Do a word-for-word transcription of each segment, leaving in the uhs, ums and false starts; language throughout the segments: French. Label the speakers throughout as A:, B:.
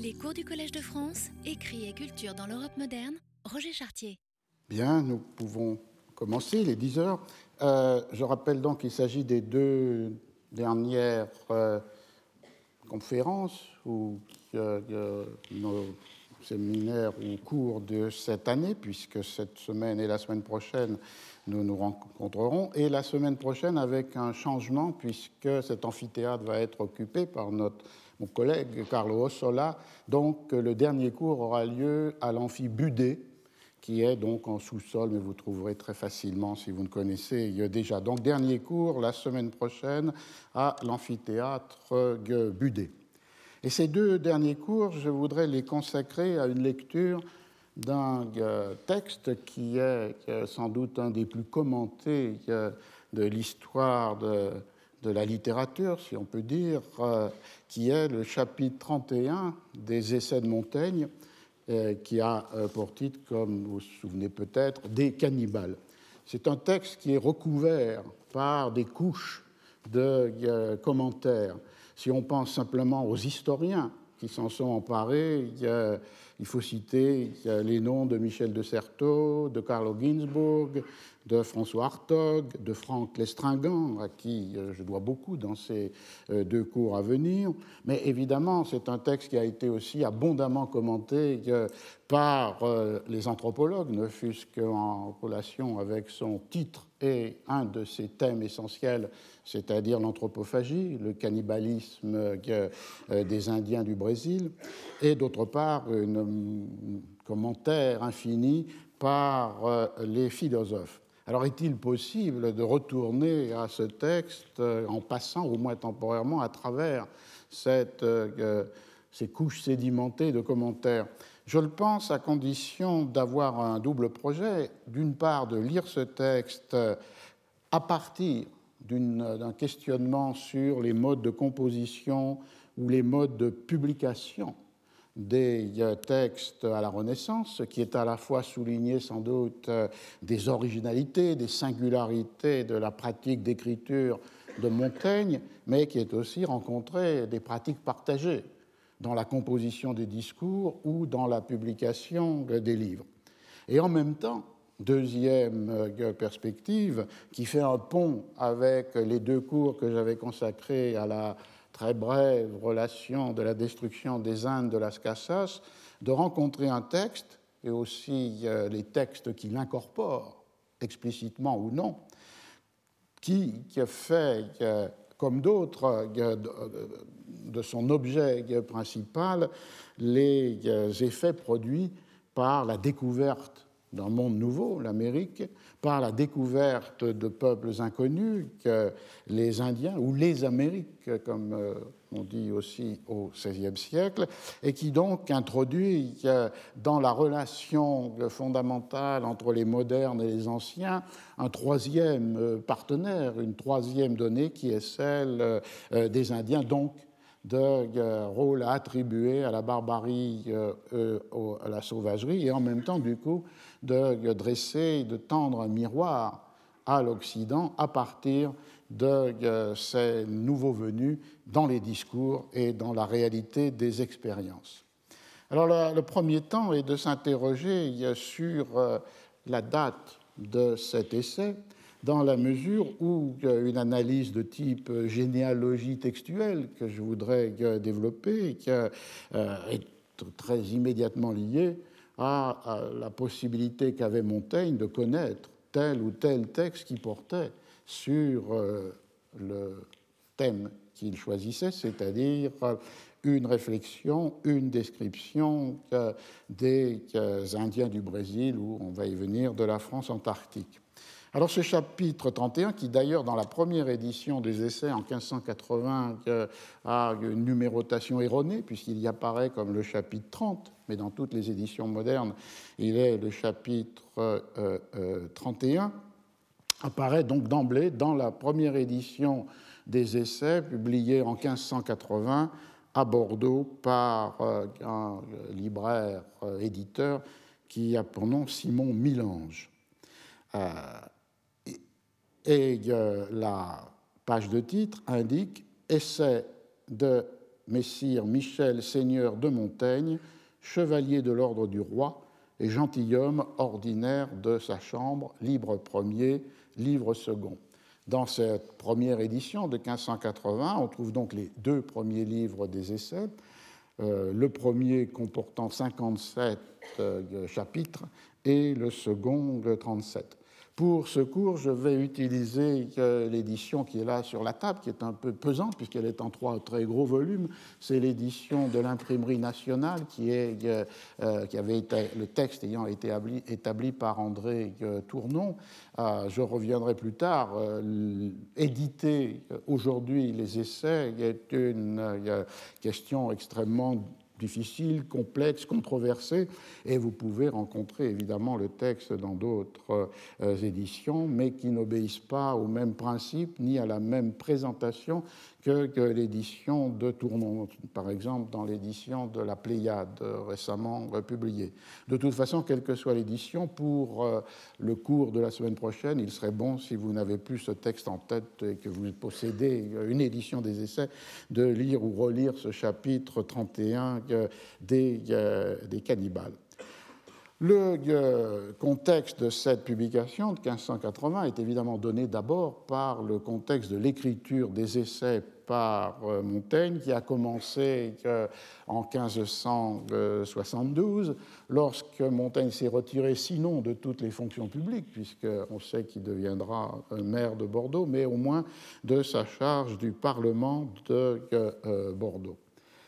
A: Les cours du Collège de France, écrit et culture dans l'Europe moderne, Roger Chartier.
B: Bien, nous pouvons commencer, il est dix heures. Euh, je rappelle donc qu'il s'agit des deux dernières euh, conférences ou euh, nos séminaires ou cours de cette année, puisque cette semaine et la semaine prochaine, nous nous rencontrerons, et la semaine prochaine avec un changement, puisque cet amphithéâtre va être occupé par notre, mon collègue Carlo Ossola. Donc, le dernier cours aura lieu à l'amphi Budé, qui est donc en sous-sol, mais vous trouverez très facilement si vous ne connaissez déjà. Donc, dernier cours la semaine prochaine à l'amphithéâtre Budé. Et ces deux derniers cours, je voudrais les consacrer à une lecture d'un texte qui est sans doute un des plus commentés de l'histoire de, de la littérature, si on peut dire, qui est le chapitre trente et un des Essais de Montaigne, qui a pour titre, comme vous vous souvenez peut-être, des cannibales. C'est un texte qui est recouvert par des couches de commentaires. Si on pense simplement aux historiens qui s'en sont emparés, il, y a, il faut citer il y a les noms de Michel de Certeau, de Carlo Ginzburg, de François Hartog, de Franck Lestringant, à qui je dois beaucoup dans ces deux cours à venir. Mais évidemment, c'est un texte qui a été aussi abondamment commenté par les anthropologues, ne fût-ce qu'en relation avec son titre et un de ses thèmes essentiels, c'est-à-dire l'anthropophagie, le cannibalisme des Indiens du Brésil, et d'autre part, un commentaire infini par les philosophes. Alors, est-il possible de retourner à ce texte en passant, au moins temporairement, à travers cette, euh, ces couches sédimentées de commentaires ? Je le pense à condition d'avoir un double projet. D'une part, de lire ce texte à partir d'un questionnement sur les modes de composition ou les modes de publication des textes à la Renaissance, ce qui est à la fois souligné sans doute des originalités, des singularités de la pratique d'écriture de Montaigne, mais qui est aussi rencontré des pratiques partagées dans la composition des discours ou dans la publication des livres. Et en même temps, deuxième perspective, qui fait un pont avec les deux cours que j'avais consacrés à la très brève relation de la destruction des Indes de Las Casas, de rencontrer un texte, et aussi euh, les textes qui l'incorporent, explicitement ou non, qui, qui fait, euh, comme d'autres, euh, de, de son objet principal, les euh, effets produits par la découverte d'un monde nouveau, l'Amérique, par la découverte de peuples inconnus, que les Indiens, ou les Amériques, comme on dit aussi au seizième siècle, et qui donc introduit dans la relation fondamentale entre les modernes et les anciens un troisième partenaire, une troisième donnée qui est celle des Indiens, donc de euh, rôle à attribuer à la barbarie, euh, euh, à la sauvagerie, et en même temps, du coup, de, de dresser, de tendre un miroir à l'Occident à partir de euh, ces nouveaux venus dans les discours et dans la réalité des expériences. Alors, le, le premier temps est de s'interroger sur euh, la date de cet essai, dans la mesure où une analyse de type généalogie textuelle que je voudrais développer est très immédiatement liée à la possibilité qu'avait Montaigne de connaître tel ou tel texte qui portait sur le thème qu'il choisissait, c'est-à-dire une réflexion, une description des Indiens du Brésil, ou on va y venir, de la France antarctique. Alors ce chapitre trente et un, qui d'ailleurs dans la première édition des Essais en quinze cent quatre-vingts a une numérotation erronée, puisqu'il y apparaît comme le chapitre trente, mais dans toutes les éditions modernes, il est le chapitre euh, euh, trente et un, apparaît donc d'emblée dans la première édition des Essais, publiée en quinze cent quatre-vingts à Bordeaux par euh, un libraire euh, éditeur qui a pour nom Simon Milange. Euh, Et euh, la page de titre indique « Essai de messire Michel, seigneur de Montaigne, chevalier de l'ordre du roi et gentilhomme ordinaire de sa chambre, livre premier, livre second. Dans cette première édition de quinze cent quatre-vingts, on trouve donc les deux premiers livres des essais, euh, le premier comportant cinquante-sept euh, chapitres et le second trente-sept. Pour ce cours, je vais utiliser euh, l'édition qui est là sur la table, qui est un peu pesante puisqu'elle est en trois très gros volumes. C'est l'édition de l'Imprimerie nationale, qui est, euh, euh, qui avait été, le texte ayant été établi, établi par André euh, Tournon. Euh, je reviendrai plus tard. Euh, éditer aujourd'hui les essais est une euh, question extrêmement difficile, complexe, controversé, et vous pouvez rencontrer évidemment le texte dans d'autres euh, éditions, mais qui n'obéissent pas au même principe ni à la même présentation que, que l'édition de Tournon, par exemple dans l'édition de la Pléiade récemment publiée. De toute façon, quelle que soit l'édition, pour euh, le cours de la semaine prochaine, il serait bon, si vous n'avez plus ce texte en tête et que vous possédez une édition des essais, de lire ou relire ce chapitre trente et un des, euh, des cannibales. Le euh, contexte de cette publication de quinze cent quatre-vingts est évidemment donné d'abord par le contexte de l'écriture des essais par euh, Montaigne, qui a commencé euh, en quinze cent soixante-douze, lorsque Montaigne s'est retiré, sinon de toutes les fonctions publiques, puisqu'on sait qu'il deviendra maire de Bordeaux, mais au moins de sa charge du Parlement de euh, Bordeaux.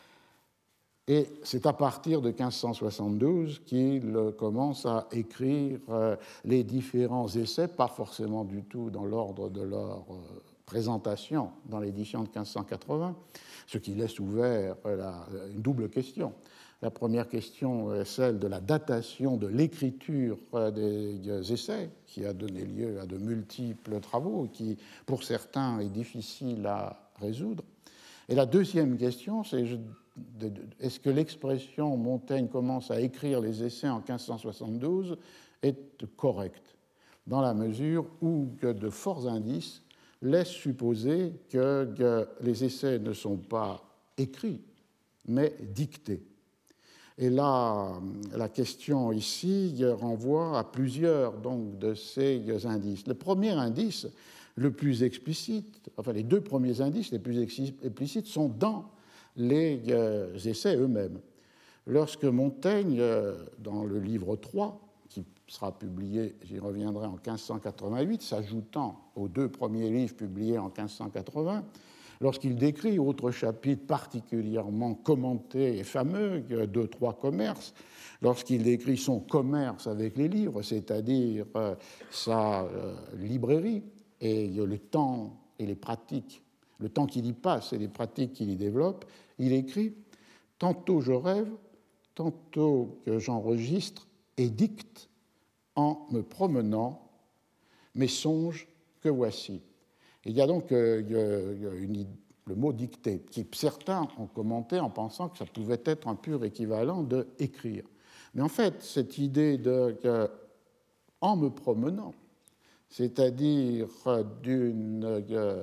B: Et c'est à partir de quinze cent soixante-douze qu'il commence à écrire les différents essais, pas forcément du tout dans l'ordre de leur présentation dans l'édition de quinze cent quatre-vingts, ce qui laisse ouvert une double question. La première question est celle de la datation de l'écriture des essais, qui a donné lieu à de multiples travaux, qui, pour certains, est difficile à résoudre. Et la deuxième question, c'est est-ce que l'expression « Montaigne commence à écrire les essais en quinze cent soixante-douze » est correcte, dans la mesure où de forts indices laissent supposer que les essais ne sont pas écrits, mais dictés. Et là, la question ici renvoie à plusieurs donc, de ces indices. Le premier indice, le plus explicite, enfin les deux premiers indices les plus explicites sont dans les euh, essais eux-mêmes. Lorsque Montaigne, euh, dans le livre trois, qui sera publié, j'y reviendrai, en quinze cent quatre-vingt-huit, s'ajoutant aux deux premiers livres publiés en quinze cent quatre-vingts, lorsqu'il décrit, autre chapitre particulièrement commenté et fameux, deux, trois commerces, lorsqu'il décrit son commerce avec les livres, c'est-à-dire euh, sa euh, librairie, et le temps et les pratiques, le temps qu'il y passe et les pratiques qu'il y développe, il écrit « Tantôt je rêve, tantôt que j'enregistre et dicte en me promenant mes songes que voici ». Il y a donc euh, une, le mot « dicter » qui certains ont commenté en pensant que ça pouvait être un pur équivalent de « écrire ». Mais en fait, cette idée de euh, « en me promenant », c'est-à-dire d'une euh,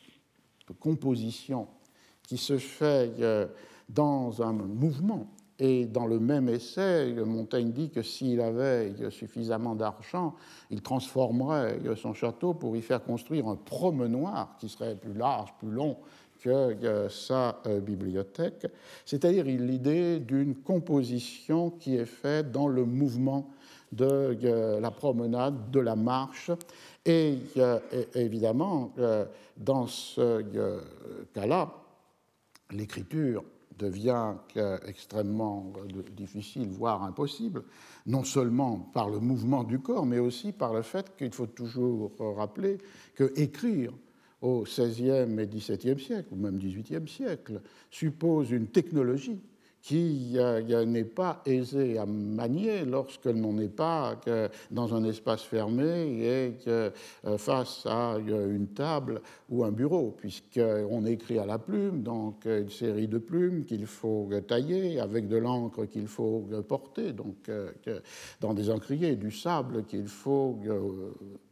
B: composition qui se fait euh, dans un mouvement. Et dans le même essai, Montaigne dit que s'il avait suffisamment d'argent, il transformerait son château pour y faire construire un promenoir qui serait plus large, plus long que sa bibliothèque. C'est-à-dire l'idée d'une composition qui est faite dans le mouvement de la promenade, de la marche. Et évidemment, dans ce cas-là, l'écriture devient extrêmement difficile, voire impossible, non seulement par le mouvement du corps, mais aussi par le fait qu'il faut toujours rappeler que écrire au seizième et dix-septième siècle, ou même dix-huitième siècle, suppose une technologie qui euh, n'est pas aisée à manier lorsque l'on n'est pas que dans un espace fermé et que, euh, face à euh, une table ou un bureau, puisqu'on écrit à la plume, donc une série de plumes qu'il faut tailler, avec de l'encre qu'il faut porter, donc euh, dans des encriers, du sable qu'il faut euh,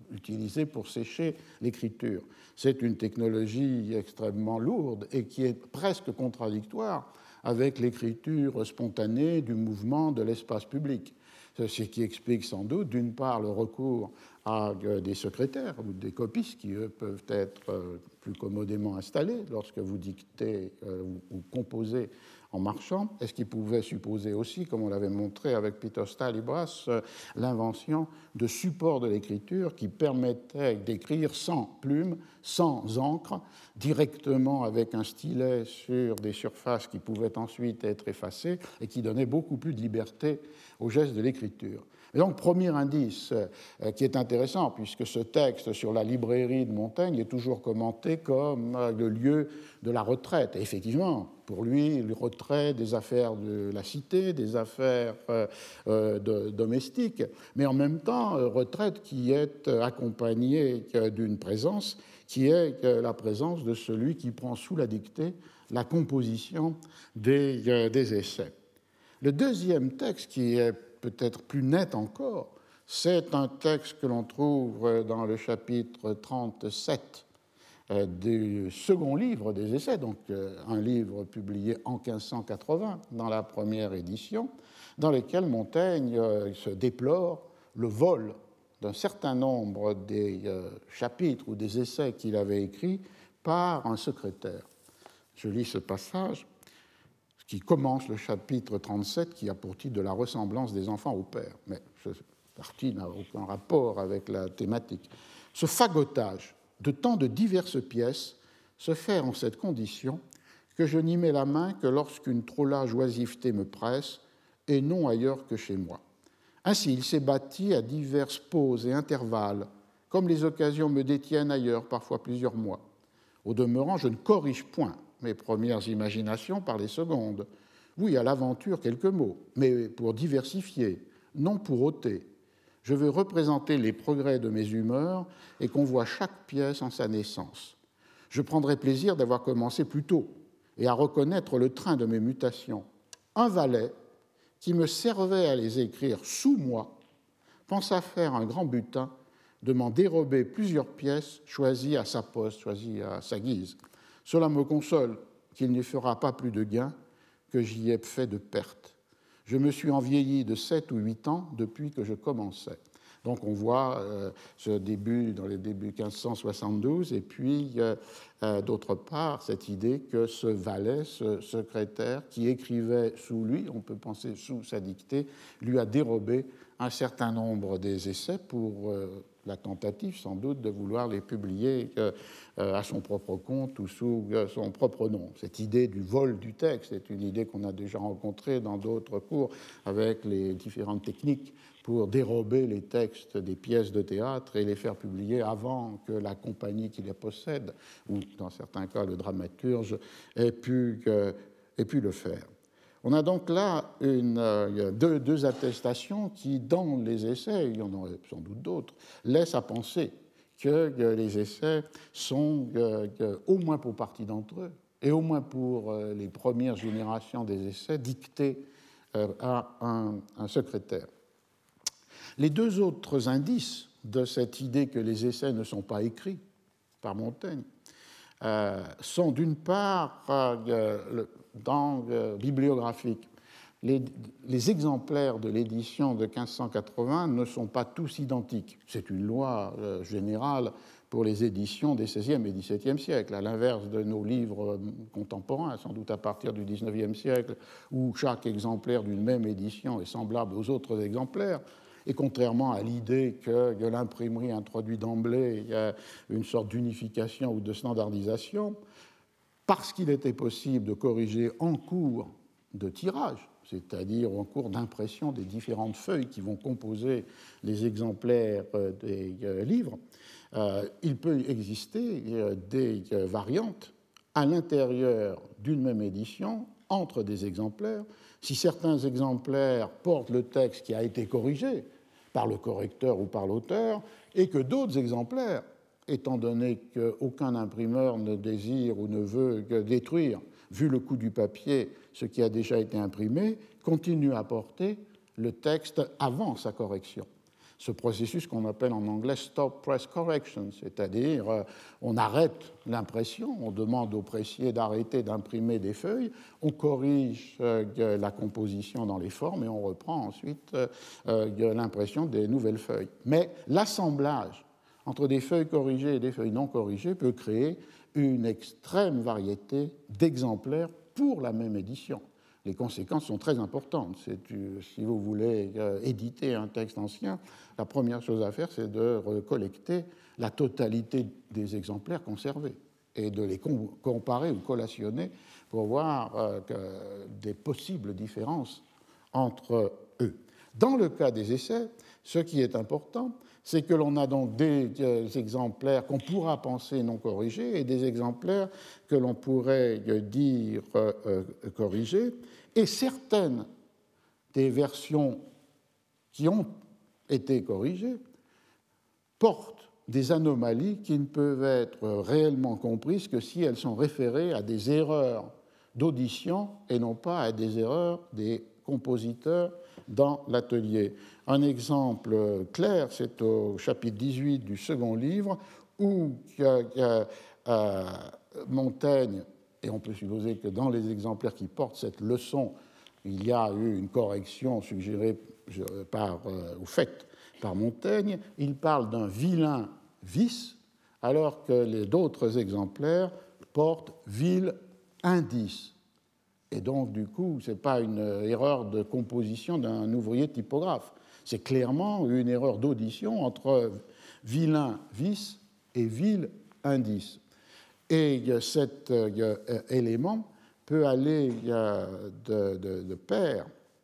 B: utilisés pour sécher l'écriture. C'est une technologie extrêmement lourde et qui est presque contradictoire avec l'écriture spontanée du mouvement de l'espace public. Ce qui explique sans doute, d'une part, le recours à des secrétaires ou des copistes qui, eux, peuvent être plus commodément installés lorsque vous dictez ou composez en marchant, et ce qui pouvait supposer aussi, comme on l'avait montré avec Peter Stalibras, l'invention de supports de l'écriture qui permettaient d'écrire sans plume, sans encre, directement avec un stylet sur des surfaces qui pouvaient ensuite être effacées et qui donnaient beaucoup plus de liberté au geste de l'écriture. Et donc, premier indice euh, qui est intéressant, puisque ce texte sur la librairie de Montaigne est toujours commenté comme euh, le lieu de la retraite. Et effectivement, pour lui, le retrait des affaires de la cité, des affaires euh, euh, de, domestiques, mais en même temps, euh, retraite qui est accompagnée euh, d'une présence qui est euh, la présence de celui qui prend sous la dictée la composition des, euh, des essais. Le deuxième texte qui est peut-être plus net encore, c'est un texte que l'on trouve dans le chapitre trente-sept du second livre des essais, donc un livre publié en quinze cent quatre-vingts dans la première édition, dans lequel Montaigne se déplore le vol d'un certain nombre des chapitres ou des essais qu'il avait écrits par un secrétaire. Je lis ce passage qui commence le chapitre trente-sept, qui a pour titre de la ressemblance des enfants au père. Mais cette partie n'a aucun rapport avec la thématique. Ce fagotage de tant de diverses pièces se fait en cette condition que je n'y mets la main que lorsqu'une trop large oisiveté me presse, et non ailleurs que chez moi. Ainsi, il s'est bâti à diverses pauses et intervalles, comme les occasions me détiennent ailleurs, parfois plusieurs mois. Au demeurant, je ne corrige point mes premières imaginations par les secondes. Oui, à l'aventure, quelques mots, mais pour diversifier, non pour ôter. Je veux représenter les progrès de mes humeurs et qu'on voit chaque pièce en sa naissance. Je prendrai plaisir d'avoir commencé plus tôt et à reconnaître le train de mes mutations. Un valet, qui me servait à les écrire sous moi, pensa faire un grand butin de m'en dérober plusieurs pièces choisies à sa poste, choisies à sa guise. Cela me console qu'il n'y fera pas plus de gain que j'y ai fait de perte. Je me suis envieilli de sept ou huit ans depuis que je commençais. Donc on voit euh, ce début dans les débuts quinze cent soixante-douze et puis euh, euh, d'autre part cette idée que ce valet, ce secrétaire qui écrivait sous lui, on peut penser sous sa dictée, lui a dérobé un certain nombre des essais pour euh, la tentative sans doute de vouloir les publier euh, à son propre compte ou sous euh, son propre nom. Cette idée du vol du texte est une idée qu'on a déjà rencontrée dans d'autres cours avec les différentes techniques pour dérober les textes des pièces de théâtre et les faire publier avant que la compagnie qui les possède, ou dans certains cas le dramaturge, ait pu, euh, ait pu le faire. On a donc là une, euh, deux, deux attestations qui, dans les essais, il y en aurait sans doute d'autres, laissent à penser que, que les essais sont, euh, que, au moins pour partie d'entre eux, et au moins pour euh, les premières générations des essais, dictés euh, à un, un secrétaire. Les deux autres indices de cette idée que les essais ne sont pas écrits par Montaigne euh, sont d'une part euh, le, dans euh, bibliographique. Les, les exemplaires de l'édition de quinze cent quatre-vingts ne sont pas tous identiques. C'est une loi euh, générale pour les éditions des seizième et dix-septième siècles, à l'inverse de nos livres contemporains, sans doute à partir du dix-neuvième siècle, où chaque exemplaire d'une même édition est semblable aux autres exemplaires. Et contrairement à l'idée que, que l'imprimerie introduit d'emblée une sorte d'unification ou de standardisation, parce qu'il était possible de corriger en cours de tirage, c'est-à-dire en cours d'impression des différentes feuilles qui vont composer les exemplaires des livres, euh, il peut exister des variantes à l'intérieur d'une même édition, entre des exemplaires. Si certains exemplaires portent le texte qui a été corrigé par le correcteur ou par l'auteur, et que d'autres exemplaires, étant donné qu'aucun imprimeur ne désire ou ne veut que détruire, vu le coût du papier, ce qui a déjà été imprimé, continuent à porter le texte avant sa correction. ce processus qu'on appelle en anglais stop press correction, c'est-à-dire euh, on arrête l'impression, on demande au pressier d'arrêter d'imprimer des feuilles, on corrige euh, la composition dans les formes et on reprend ensuite euh, euh, l'impression des nouvelles feuilles. Mais l'assemblage entre des feuilles corrigées et des feuilles non corrigées peut créer une extrême variété d'exemplaires pour la même édition. Les conséquences sont très importantes. C'est, si vous voulez euh, éditer un texte ancien, la première chose à faire, c'est de collecter la totalité des exemplaires conservés et de les com- comparer ou collationner pour voir euh, que, des possibles différences entre eux. Dans le cas des essais, ce qui est important, c'est que l'on a donc des euh, exemplaires qu'on pourra penser non corrigés et des exemplaires que l'on pourrait euh, dire euh, euh, corrigés. Et certaines des versions qui ont été corrigées portent des anomalies qui ne peuvent être réellement comprises que si elles sont référées à des erreurs d'audition et non pas à des erreurs des compositeurs dans l'atelier. Un exemple clair, c'est au chapitre dix-huit du second livre, où euh, euh, Montaigne, et on peut supposer que dans les exemplaires qui portent cette leçon, il y a eu une correction suggérée par, euh, ou faite par Montaigne, il parle d'un vilain vice, alors que les d'autres exemplaires portent vil indice. Et donc, du coup, ce n'est pas une erreur de composition d'un ouvrier typographe. C'est clairement une erreur d'audition entre vilain vice et vil indice. Et cet euh, élément peut aller euh, de, de, de pair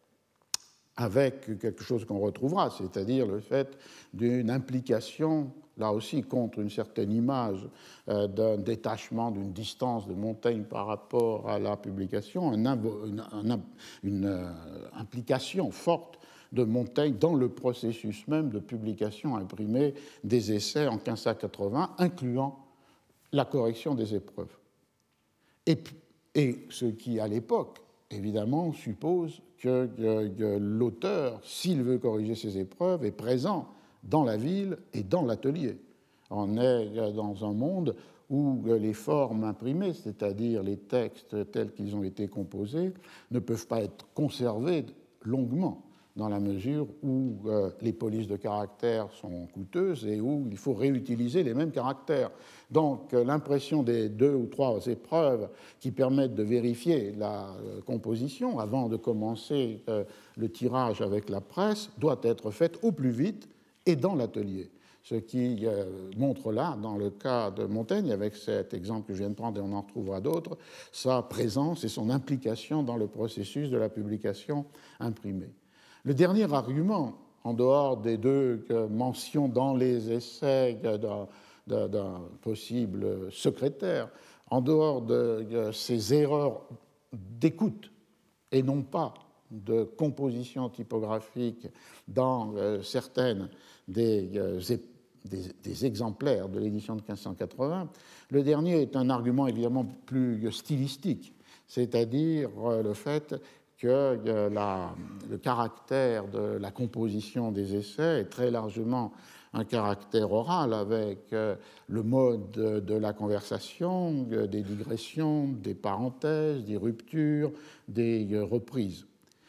B: avec quelque chose qu'on retrouvera, c'est-à-dire le fait d'une implication, là aussi contre une certaine image euh, d'un détachement, d'une distance de Montaigne par rapport à la publication, une, une, une, une euh, implication forte de Montaigne dans le processus même de publication imprimée des essais en quinze cent quatre-vingts, incluant la correction des épreuves. Et, et ce qui, à l'époque, évidemment, suppose que, que, que l'auteur, s'il veut corriger ses épreuves, est présent dans la ville et dans l'atelier. On est dans un monde où les formes imprimées, c'est-à-dire les textes tels qu'ils ont été composés, ne peuvent pas être conservés longuement, dans la mesure où euh, les polices de caractères sont coûteuses et où il faut réutiliser les mêmes caractères. Donc euh, l'impression des deux ou trois épreuves qui permettent de vérifier la euh, composition avant de commencer euh, le tirage avec la presse doit être faite au plus vite et dans l'atelier. Ce qui euh, montre là, dans le cas de Montaigne, avec cet exemple que je viens de prendre et on en retrouvera d'autres, sa présence et son implication dans le processus de la publication imprimée. Le dernier argument, en dehors des deux mentions dans les essais d'un, d'un possible secrétaire, en dehors de ces erreurs d'écoute et non pas de composition typographique dans certaines des, des, des exemplaires de l'édition de quinze cent quatre-vingts, le dernier est un argument évidemment plus stylistique, c'est-à-dire le fait que la, le caractère de la composition des essais est très largement un caractère oral avec le mode de la conversation, des digressions, des parenthèses, des ruptures, des reprises.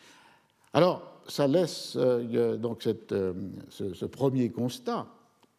B: Alors, ça laisse donc cette, ce, ce premier constat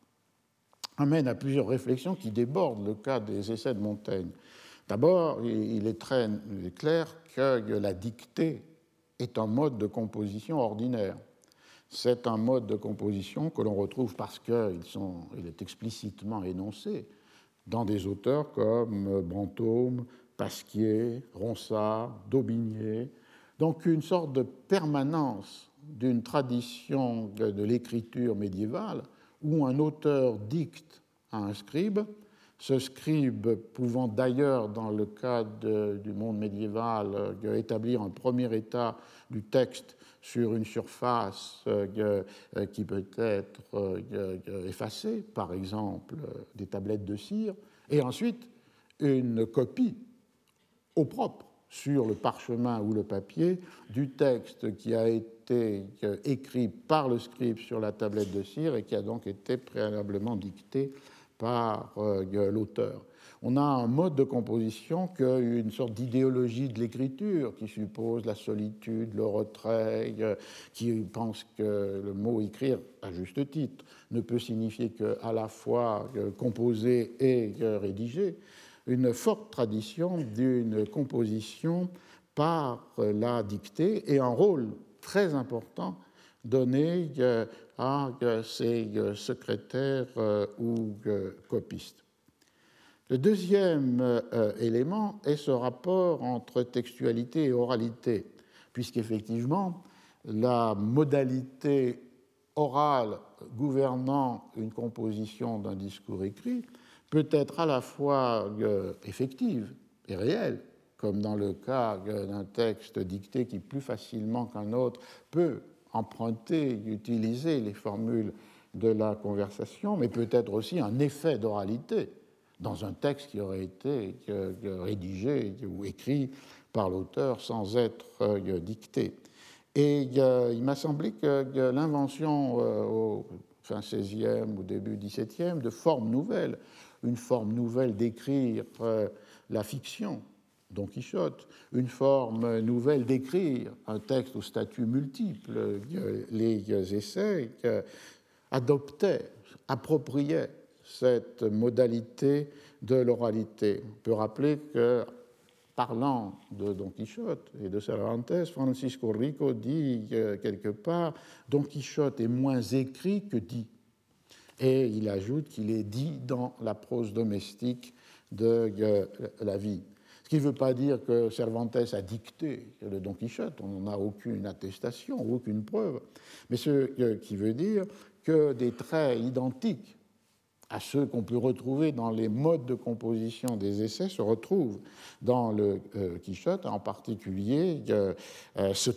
B: amène à plusieurs réflexions qui débordent le cas des essais de Montaigne. D'abord, il est très clair que la dictée est un mode de composition ordinaire. C'est un mode de composition que l'on retrouve parce qu'il est explicitement énoncé dans des auteurs comme Brantôme, Pasquier, Ronsard, Daubigné. Donc une sorte de permanence d'une tradition de, de l'écriture médiévale où un auteur dicte à un scribe, ce scribe pouvant d'ailleurs, dans le cas de, du monde médiéval, euh, établir un premier état du texte sur une surface euh, euh, qui peut être euh, effacée, par exemple euh, des tablettes de cire, et ensuite une copie au propre sur le parchemin ou le papier du texte qui a été écrit par le scribe sur la tablette de cire et qui a donc été préalablement dicté par euh, l'auteur. On a un mode de composition qu'une sorte d'idéologie de l'écriture qui suppose la solitude, le retrait, euh, qui pense que le mot écrire, à juste titre, ne peut signifier qu'à la fois euh, composer et euh, rédiger. Une forte tradition d'une composition par euh, la dictée et un rôle très important donné euh, à euh, ces euh, secrétaires euh, ou euh, copistes. Le deuxième euh, élément est ce rapport entre textualité et oralité, puisqu'effectivement, la modalité orale gouvernant une composition d'un discours écrit peut être à la fois euh, effective et réelle, comme dans le cas d'un texte dicté qui, plus facilement qu'un autre, peut emprunter, utiliser les formules de la conversation, mais peut être aussi un effet d'oralité dans un texte qui aurait été rédigé ou écrit par l'auteur sans être dicté. Et il m'a semblé que l'invention au fin seizième ou début dix-septième de formes nouvelles, une forme nouvelle d'écrire la fiction, Don Quichotte, une forme nouvelle d'écrire un texte au statut multiple, les essais, adoptaient, appropriaient cette modalité de l'oralité. On peut rappeler que, parlant de Don Quichotte et de Cervantes, Francisco Rico dit quelque part « Don Quichotte est moins écrit que dit ». Et il ajoute qu'il est dit dans la prose domestique de la vie. Ce qui ne veut pas dire que Cervantes a dicté le Don Quichotte, on n'en a aucune attestation, aucune preuve, mais ce qui veut dire que des traits identiques à ceux qu'on peut retrouver dans les modes de composition des essais se retrouvent dans le euh, Quichotte, en particulier euh, euh, ce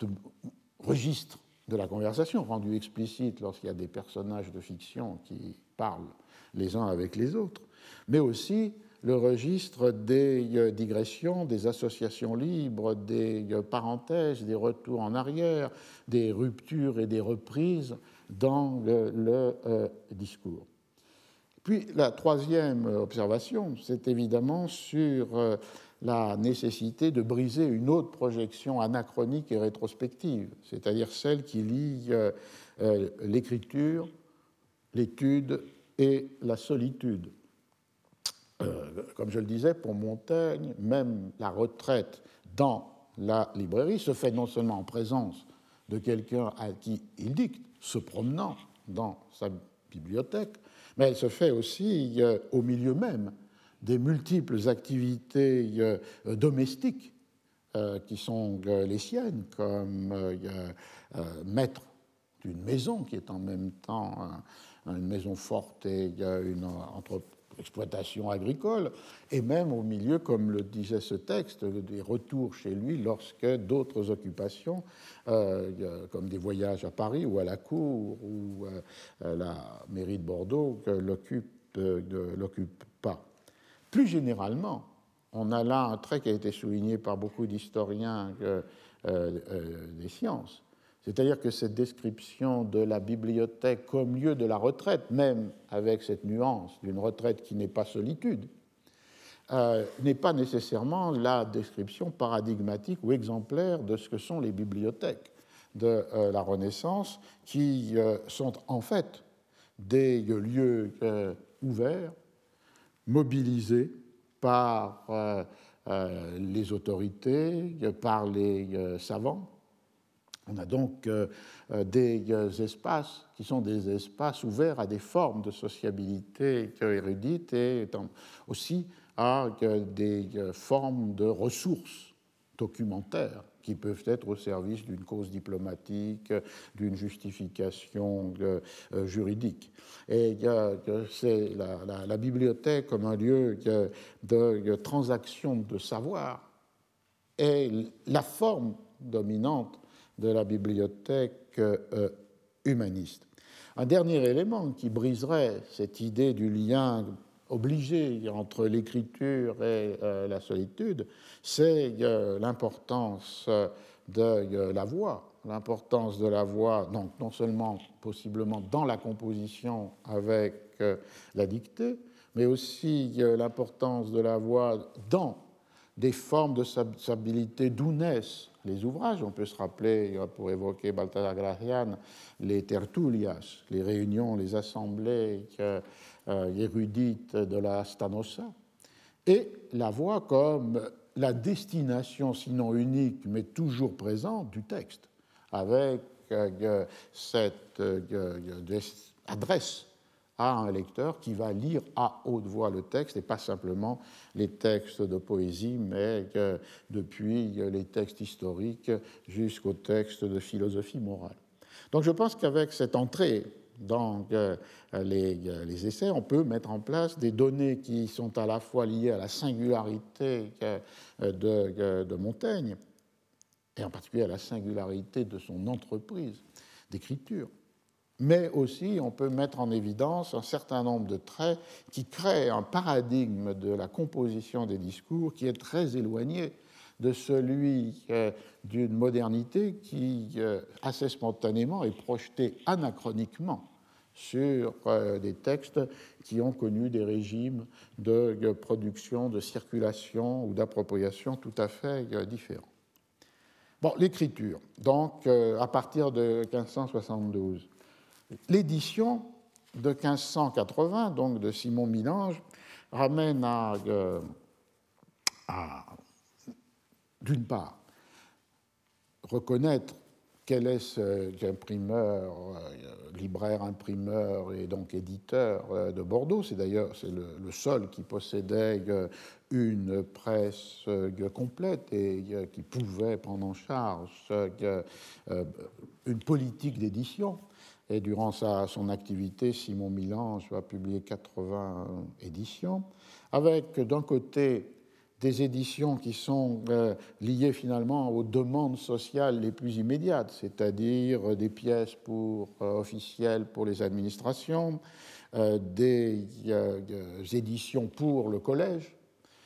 B: registre de la conversation rendu explicite lorsqu'il y a des personnages de fiction qui parlent les uns avec les autres, mais aussi le registre des euh, digressions, des associations libres, des euh, parenthèses, des retours en arrière, des ruptures et des reprises dans le, le euh, discours. Puis la troisième observation, c'est évidemment sur euh, la nécessité de briser une autre projection anachronique et rétrospective, c'est-à-dire celle qui lie euh, euh, l'écriture, l'étude et la solitude. Euh, comme je le disais, pour Montaigne, même la retraite dans la librairie se fait non seulement en présence de quelqu'un à qui il dicte, se promenant dans sa bibliothèque, mais elle se fait aussi euh, au milieu même des multiples activités euh, domestiques euh, qui sont euh, les siennes, comme euh, euh, maître d'une maison qui est en même temps un, une maison forte et une entreprise exploitation agricole, et même au milieu, comme le disait ce texte, des retours chez lui lorsque d'autres occupations, euh, comme des voyages à Paris ou à la cour ou euh, la mairie de Bordeaux, l'occupent euh, ne l'occupent pas. Plus généralement, on a là un trait qui a été souligné par beaucoup d'historiens euh, euh, des sciences, c'est-à-dire que cette description de la bibliothèque comme lieu de la retraite, même avec cette nuance d'une retraite qui n'est pas solitude, euh, n'est pas nécessairement la description paradigmatique ou exemplaire de ce que sont les bibliothèques de euh, la Renaissance, qui euh, sont en fait des lieux euh, ouverts, mobilisés par euh, euh, les autorités, par les euh, savants. On a donc euh, des euh, espaces qui sont des espaces ouverts à des formes de sociabilité érudite et aussi à euh, des euh, formes de ressources documentaires qui peuvent être au service d'une cause diplomatique, d'une justification euh, euh, juridique. Et euh, c'est la, la, la bibliothèque comme un lieu de, de, de transaction de savoir est la forme dominante de la bibliothèque euh, humaniste. Un dernier élément qui briserait cette idée du lien obligé entre l'écriture et euh, la solitude, c'est euh, l'importance de euh, la voix, l'importance de la voix, donc non seulement possiblement dans la composition avec euh, la dictée, mais aussi euh, l'importance de la voix dans des formes de stabilité d'où naissent les ouvrages. On peut se rappeler, pour évoquer Baltasar Gracián, les tertulias, les réunions, les assemblées euh, érudites de la Stanosa, et la voix comme la destination, sinon unique, mais toujours présente du texte, avec euh, cette euh, adresse à un lecteur qui va lire à haute voix le texte, et pas simplement les textes de poésie, mais euh, depuis les textes historiques jusqu'aux textes de philosophie morale. Donc je pense qu'avec cette entrée dans euh, les, les essais, on peut mettre en place des données qui sont à la fois liées à la singularité euh, de, euh, de Montaigne, et en particulier à la singularité de son entreprise d'écriture, mais aussi on peut mettre en évidence un certain nombre de traits qui créent un paradigme de la composition des discours qui est très éloigné de celui euh, d'une modernité qui, euh, assez spontanément, est projetée anachroniquement sur euh, des textes qui ont connu des régimes de, de production, de circulation ou d'appropriation tout à fait euh, différents. Bon, l'écriture, donc euh, à partir de quinze cent soixante-douze. L'édition de quinze cent quatre-vingts, donc de Simon Milange, ramène à, euh, à d'une part, reconnaître quel est cet imprimeur, euh, libraire, imprimeur et donc éditeur euh, de Bordeaux. C'est d'ailleurs c'est le, le seul qui possédait euh, une presse euh, complète et euh, qui pouvait prendre en charge euh, une politique d'édition. Et durant sa, son activité, Simon Milange va publier quatre-vingts éditions, avec d'un côté des éditions qui sont euh, liées finalement aux demandes sociales les plus immédiates, c'est-à-dire des pièces pour, euh, officielles pour les administrations, euh, des euh, éditions pour le collège,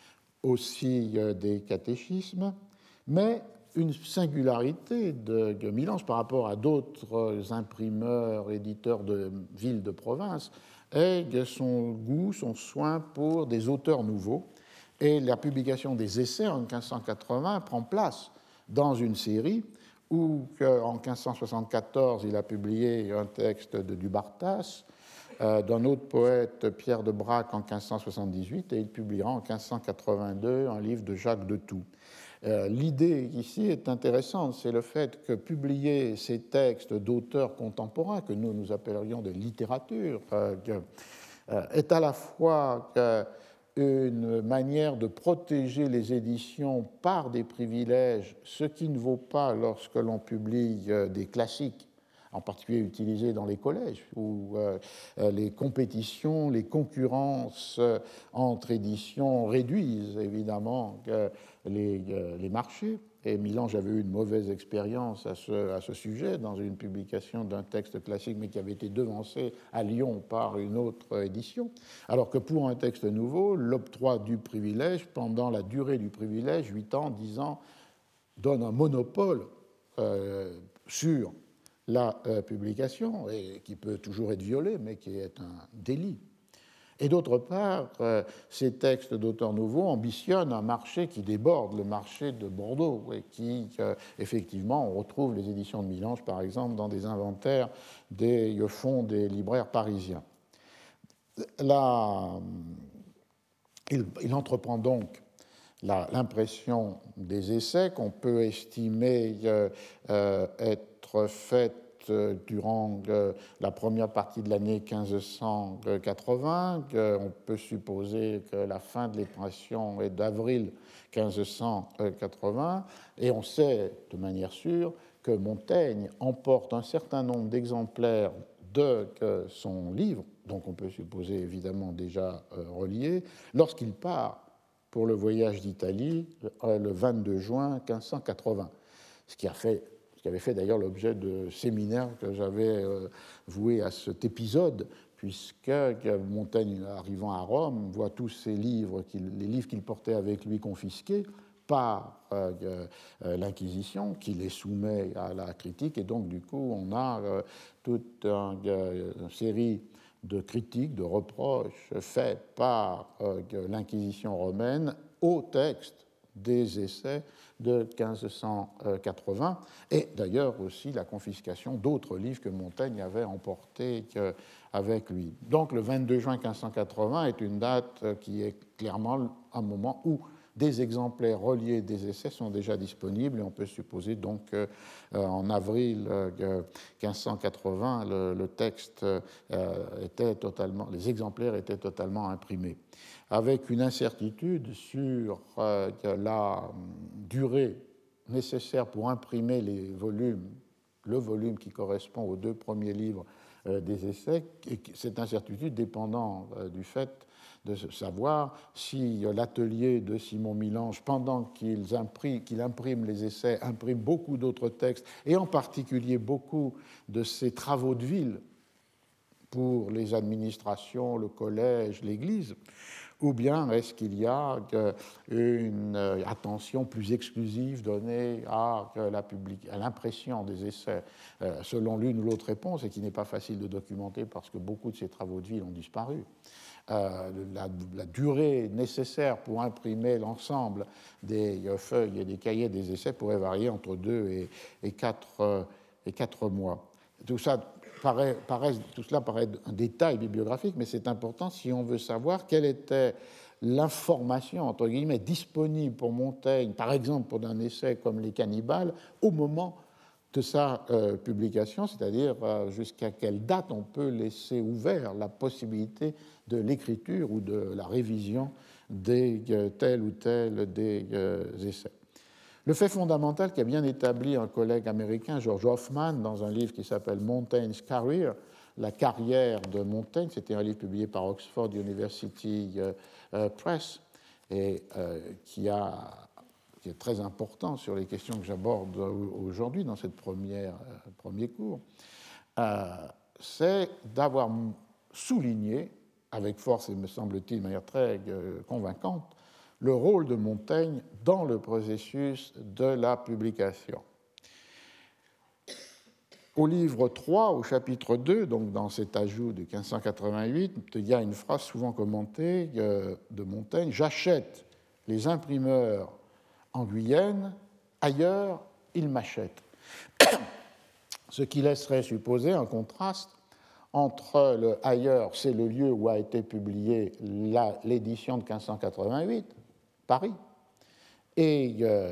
B: aussi euh, des catéchismes, mais une singularité de, de Milange par rapport à d'autres imprimeurs, éditeurs de villes de province, est son goût, son soin pour des auteurs nouveaux. Et la publication des essais en quinze cent quatre-vingts prend place dans une série où, en quinze cent soixante-quatorze, il a publié un texte de Dubartas, euh, d'un autre poète, Pierre de Braque, en quinze cent soixante-dix-huit, et il publiera en quinze cent quatre-vingt-deux un livre de Jacques de Thou. Euh, l'idée ici est intéressante, c'est le fait que publier ces textes d'auteurs contemporains, que nous nous appellerions de littérature, euh, euh, est à la fois euh, une manière de protéger les éditions par des privilèges, ce qui ne vaut pas lorsque l'on publie des classiques, en particulier utilisés dans les collèges, où euh, les compétitions, les concurrences entre éditions réduisent évidemment les, les marchés. Et Milange avait eu une mauvaise expérience à ce, à ce sujet dans une publication d'un texte classique, mais qui avait été devancé à Lyon par une autre édition. Alors que pour un texte nouveau, l'octroi du privilège, pendant la durée du privilège, huit ans, dix ans, donne un monopole euh, sur la euh, publication, et qui peut toujours être violé, mais qui est un délit. Et d'autre part, euh, ces textes d'auteurs nouveaux ambitionnent un marché qui déborde le marché de Bordeaux et qui, euh, effectivement, on retrouve les éditions de Milange, par exemple, dans des inventaires des fonds des libraires parisiens. Là, il, il entreprend donc la, l'impression des essais qu'on peut estimer euh, euh, être faite durant la première partie de l'année quinze cent quatre-vingts. On peut supposer que la fin de l'impression est d'avril quinze cent quatre-vingts, et on sait de manière sûre que Montaigne emporte un certain nombre d'exemplaires de son livre, donc on peut supposer évidemment déjà relié, lorsqu'il part pour le voyage d'Italie le vingt-deux juin quinze cent quatre-vingts, ce qui a fait qui avait fait d'ailleurs l'objet de séminaires que j'avais euh, voués à cet épisode puisque Montaigne, arrivant à Rome, voit tous ses livres, les livres qu'il portait avec lui confisqués par euh, euh, l'Inquisition, qui les soumet à la critique, et donc du coup on a euh, toute un, euh, une série de critiques, de reproches faits par euh, l'Inquisition romaine au texte des essais de quinze cent quatre-vingts, et d'ailleurs aussi la confiscation d'autres livres que Montaigne avait emportés avec lui. Donc le vingt-deux juin quinze cent quatre-vingts est une date qui est clairement un moment où des exemplaires reliés des essais sont déjà disponibles, et on peut supposer donc qu'en avril quinze cent quatre-vingts, le, le texte était totalement, les exemplaires étaient totalement imprimés, avec une incertitude sur euh, la durée nécessaire pour imprimer les volumes, le volume qui correspond aux deux premiers livres euh, des essais, et cette incertitude dépendant euh, du fait de savoir si euh, l'atelier de Simon Milange, pendant qu'il imprime, qu'il imprime les essais, imprime beaucoup d'autres textes, et en particulier beaucoup de ses travaux de ville pour les administrations, le collège, l'Église, ou bien est-ce qu'il y a une attention plus exclusive donnée à, la public... à l'impression des essais selon l'une ou l'autre réponse, et qui n'est pas facile de documenter parce que beaucoup de ces travaux de ville ont disparu. Euh, la, la durée nécessaire pour imprimer l'ensemble des feuilles et des cahiers des essais pourrait varier entre deux et, et, quatre, et quatre mois. Tout ça paraît, paraît, tout cela paraît un détail bibliographique, mais c'est important si on veut savoir quelle était l'information, entre guillemets, disponible pour Montaigne, par exemple pour un essai comme Les Cannibales, au moment de sa euh, publication, c'est-à-dire euh, jusqu'à quelle date on peut laisser ouvert la possibilité de l'écriture ou de la révision des euh, tel ou tel des euh, essais. Le fait fondamental qu'a bien établi un collègue américain, George Hoffman, dans un livre qui s'appelle Montaigne's Career, la carrière de Montaigne, c'était un livre publié par Oxford University Press, et euh, qui, a, qui est très important sur les questions que j'aborde aujourd'hui dans ce euh, premier cours, euh, c'est d'avoir souligné, avec force et me semble-t-il de manière très euh, convaincante, le rôle de Montaigne dans le processus de la publication. Au livre trois, au chapitre deux, donc dans cet ajout de quinze cent quatre-vingt-huit, il y a une phrase souvent commentée de Montaigne: « J'achète les imprimeurs en Guyenne, ailleurs, ils m'achètent. » Ce qui laisserait supposer un contraste entre le ailleurs, c'est le lieu où a été publiée l'édition de quinze cent quatre-vingt-huit, Paris, et euh,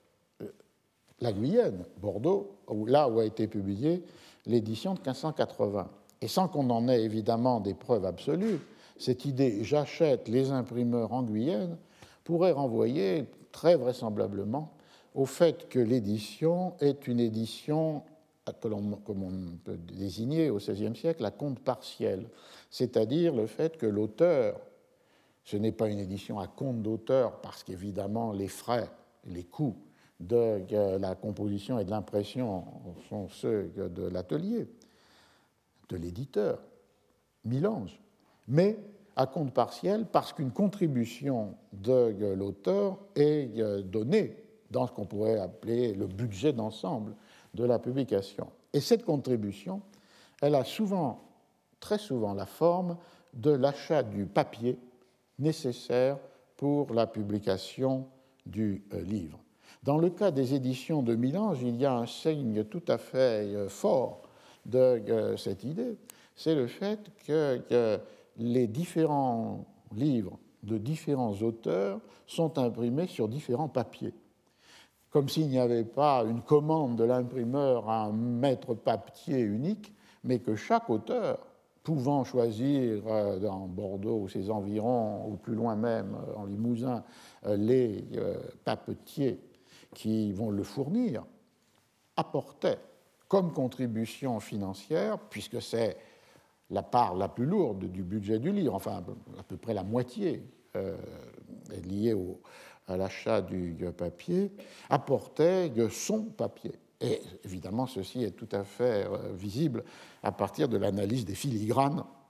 B: la Guyenne, Bordeaux, là où a été publiée l'édition de quinze cent quatre-vingts. Et sans qu'on en ait évidemment des preuves absolues, cette idée « j'achète les imprimeurs en Guyenne » pourrait renvoyer très vraisemblablement au fait que l'édition est une édition, comme on peut désigner au seizième siècle, la compte partielle, c'est-à-dire le fait que l'auteur, ce n'est pas une édition à compte d'auteur, parce qu'évidemment les frais, les coûts de la composition et de l'impression sont ceux de l'atelier, de l'éditeur, Milange, mais à compte partiel parce qu'une contribution de l'auteur est donnée dans ce qu'on pourrait appeler le budget d'ensemble de la publication. Et cette contribution, elle a souvent, très souvent, la forme de l'achat du papier nécessaire pour la publication du livre. Dans le cas des éditions de Milange, il y a un signe tout à fait fort de cette idée, c'est le fait que les différents livres de différents auteurs sont imprimés sur différents papiers, comme s'il n'y avait pas une commande de l'imprimeur à un maître papier unique, mais que chaque auteur, pouvant choisir dans Bordeaux ou ses environs, ou plus loin même en Limousin, les papetiers qui vont le fournir, apportait comme contribution financière, puisque c'est la part la plus lourde du budget du livre, enfin à peu près la moitié euh, est liée au, à l'achat du papier, apportait son papier. Et évidemment, ceci est tout à fait euh, visible à partir de l'analyse des filigranes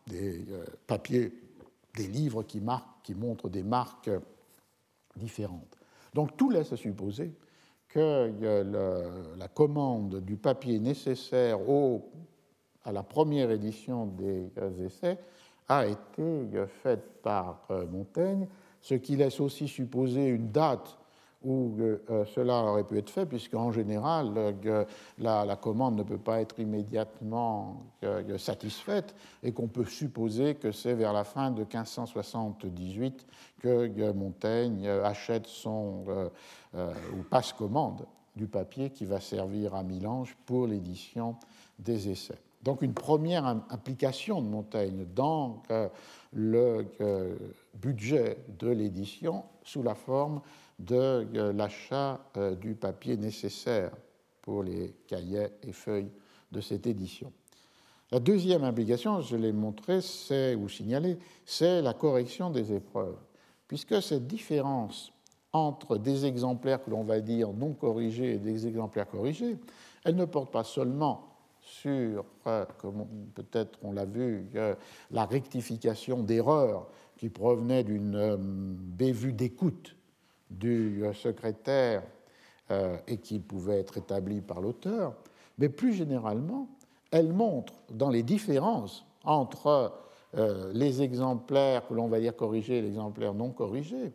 B: des euh, papiers, des livres qui, marquent, qui montrent des marques différentes. Donc tout laisse à supposer que euh, le, la commande du papier nécessaire au, à la première édition des euh, essais a été euh, faite par euh, Montaigne, ce qui laisse aussi supposer une date où euh, cela aurait pu être fait, puisqu'en général, euh, la, la commande ne peut pas être immédiatement euh, satisfaite, et qu'on peut supposer que c'est vers la fin de quinze cent soixante-dix-huit que euh, Montaigne achète son, euh, euh, ou passe commande du papier qui va servir à Milange pour l'édition des essais. Donc une première implication de Montaigne dans euh, le euh, budget de l'édition sous la forme de euh, l'achat euh, du papier nécessaire pour les cahiers et feuilles de cette édition. La deuxième implication, je l'ai montré, c'est, ou signalé, c'est la correction des épreuves, puisque cette différence entre des exemplaires que l'on va dire non corrigés et des exemplaires corrigés, elle ne porte pas seulement sur, euh, comme peut-être on l'a vu, euh, la rectification d'erreurs qui provenaient d'une euh, bévue d'écoute du euh, secrétaire euh, et qui pouvait être établie par l'auteur, mais plus généralement, elle montre dans les différences entre euh, les exemplaires que l'on va dire corrigés et les exemplaires non corrigés,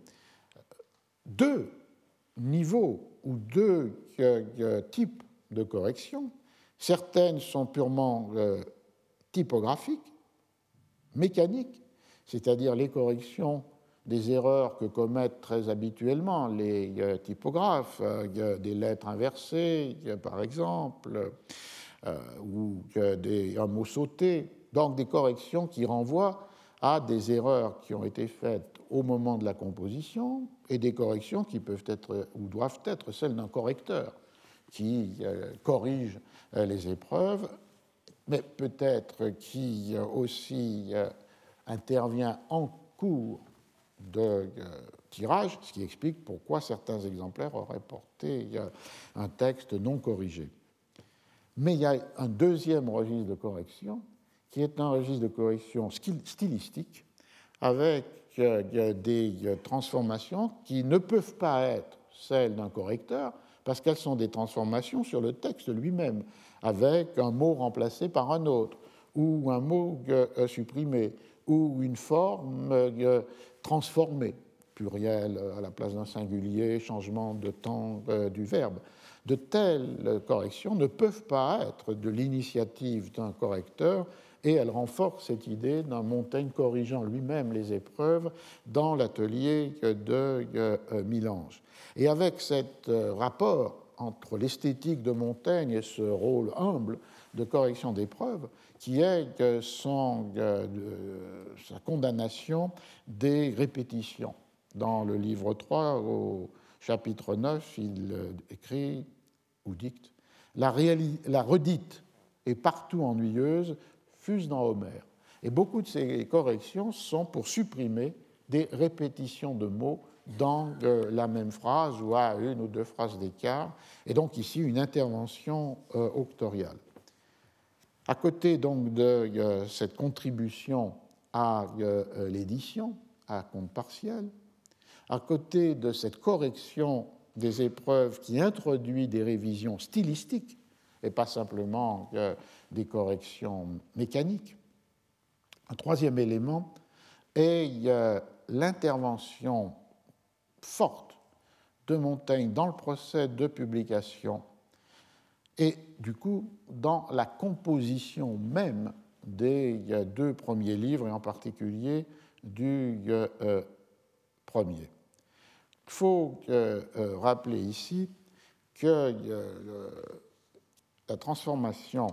B: deux niveaux ou deux euh, types de corrections. Certaines sont purement euh, typographiques, mécaniques, c'est-à-dire les corrections des erreurs que commettent très habituellement les euh, typographes, euh, des lettres inversées, euh, par exemple, euh, ou euh, des, un mot sauté, donc des corrections qui renvoient à des erreurs qui ont été faites au moment de la composition et des corrections qui peuvent être ou doivent être celles d'un correcteur qui euh, corrige euh, les épreuves, mais peut-être qui euh, aussi euh, intervient en cours de euh, tirage, ce qui explique pourquoi certains exemplaires auraient porté euh, un texte non corrigé. Mais il y a un deuxième registre de correction qui est un registre de correction stylistique avec euh, des transformations qui ne peuvent pas être celles d'un correcteur parce qu'elles sont des transformations sur le texte lui-même, avec un mot remplacé par un autre, ou un mot euh, supprimé, ou une forme euh, transformée, pluriel à la place d'un singulier, changement de temps euh, du verbe. De telles corrections ne peuvent pas être de l'initiative d'un correcteur, et elles renforcent cette idée d'un Montaigne corrigeant lui-même les épreuves dans l'atelier de euh, Milange. Et avec ce euh, rapport entre l'esthétique de Montaigne et ce rôle humble de correction d'épreuves, qui est euh, son, euh, sa condamnation des répétitions. Dans le livre trois, au chapitre neuf, il euh, écrit ou dicte « La, réali- la redite est partout ennuyeuse, fût-ce dans Homère ». Et beaucoup de ces corrections sont pour supprimer des répétitions de mots dans euh, la même phrase ou à une ou deux phrases d'écart, et donc ici une intervention euh, auctoriale. À côté donc de euh, cette contribution à euh, l'édition, à compte partiel, à côté de cette correction des épreuves qui introduit des révisions stylistiques et pas simplement euh, des corrections mécaniques, un troisième élément est euh, l'intervention forte de Montaigne dans le procès de publication et du coup dans la composition même des deux premiers livres et en particulier du euh, premier. Il faut euh, rappeler ici que euh, la transformation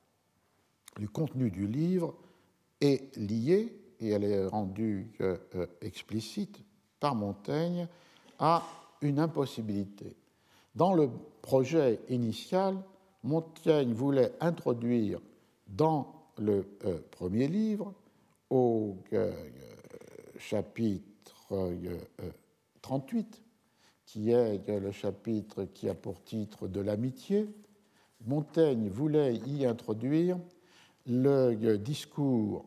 B: du contenu du livre est liée, et elle est rendue euh, explicite par Montaigne, à une impossibilité. Dans le projet initial, Montaigne voulait introduire dans le euh, premier livre, au euh, chapitre euh, trente-huit, qui est le chapitre qui a pour titre de l'amitié, Montaigne voulait y introduire le discours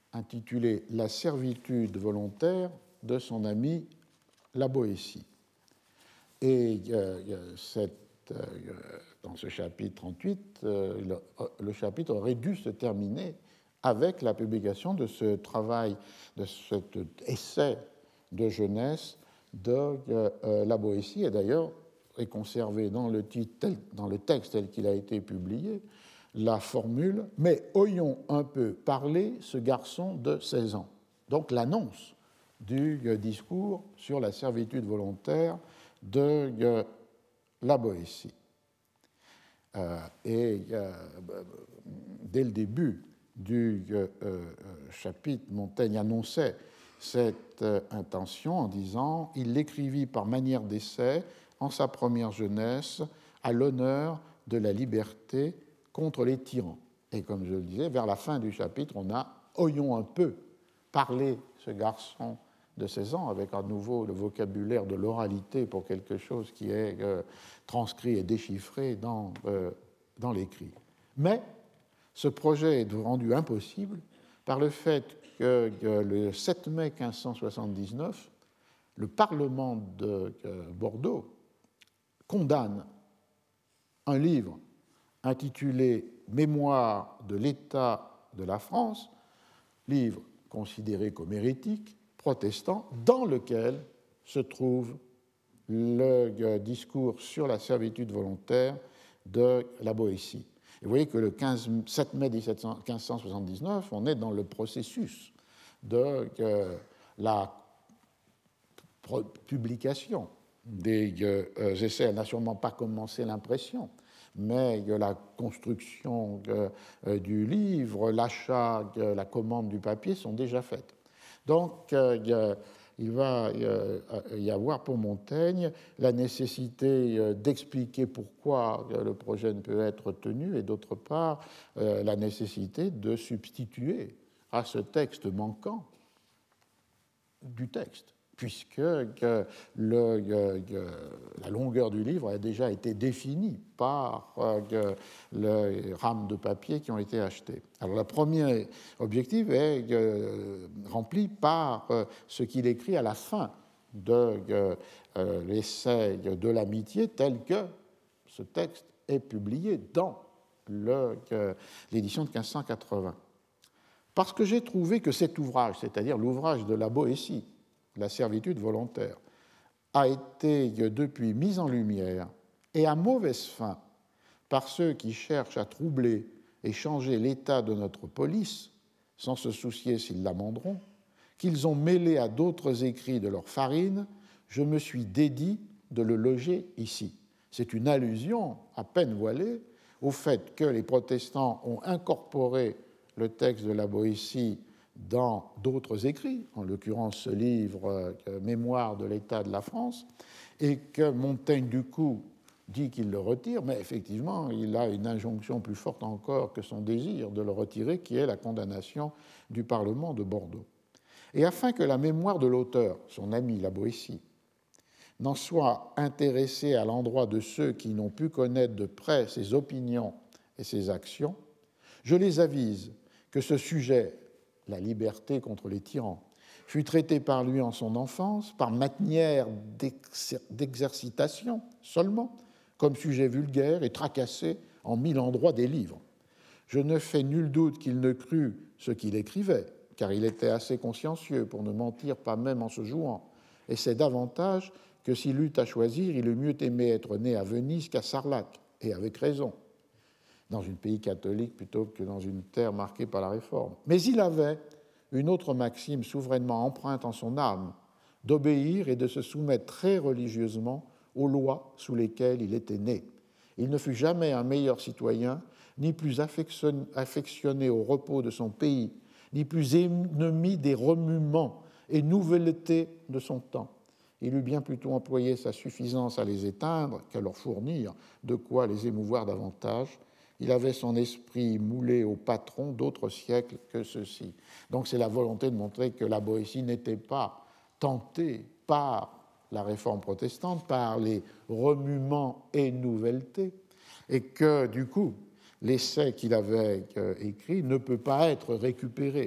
B: intitulé « La servitude volontaire » de son ami La Boétie. Et euh, cette, euh, dans ce chapitre trente-huit, euh, le, le chapitre aurait dû se terminer avec la publication de ce travail, de cet essai de jeunesse de euh, La Boétie, et d'ailleurs est conservé dans le, titre, tel, dans le texte tel qu'il a été publié, la formule « Mais oyons un peu parler ce garçon de seize ans ». Donc l'annonce du euh, discours sur la servitude volontaire de euh, La Boétie. Euh, et euh, dès le début du euh, euh, chapitre, Montaigne annonçait cette euh, intention en disant « Il l'écrivit par manière d'essai en sa première jeunesse à l'honneur de la liberté contre les tyrans. » Et comme je le disais, vers la fin du chapitre, on a « Oyons un peu parler ce garçon de seize ans » avec à nouveau le vocabulaire de l'oralité pour quelque chose qui est euh, transcrit et déchiffré dans, euh, dans l'écrit. Mais ce projet est rendu impossible par le fait que, que le sept mai quinze cent soixante-dix-neuf, le Parlement de euh, Bordeaux condamne un livre intitulé « Mémoire de l'État de la France », livre considéré comme hérétique, protestant, dans lequel se trouve le discours sur la servitude volontaire de La Boétie. Et vous voyez que le sept mai quinze cent soixante-dix-neuf, on est dans le processus de euh, la publication des euh, essais. Elle n'a sûrement pas commencé l'impression, mais la construction euh, du livre, l'achat, la commande du papier sont déjà faites. Donc, euh, il va y avoir pour Montaigne la nécessité d'expliquer pourquoi le projet ne peut être tenu et d'autre part la nécessité de substituer à ce texte manquant du texte, puisque le, le, la longueur du livre a déjà été définie par les rames de papier qui ont été achetées. Alors, le premier objectif est rempli par ce qu'il écrit à la fin de l'essai de l'amitié, tel que ce texte est publié dans l'édition de quinze cent quatre-vingts. Parce que j'ai trouvé que cet ouvrage, c'est-à-dire l'ouvrage de La Boétie, la servitude volontaire, a été depuis mis en lumière et à mauvaise fin par ceux qui cherchent à troubler et changer l'état de notre police, sans se soucier s'ils l'amenderont, qu'ils ont mêlé à d'autres écrits de leur farine, je me suis dédit de le loger ici. C'est une allusion à peine voilée au fait que les protestants ont incorporé le texte de La Boétie dans d'autres écrits, en l'occurrence ce livre euh, « Mémoire de l'État de la France », et que Montaigne, du coup, dit qu'il le retire, mais effectivement, il a une injonction plus forte encore que son désir de le retirer, qui est la condamnation du Parlement de Bordeaux. Et afin que la mémoire de l'auteur, son ami La Boétie, n'en soit intéressée à l'endroit de ceux qui n'ont pu connaître de près ses opinions et ses actions, je les avise que ce sujet, la liberté contre les tyrans, fut traité par lui en son enfance, par manière d'exercitation seulement, comme sujet vulgaire et tracassé en mille endroits des livres. Je ne fais nul doute qu'il ne crût ce qu'il écrivait, car il était assez consciencieux pour ne mentir pas même en se jouant, et c'est davantage que s'il eut à choisir, il eût mieux aimé être né à Venise qu'à Sarlac, et avec raison, dans un pays catholique plutôt que dans une terre marquée par la Réforme. Mais il avait une autre maxime souverainement empreinte en son âme, d'obéir et de se soumettre très religieusement aux lois sous lesquelles il était né. Il ne fut jamais un meilleur citoyen, ni plus affectionné au repos de son pays, ni plus ennemi des remuements et nouveautés de son temps. Il eut bien plutôt employé sa suffisance à les éteindre qu'à leur fournir de quoi les émouvoir davantage. Il avait son esprit moulé au patron d'autres siècles que ceux-ci. Donc c'est la volonté de montrer que la Boétie n'était pas tentée par la réforme protestante, par les remuements et nouveautés, et que du coup, l'essai qu'il avait écrit ne peut pas être récupéré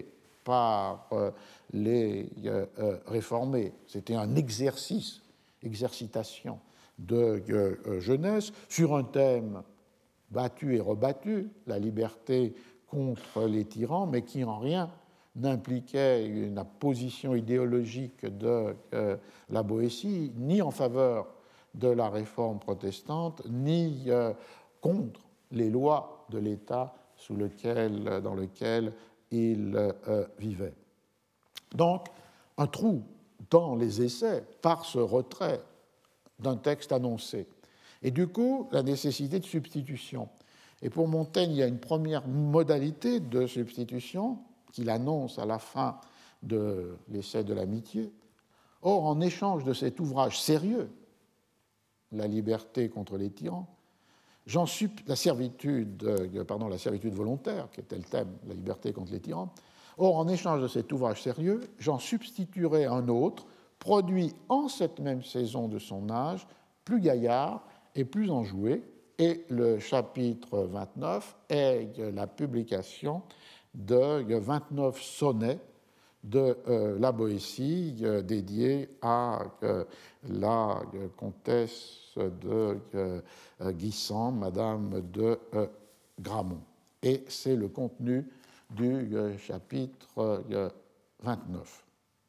B: par euh, les euh, euh, réformés. C'était un exercice, exercitation de euh, jeunesse sur un thème battu et rebattu, la liberté contre les tyrans, mais qui en rien n'impliquait une position idéologique de euh, la Boétie, ni en faveur de la réforme protestante, ni euh, contre les lois de l'État sous lequel, dans lequel il euh, vivait. Donc, un trou dans les essais par ce retrait d'un texte annoncé. Et du coup, la nécessité de substitution. Et pour Montaigne, il y a une première modalité de substitution qu'il annonce à la fin de l'essai de l'amitié. Or, en échange de cet ouvrage sérieux, La liberté contre les tyrans, j'en sup... la, servitude, euh, pardon, la servitude volontaire, qui était le thème, la liberté contre les tyrans, or, en échange de cet ouvrage sérieux, j'en substituerai un autre, produit en cette même saison de son âge, plus gaillard et plus enjoué, et le chapitre vingt-neuf est la publication de vingt-neuf sonnets de euh, la Boétie euh, dédiés à euh, la euh, comtesse de euh, Guisan, Madame de euh, Gramont. Et c'est le contenu du euh, chapitre euh, vingt-neuf.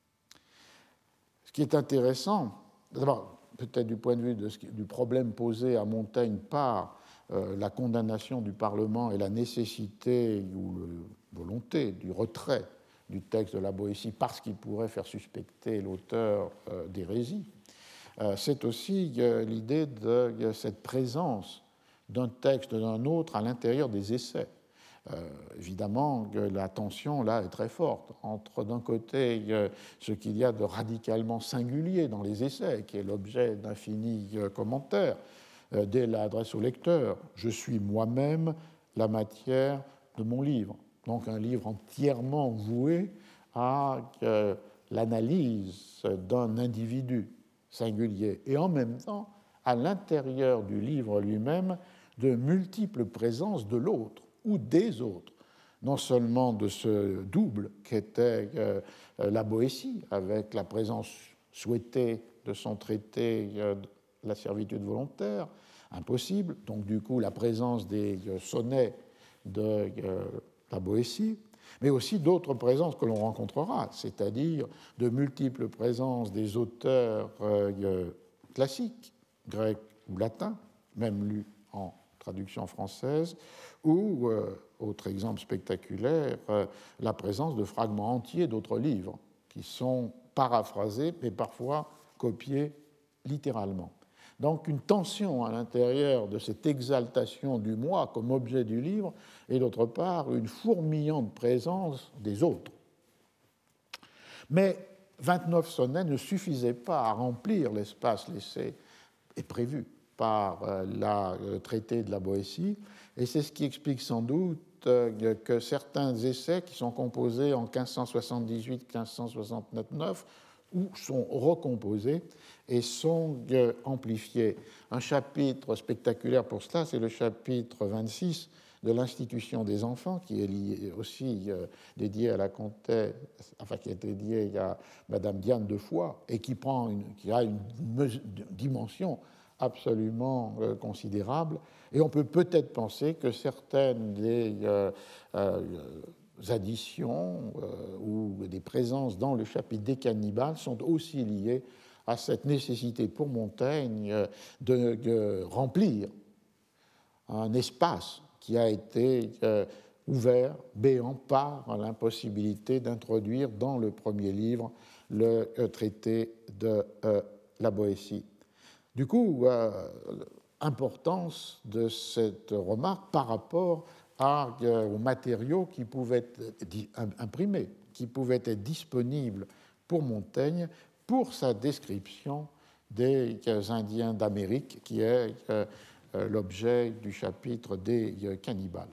B: Ce qui est intéressant, d'abord, peut-être du point de vue de ce qui, du problème posé à Montaigne par euh, la condamnation du Parlement et la nécessité ou la volonté du retrait du texte de la Boétie parce qu'il pourrait faire suspecter l'auteur euh, d'hérésie, euh, c'est aussi euh, l'idée de euh, cette présence d'un texte d'un autre à l'intérieur des essais. Euh, évidemment, la tension là est très forte entre d'un côté euh, ce qu'il y a de radicalement singulier dans les essais, qui est l'objet d'infinis euh, commentaires, euh, dès l'adresse au lecteur. Je suis moi-même la matière de mon livre. Donc un livre entièrement voué à euh, l'analyse d'un individu singulier. Et en même temps, à l'intérieur du livre lui-même, de multiples présences de l'autre ou des autres, non seulement de ce double qu'était euh, la Boétie, avec la présence souhaitée de son traité euh, de la servitude volontaire, impossible, donc du coup la présence des euh, sonnets de euh, la Boétie, mais aussi d'autres présences que l'on rencontrera, c'est-à-dire de multiples présences des auteurs euh, classiques, grecs ou latins, même lus en traduction française, ou, euh, autre exemple spectaculaire, euh, la présence de fragments entiers d'autres livres qui sont paraphrasés, mais parfois copiés littéralement. Donc une tension à l'intérieur de cette exaltation du moi comme objet du livre, et d'autre part une fourmillante présence des autres. Mais vingt-neuf sonnets ne suffisaient pas à remplir l'espace laissé et prévu par le traité de la Boétie, et c'est ce qui explique sans doute que certains essais qui sont composés en quinze cent soixante-dix-huit quinze cent soixante-neuf ou sont recomposés et sont amplifiés. Un chapitre spectaculaire pour cela, c'est le chapitre vingt-six de l'Institution des enfants, qui est lié aussi euh, dédié à la comtesse, enfin qui est dédié à Madame Diane de Foix, et qui prend une, qui a une dimension absolument euh, considérable. Et on peut peut-être penser que certaines des euh, euh, additions euh, ou des présences dans le chapitre des cannibales sont aussi liées à cette nécessité pour Montaigne euh, de, de remplir un espace qui a été euh, ouvert, béant, par l'impossibilité d'introduire dans le premier livre le euh, traité de euh, la Boétie. Du coup, euh, l'importance de cette remarque par rapport à, euh, aux matériaux qui pouvaient être imprimés, qui pouvaient être disponibles pour Montaigne pour sa description des euh, Indiens d'Amérique, qui est euh, l'objet du chapitre des cannibales.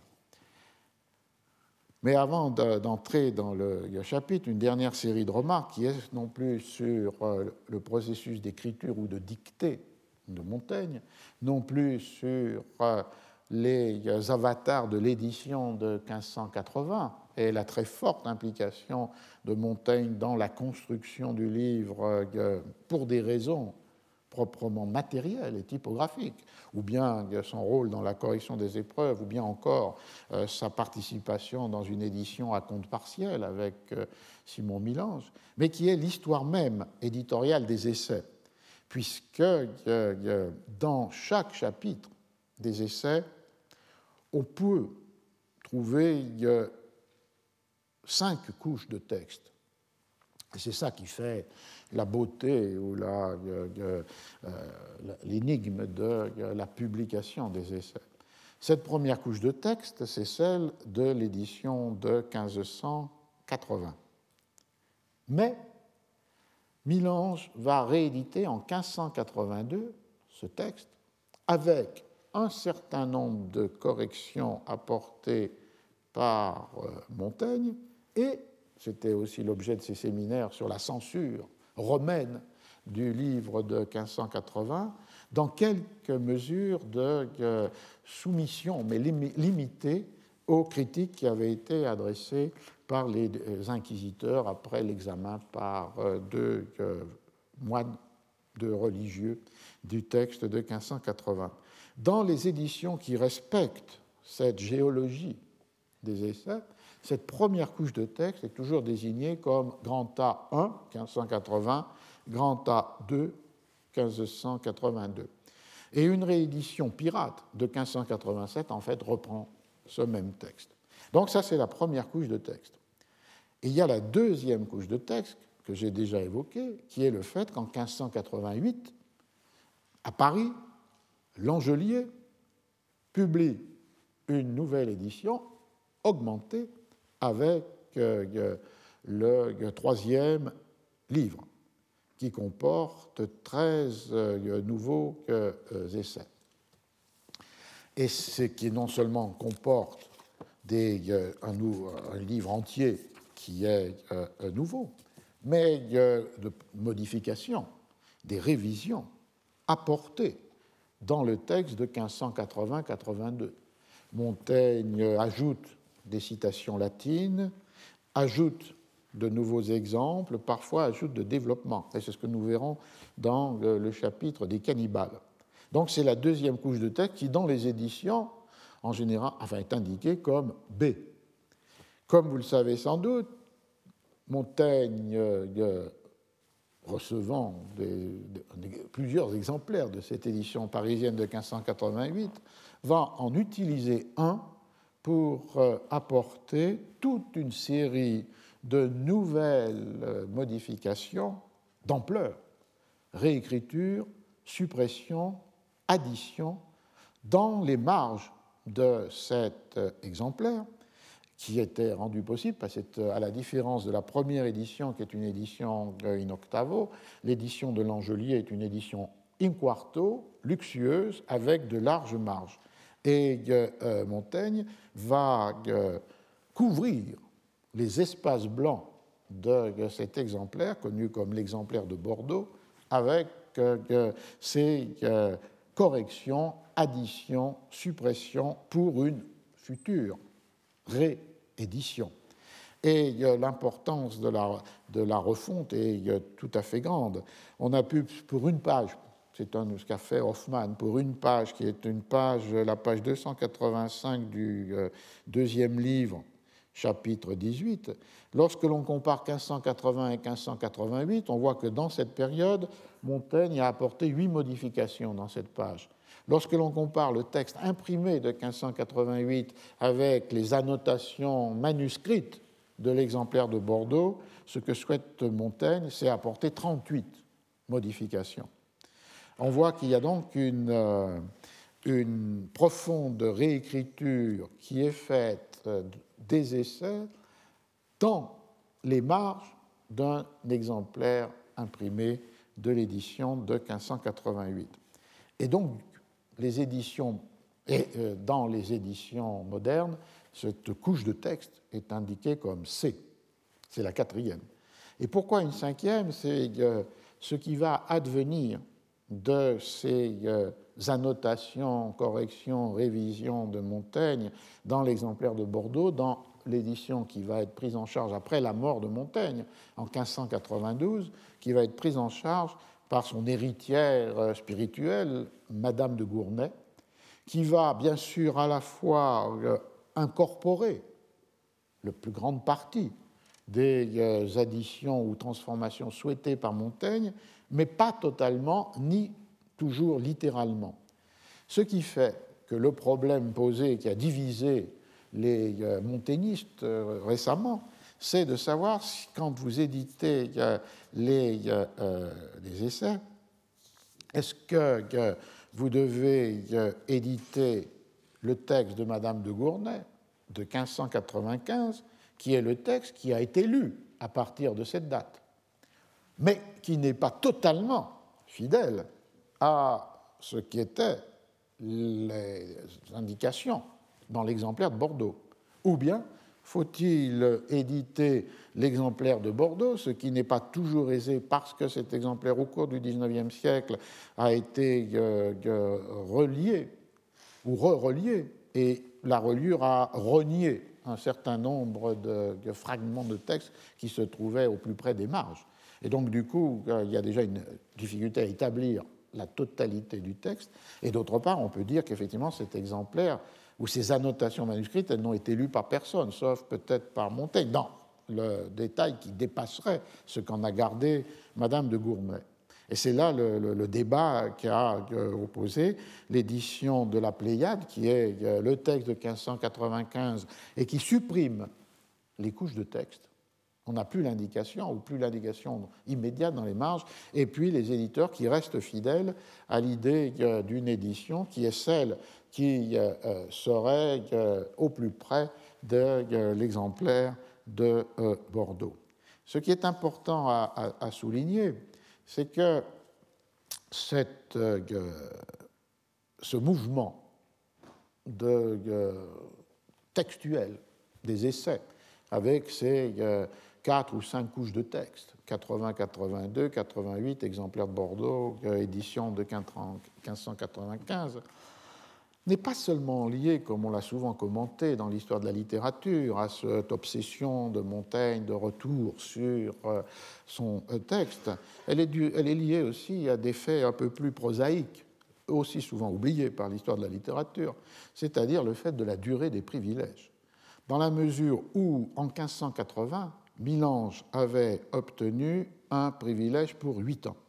B: Mais avant d'entrer dans le chapitre, une dernière série de remarques qui est non plus sur le processus d'écriture ou de dictée de Montaigne, non plus sur les avatars de l'édition de quinze cent quatre-vingts et la très forte implication de Montaigne dans la construction du livre pour des raisons proprement matérielles et typographiques, ou bien son rôle dans la correction des épreuves, ou bien encore euh, sa participation dans une édition à compte partiel avec euh, Simon Milange, mais qui est l'histoire même éditoriale des essais, puisque euh, dans chaque chapitre des essais, on peut trouver euh, cinq couches de texte. Et c'est ça qui fait la beauté ou la, euh, euh, l'énigme de euh, la publication des essais. Cette première couche de texte, c'est celle de l'édition de quinze cent quatre-vingts. Mais Milange va rééditer en quinze cent quatre-vingt-deux ce texte avec un certain nombre de corrections apportées par euh, Montaigne, et c'était aussi l'objet de ces séminaires sur la censure romaine du livre de quinze cent quatre-vingts, dans quelques mesures de euh, soumission, mais lim- limitées aux critiques qui avaient été adressées par les inquisiteurs après l'examen par euh, deux euh, moines, deux religieux du texte de quinze cent quatre-vingts. Dans les éditions qui respectent cette géologie des essais, cette première couche de texte est toujours désignée comme grand A un, quinze cent quatre-vingts, grand A deux, quinze cent quatre-vingt-deux. Et une réédition pirate de quinze cent quatre-vingt-sept, en fait, reprend ce même texte. Donc ça, c'est la première couche de texte. Et il y a la deuxième couche de texte, que j'ai déjà évoquée, qui est le fait qu'en quinze cent quatre-vingt-huit, à Paris, Langelier publie une nouvelle édition augmentée avec euh, le, le troisième livre, qui comporte treize euh, nouveaux euh, essais. Et ce qui non seulement comporte des, euh, un, un livre entier qui est euh, nouveau, mais euh, de modifications, des révisions apportées dans le texte de quinze cent quatre-vingts quatre-vingt-deux. Montaigne ajoute des citations latines, ajoute de nouveaux exemples, parfois ajoute de développement. Et c'est ce que nous verrons dans le chapitre des cannibales. Donc c'est la deuxième couche de texte qui, dans les éditions, en général, enfin, est indiquée comme B. Comme vous le savez sans doute, Montaigne, euh, recevant des, des, plusieurs exemplaires de cette édition parisienne de quinze cent quatre-vingt-huit, va en utiliser un pour euh, apporter toute une série de nouvelles euh, modifications d'ampleur, réécriture, suppression, addition, dans les marges de cet euh, exemplaire, qui était rendu possible, parce que, à la différence de la première édition, qui est une édition in octavo, l'édition de Langelier est une édition in quarto, luxueuse, avec de larges marges. Et euh, Montaigne va euh, couvrir les espaces blancs de, de cet exemplaire, connu comme l'exemplaire de Bordeaux, avec euh, ces euh, corrections, additions, suppressions pour une future réédition. Et euh, l'importance de la, de la refonte est euh, tout à fait grande. On a pu, pour une page, c'est un, ce qu'a fait Hoffmann, pour une page qui est une page, la page deux cent quatre-vingt-cinq du euh, deuxième livre, chapitre dix-huit, lorsque l'on compare quinze cent quatre-vingts et quinze cent quatre-vingt-huit, on voit que dans cette période, Montaigne a apporté huit modifications dans cette page. Lorsque l'on compare le texte imprimé de quinze cent quatre-vingt-huit avec les annotations manuscrites de l'exemplaire de Bordeaux, ce que souhaite Montaigne, c'est apporter trente-huit modifications. On voit qu'il y a donc une, euh, une profonde réécriture qui est faite des essais dans les marges d'un exemplaire imprimé de l'édition de quinze cent quatre-vingt-huit. Et donc, les éditions, et dans les éditions modernes, cette couche de texte est indiquée comme C. C'est la quatrième. Et pourquoi une cinquième? C'est ce qui va advenir de ces annotations, corrections, révisions de Montaigne dans l'exemplaire de Bordeaux, dans l'édition qui va être prise en charge après la mort de Montaigne en quinze cent quatre-vingt-douze, qui va être prise en charge par son héritière spirituelle, Madame de Gournay, qui va bien sûr à la fois incorporer la plus grande partie des additions ou transformations souhaitées par Montaigne, mais pas totalement ni toujours littéralement. Ce qui fait que le problème posé qui a divisé les montaigniste récemment, c'est de savoir si, quand vous éditez les, euh, les essais, est-ce que, que vous devez éditer le texte de Madame de Gournay de quinze cent quatre-vingt-quinze, qui est le texte qui a été lu à partir de cette date, mais qui n'est pas totalement fidèle à ce qui étaient les indications dans l'exemplaire de Bordeaux. Ou bien faut-il éditer l'exemplaire de Bordeaux, ce qui n'est pas toujours aisé parce que cet exemplaire, au cours du dix-neuvième siècle, a été euh, euh, relié ou re-relié, et la reliure a renié un certain nombre de, de fragments de texte qui se trouvaient au plus près des marges. Et donc, du coup, il y a déjà une difficulté à établir la totalité du texte, et d'autre part, on peut dire qu'effectivement, cet exemplaire ou ces annotations manuscrites, elles n'ont été lues par personne, sauf peut-être par Montaigne, dans le détail qui dépasserait ce qu'en a gardé Madame de Gournay. Et c'est là le, le, le débat qu'a opposé l'édition de la Pléiade, qui est le texte de quinze cent quatre-vingt-quinze et qui supprime les couches de texte. On n'a plus l'indication, ou plus l'indication immédiate dans les marges, et puis les éditeurs qui restent fidèles à l'idée d'une édition qui est celle qui serait au plus près de l'exemplaire de Bordeaux. Ce qui est important à, à, à souligner, c'est que cette, ce mouvement de, de, textuel des essais, avec ces quatre ou cinq couches de texte, quatre-vingts, quatre-vingt-deux, quatre-vingt-huit, exemplaire de Bordeaux, édition de quinze cent quatre-vingt-quinze, n'est pas seulement lié, comme on l'a souvent commenté dans l'histoire de la littérature, à cette obsession de Montaigne de retour sur son texte. Elle est, due, elle est liée aussi à des faits un peu plus prosaïques, aussi souvent oubliés par l'histoire de la littérature, c'est-à-dire le fait de la durée des privilèges. Dans la mesure où, en quinze cent quatre-vingts, Milange avait obtenu un privilège pour huit ans.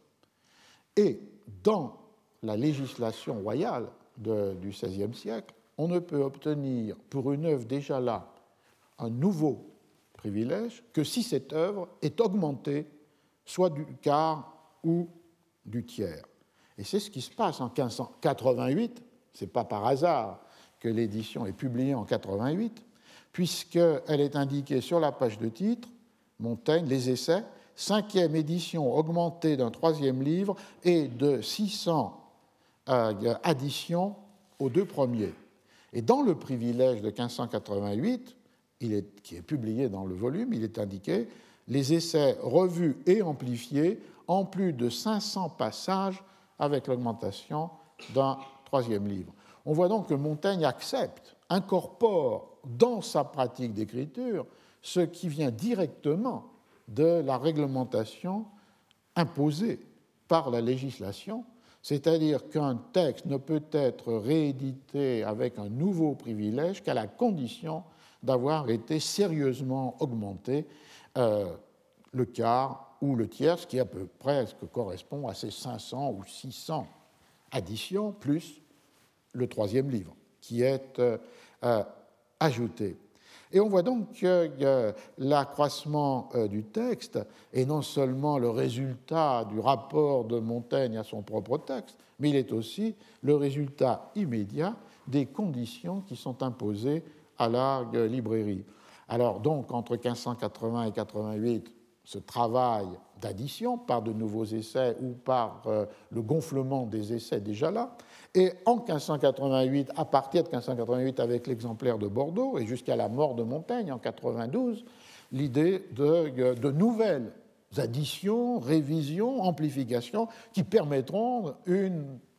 B: Et dans la législation royale de, du seizième siècle, on ne peut obtenir pour une œuvre déjà là un nouveau privilège que si cette œuvre est augmentée soit du quart ou du tiers. Et c'est ce qui se passe en quinze cent quatre-vingt-huit, ce n'est pas par hasard que l'édition est publiée en quatre-vingt-huit, puisqu'elle est indiquée sur la page de titre, Montaigne, les essais, cinquième édition augmentée d'un troisième livre et de six cents euh, additions aux deux premiers. Et dans le privilège de quinze cent quatre-vingt-huit, il est, qui est publié dans le volume, il est indiqué les essais revus et amplifiés en plus de cinq cents passages avec l'augmentation d'un troisième livre. On voit donc que Montaigne accepte, incorpore dans sa pratique d'écriture ce qui vient directement de la réglementation imposée par la législation, c'est-à-dire qu'un texte ne peut être réédité avec un nouveau privilège qu'à la condition d'avoir été sérieusement augmenté euh, le quart ou le tiers, ce qui à peu près ce que correspond à ces cinq cents ou six cents additions, plus le troisième livre qui est euh, euh, ajouté. Et on voit donc que euh, l'accroissement euh, du texte est non seulement le résultat du rapport de Montaigne à son propre texte, mais il est aussi le résultat immédiat des conditions qui sont imposées à la euh, librairie. Alors donc, entre quinze cent quatre-vingts et quatre-vingt-huit, ce travail d'addition par de nouveaux essais ou par euh, le gonflement des essais déjà là. Et en quinze cent quatre-vingt-huit, à partir de quinze cent quatre-vingt-huit avec l'exemplaire de Bordeaux et jusqu'à la mort de Montaigne en quatre-vingt-douze, l'idée de, de nouvelles additions, révisions, amplifications qui permettront une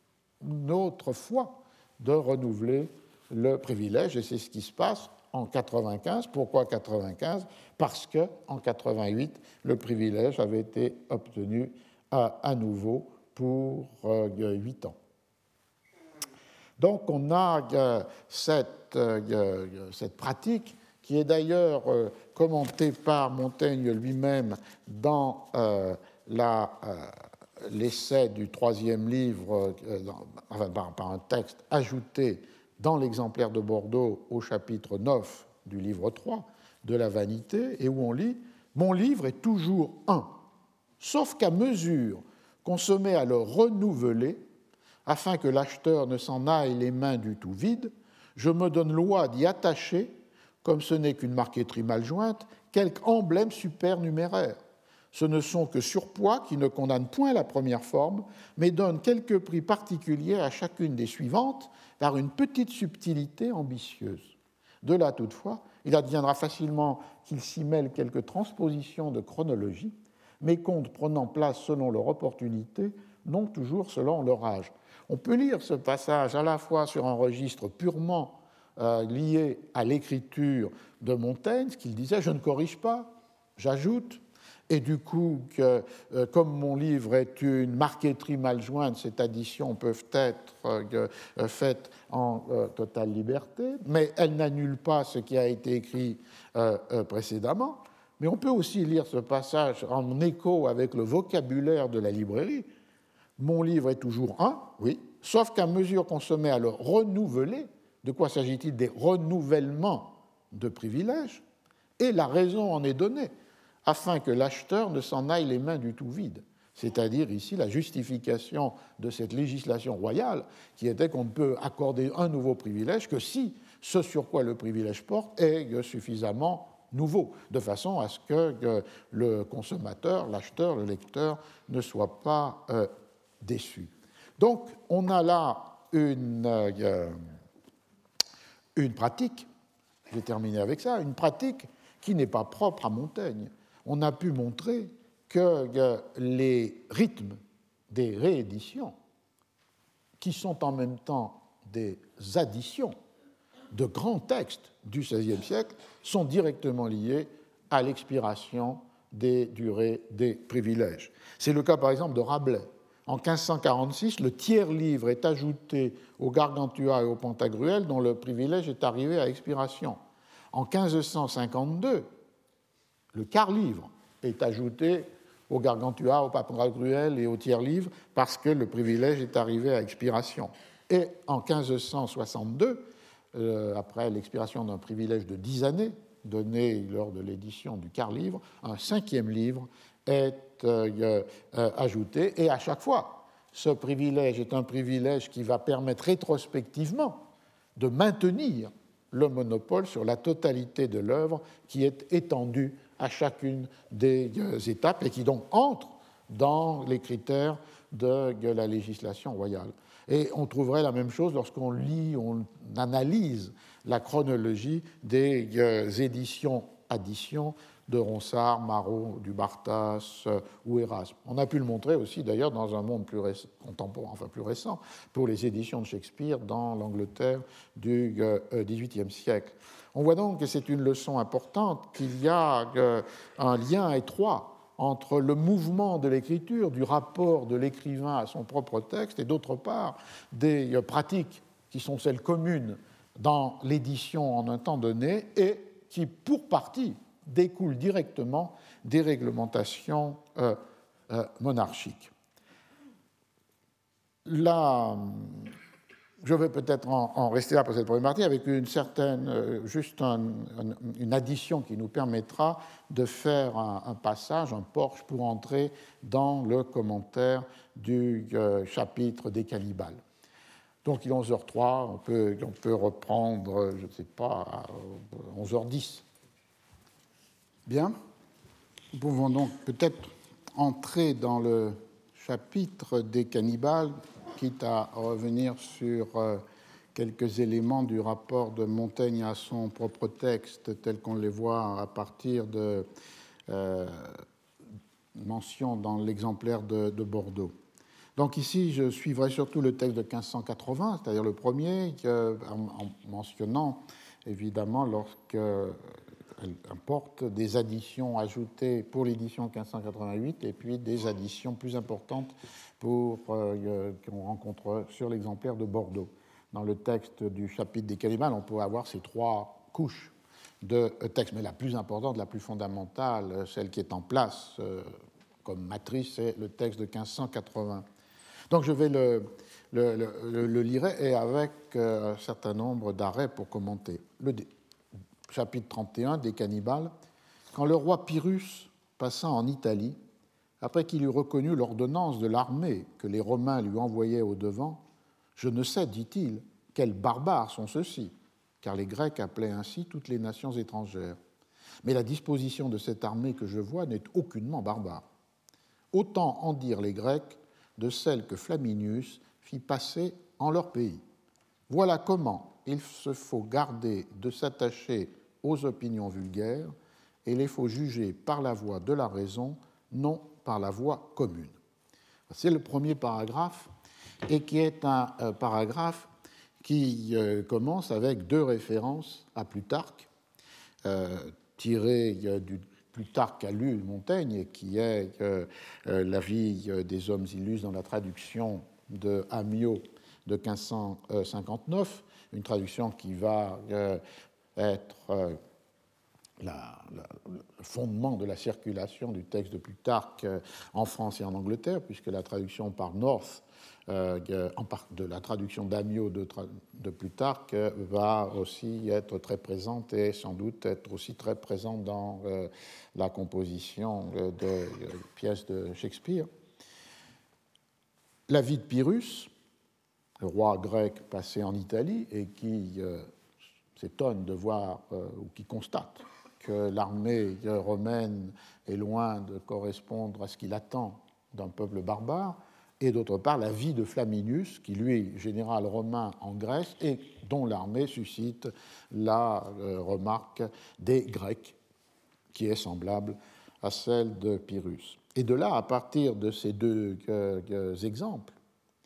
B: une autre fois de renouveler le privilège, et c'est ce qui se passe en quatre-vingt-quinze. Pourquoi quatre-vingt-quinze? Parce qu'en quatre-vingt-huit, le privilège avait été obtenu à, à nouveau pour euh, huit ans. Donc on a euh, cette, euh, cette pratique qui est d'ailleurs euh, commentée par Montaigne lui-même dans euh, la, euh, l'essai du troisième livre, euh, dans, enfin, par, par un texte ajouté dans l'exemplaire de Bordeaux au chapitre neuf du livre trois de la vanité, et où on lit « Mon livre est toujours un, sauf qu'à mesure qu'on se met à le renouveler, afin que l'acheteur ne s'en aille les mains du tout vides, je me donne loi d'y attacher, comme ce n'est qu'une marqueterie mal jointe, quelque emblème supernuméraire. Ce ne sont que surpoids qui ne condamnent point la première forme, mais donnent quelques prix particuliers à chacune des suivantes par une petite subtilité ambitieuse. De là, toutefois, il adviendra facilement qu'il s'y mêle quelques transpositions de chronologie, mes comptes prenant place selon leur opportunité, non toujours selon leur âge. » On peut lire ce passage à la fois sur un registre purement euh, lié à l'écriture de Montaigne, ce qu'il disait « je ne corrige pas, j'ajoute », et du coup, que, euh, comme mon livre est une marqueterie mal jointe, ces additions peuvent être euh, faites en euh, totale liberté, mais elles n'annulent pas ce qui a été écrit euh, euh, précédemment. Mais on peut aussi lire ce passage en écho avec le vocabulaire de la librairie. Mon livre est toujours un, oui, sauf qu'à mesure qu'on se met à le renouveler, de quoi s'agit-il? Des renouvellements de privilèges, et la raison en est donnée, afin que l'acheteur ne s'en aille les mains du tout vides. C'est-à-dire ici la justification de cette législation royale, qui était qu'on ne peut accorder un nouveau privilège que si ce sur quoi le privilège porte est suffisamment nouveau, de façon à ce que le consommateur, l'acheteur, le lecteur ne soit pas euh, déçu. Donc, on a là une, euh, une pratique, je vais terminer avec ça, une pratique qui n'est pas propre à Montaigne. On a pu montrer que euh, les rythmes des rééditions, qui sont en même temps des additions de grands textes du seizième siècle, sont directement liés à l'expiration des durées des privilèges. C'est le cas, par exemple, de Rabelais. En quinze cent quarante-six, le tiers-livre est ajouté au Gargantua et au Pantagruel, dont le privilège est arrivé à expiration. En quinze cent cinquante-deux, le quart-livre est ajouté au Gargantua, au Pantagruel et au tiers-livre parce que le privilège est arrivé à expiration. Et en quinze cent soixante-deux, euh, après l'expiration d'un privilège de dix années, donné lors de l'édition du quart-livre, un cinquième livre est euh, euh, ajouté, et à chaque fois, ce privilège est un privilège qui va permettre rétrospectivement de maintenir le monopole sur la totalité de l'œuvre qui est étendue à chacune des euh, étapes et qui donc entre dans les critères de, de la législation royale. Et on trouverait la même chose lorsqu'on lit, on analyse la chronologie des euh, éditions-additions de Ronsard, Marot, du Bartas euh, ou Erasme. On a pu le montrer aussi d'ailleurs dans un monde plus récent, contemporain, enfin plus récent, pour les éditions de Shakespeare dans l'Angleterre du euh, dix-huitième siècle. On voit donc que c'est une leçon importante, qu'il y a euh, un lien étroit entre le mouvement de l'écriture, du rapport de l'écrivain à son propre texte, et d'autre part des euh, pratiques qui sont celles communes dans l'édition en un temps donné et qui, pour partie, découlent directement des réglementations euh, euh, monarchiques. Là, je vais peut-être en, en rester là pour cette première partie avec une certaine, euh, juste un, un, une addition qui nous permettra de faire un, un passage, un porche pour entrer dans le commentaire du euh, chapitre des cannibales. Donc il est onze heures trois, on peut, on peut reprendre, je ne sais pas, à onze heures dix. Bien, nous pouvons donc peut-être entrer dans le chapitre des cannibales, quitte à revenir sur quelques éléments du rapport de Montaigne à son propre texte, tel qu'on les voit à partir de euh, mentions dans l'exemplaire de, de Bordeaux. Donc ici, je suivrai surtout le texte de quinze cent quatre-vingts, c'est-à-dire le premier, en mentionnant évidemment lorsqu'elle importe des additions ajoutées pour l'édition quinze cent quatre-vingt-huit et puis des additions plus importantes pour, euh, qu'on rencontre sur l'exemplaire de Bordeaux. Dans le texte du chapitre des cannibales, on pourrait avoir ces trois couches de texte, mais la plus importante, la plus fondamentale, celle qui est en place euh, comme matrice, c'est le texte de quinze cent quatre-vingts. Donc je vais le, le, le, le lire et avec euh, un certain nombre d'arrêts pour commenter. Le chapitre trente et un des cannibales. Quand le roi Pyrrhus passa en Italie, après qu'il eut reconnu l'ordonnance de l'armée que les Romains lui envoyaient au-devant, je ne sais, dit-il, quels barbares sont ceux-ci, car les Grecs appelaient ainsi toutes les nations étrangères. Mais la disposition de cette armée que je vois n'est aucunement barbare. Autant en dire les Grecs de celle que Flaminius fit passer en leur pays. Voilà comment il se faut garder de s'attacher aux opinions vulgaires et il faut juger par la voie de la raison, non par la voie commune. C'est le premier paragraphe et qui est un euh, paragraphe qui euh, commence avec deux références à Plutarque, euh, tirées euh, du Plutarque a lu Montaigne, qui est euh, euh, la vie des hommes illustres dans la traduction de Amyot de quinze cent cinquante-neuf, une traduction qui va euh, être euh, la, la, le fondement de la circulation du texte de Plutarque euh, en France et en Angleterre, puisque la traduction par North Euh, en part de la traduction d'Amyot de, de Plutarque euh, va aussi être très présente et sans doute être aussi très présente dans euh, la composition euh, de euh, pièces de Shakespeare. La vie de Pyrrhus, le roi grec passé en Italie et qui euh, s'étonne de voir euh, ou qui constate que l'armée romaine est loin de correspondre à ce qu'il attend d'un peuple barbare, et d'autre part la vie de Flaminius, qui lui, général romain en Grèce, et dont l'armée suscite la euh, remarque des Grecs, qui est semblable à celle de Pyrrhus. Et de là, à partir de ces deux euh, euh, exemples,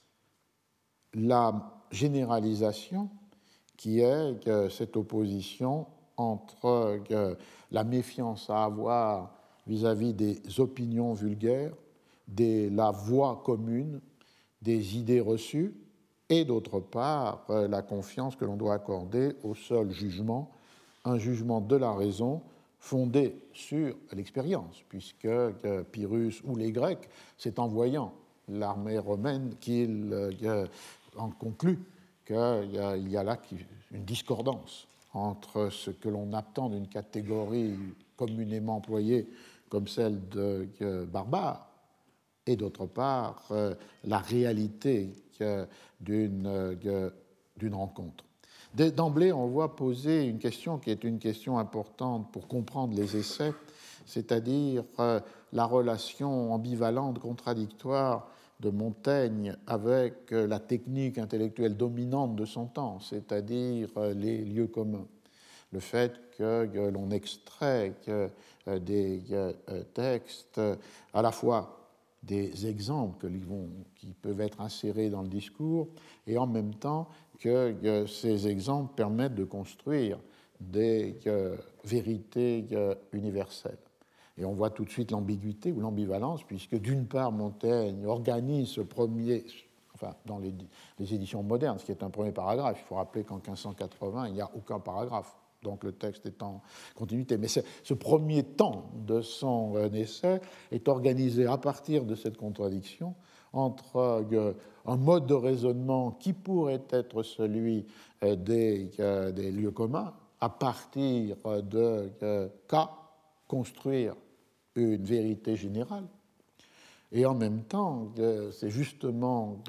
B: la généralisation qui est euh, cette opposition entre euh, la méfiance à avoir vis-à-vis des opinions vulgaires, de la voie commune, des idées reçues, et d'autre part la confiance que l'on doit accorder au seul jugement, un jugement de la raison fondé sur l'expérience, puisque Pyrrhus ou les Grecs, c'est en voyant l'armée romaine qu'ils en concluent qu'il y a là une discordance entre ce que l'on attend d'une catégorie communément employée comme celle de barbare, et d'autre part euh, la réalité euh, d'une, euh, d'une rencontre. D'emblée, on voit poser une question qui est une question importante pour comprendre les essais, c'est-à-dire euh, la relation ambivalente, contradictoire de Montaigne avec euh, la technique intellectuelle dominante de son temps, c'est-à-dire euh, les lieux communs. Le fait que, que l'on extrait que, euh, des euh, textes à la fois des exemples qui peuvent être insérés dans le discours et en même temps que ces exemples permettent de construire des vérités universelles. Et on voit tout de suite l'ambiguïté ou l'ambivalence, puisque d'une part Montaigne organise ce premier, enfin dans les, les éditions modernes, ce qui est un premier paragraphe. Il faut rappeler qu'en quinze cent quatre-vingts, il n'y a aucun paragraphe. Donc le texte est en continuité. Mais ce premier temps de son essai est organisé à partir de cette contradiction entre un mode de raisonnement qui pourrait être celui des, des lieux communs, à partir de cas, construire une vérité générale, et en même temps, c'est justement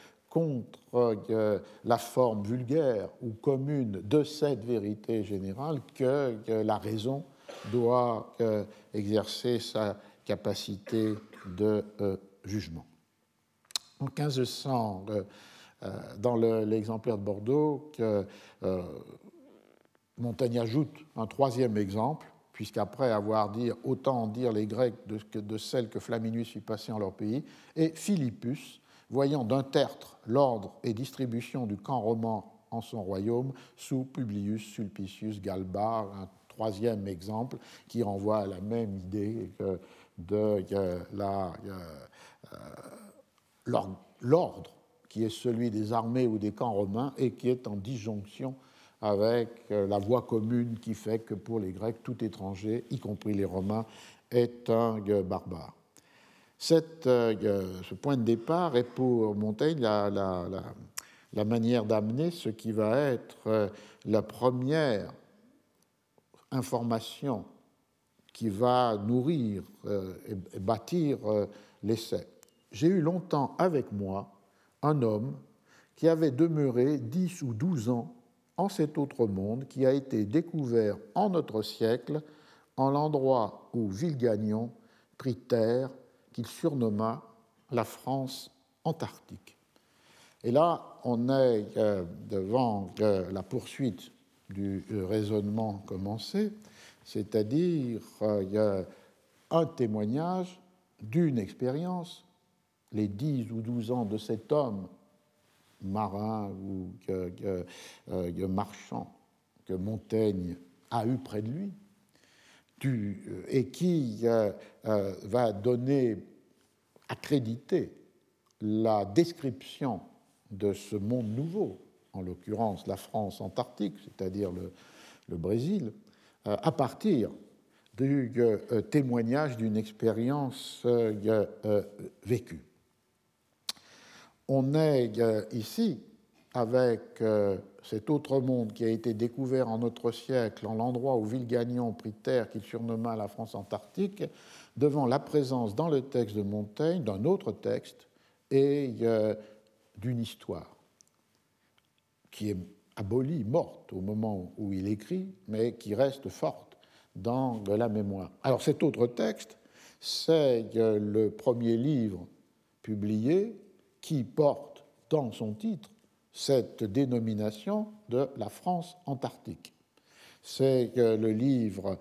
B: contre la forme vulgaire ou commune de cette vérité générale que la raison doit exercer sa capacité de jugement. En quinze cents, dans l'exemplaire de Bordeaux, Montaigne ajoute un troisième exemple, puisqu'après avoir dit autant en dire les Grecs de, que de celles que Flaminius fit passer en leur pays, et Philippus voyant d'un tertre l'ordre et distribution du camp romain en son royaume sous Publius Sulpicius Galba, un troisième exemple qui renvoie à la même idée que de que la, euh, l'ordre qui est celui des armées ou des camps romains et qui est en disjonction avec la voie commune qui fait que pour les Grecs, tout étranger, y compris les Romains, est un barbare. Cette, ce point de départ est pour Montaigne la, la, la, la manière d'amener ce qui va être la première information qui va nourrir et bâtir l'essai. J'ai eu longtemps avec moi un homme qui avait demeuré dix ou douze ans en cet autre monde qui a été découvert en notre siècle en l'endroit où Villeganion prit terre qu'il surnomma la France antarctique. Et là, on est euh, devant euh, la poursuite du euh, raisonnement commencé, c'est-à-dire euh, un témoignage d'une expérience, les dix ou douze ans de cet homme marin ou que, que, euh, marchand que Montaigne a eu près de lui, du, et qui euh, euh, va donner, accréditer la description de ce monde nouveau, en l'occurrence la France antarctique, c'est-à-dire le, le Brésil, euh, à partir du euh, témoignage d'une expérience euh, euh, vécue. On est euh, ici avec euh, cet autre monde qui a été découvert en notre siècle, en l'endroit où Villeganion prit terre qu'il surnomma la France antarctique, devant la présence dans le texte de Montaigne d'un autre texte et euh, d'une histoire qui est abolie, morte au moment où il écrit, mais qui reste forte dans la mémoire. Alors cet autre texte, c'est euh, le premier livre publié qui porte dans son titre cette dénomination de la France antarctique. C'est le livre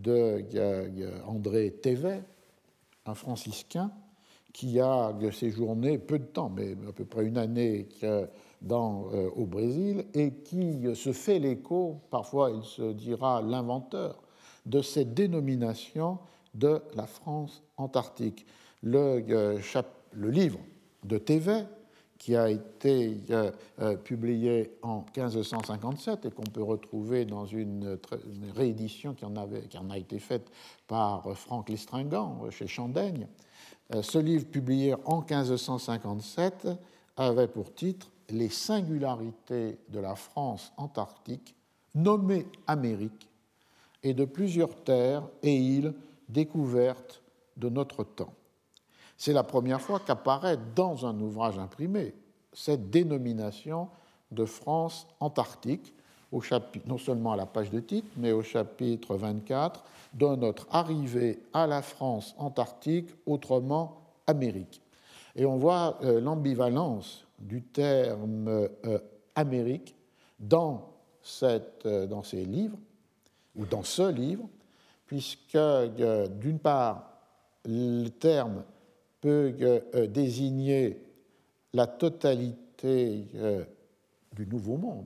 B: d'André Thévet, un franciscain, qui a séjourné peu de temps, mais à peu près une année dans, euh, au Brésil, et qui se fait l'écho, parfois il se dira l'inventeur, de cette dénomination de la France antarctique. Le, euh, le livre de Thévet, qui a été euh, euh, publié en quinze cent cinquante-sept et qu'on peut retrouver dans une, une réédition qui en, avait, qui en a été faite par Franck Lestringant chez Chandaigne. Euh, ce livre publié en quinze cent cinquante-sept avait pour titre « Les singularités de la France antarctique, nommée Amérique, et de plusieurs terres et îles découvertes de notre temps ». C'est la première fois qu'apparaît dans un ouvrage imprimé cette dénomination de France antarctique, au chapitre, non seulement à la page de titre, mais au chapitre vingt-quatre, de notre arrivée à la France antarctique, autrement Amérique. Et on voit euh, l'ambivalence du terme euh, Amérique dans, cette, euh, dans ces livres, ou dans ce livre, puisque euh, d'une part, le terme peut euh, désigner la totalité euh, du Nouveau Monde.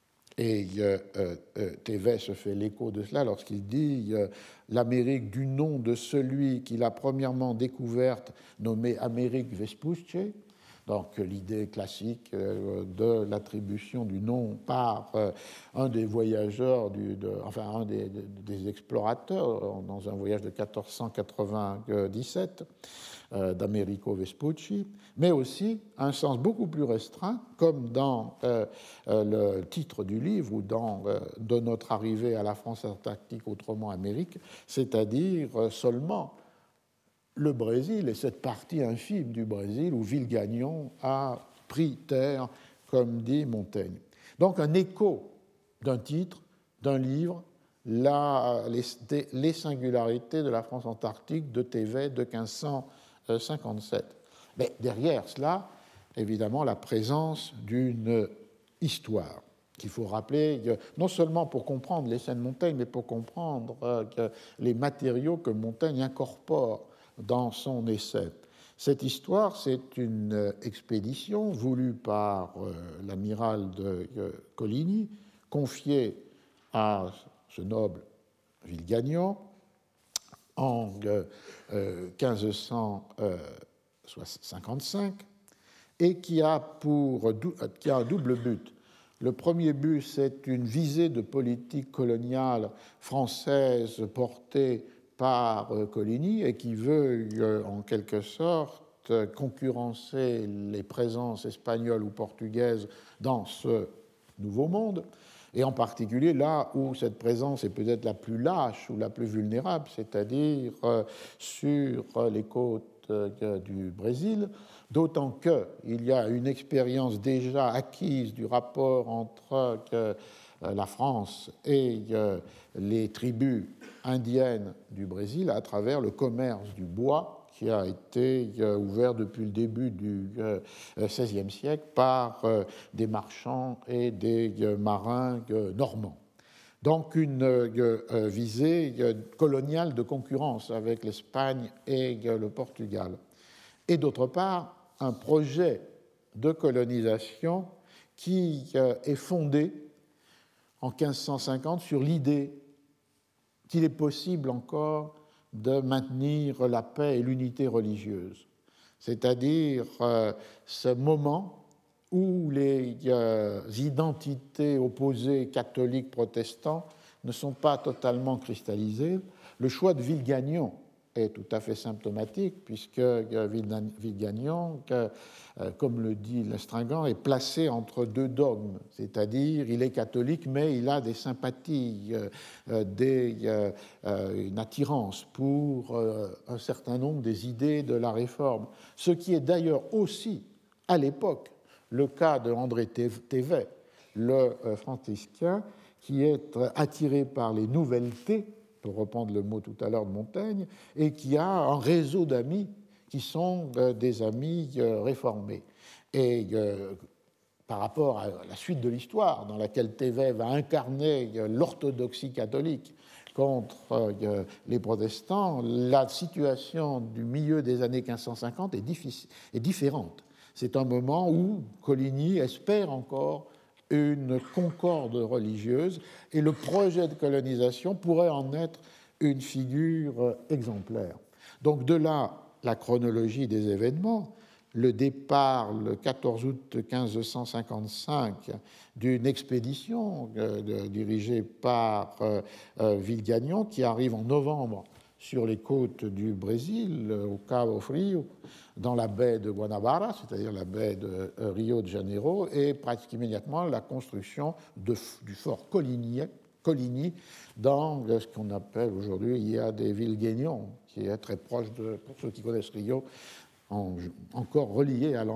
B: Et euh, euh, Thévet se fait l'écho de cela lorsqu'il dit euh, « l'Amérique du nom de celui qui l'a premièrement découverte, nommé Amérique Vespucci ». Donc l'idée classique euh, de l'attribution du nom par euh, un des voyageurs, du, de, enfin un des, des explorateurs dans un voyage de quatorze cent quatre-vingt-dix-sept, d'Americo Vespucci, mais aussi un sens beaucoup plus restreint, comme dans euh, le titre du livre ou dans euh, « De notre arrivée à la France antarctique, autrement Amérique », c'est-à-dire euh, seulement le Brésil et cette partie infime du Brésil où Villeganion a pris terre, comme dit Montaigne. Donc un écho d'un titre, d'un livre, la, les, les singularités de la France antarctique de Thévet de quinze cent cinquante-sept. Mais derrière cela, évidemment, la présence d'une histoire qu'il faut rappeler, non seulement pour comprendre l'essai de Montaigne, mais pour comprendre les matériaux que Montaigne incorpore dans son essai. Cette histoire, c'est une expédition voulue par euh, l'amiral de euh, Coligny, confiée à ce noble Villegagnon en euh, euh, quinze cent cinquante-cinq et qui a, pour, qui a un double but. Le premier but, c'est une visée de politique coloniale française portée par Coligny et qui veut, en quelque sorte, concurrencer les présences espagnoles ou portugaises dans ce nouveau monde, et en particulier là où cette présence est peut-être la plus lâche ou la plus vulnérable, c'est-à-dire sur les côtes du Brésil, d'autant qu'il y a une expérience déjà acquise du rapport entre la France et les tribus indiennes du Brésil à travers le commerce du bois qui a été ouvert depuis le début du seizième siècle par des marchands et des marins normands. Donc une visée coloniale de concurrence avec l'Espagne et le Portugal. Et d'autre part, un projet de colonisation qui est fondé en quinze cent cinquante sur l'idée qu'il est possible encore de maintenir la paix et l'unité religieuse, c'est-à-dire euh, ce moment où les euh, identités opposées catholiques protestants ne sont pas totalement cristallisées. Le choix de Villegagnon est tout à fait symptomatique, puisque Villegagnon, comme le dit Lestringant, est placé entre deux dogmes, c'est-à-dire il est catholique, mais il a des sympathies, des, une attirance pour un certain nombre des idées de la Réforme, ce qui est d'ailleurs aussi, à l'époque, le cas de André Thévet, le franciscain, qui est attiré par les nouveautés, pour reprendre le mot tout à l'heure de Montaigne, et qui a un réseau d'amis qui sont euh, des amis euh, réformés. Et euh, par rapport à la suite de l'histoire, dans laquelle Thévet va incarner euh, l'orthodoxie catholique contre euh, les protestants, la situation du milieu des années quinze cent cinquante est, difficile, est différente. C'est un moment où Coligny espère encore une concorde religieuse, et le projet de colonisation pourrait en être une figure exemplaire. Donc de là, la chronologie des événements, le départ le quatorze août quinze cent cinquante-cinq d'une expédition euh, dirigée par euh, euh, Villegagnon qui arrive en novembre sur les côtes du Brésil, au Cabo Frio, dans la baie de Guanabara, c'est-à-dire la baie de Rio de Janeiro, et presque immédiatement la construction de, du fort Coligny, Coligny dans ce qu'on appelle aujourd'hui il y a des Villegagnon, qui est très proche de, pour ceux qui connaissent Rio, en, encore relié à,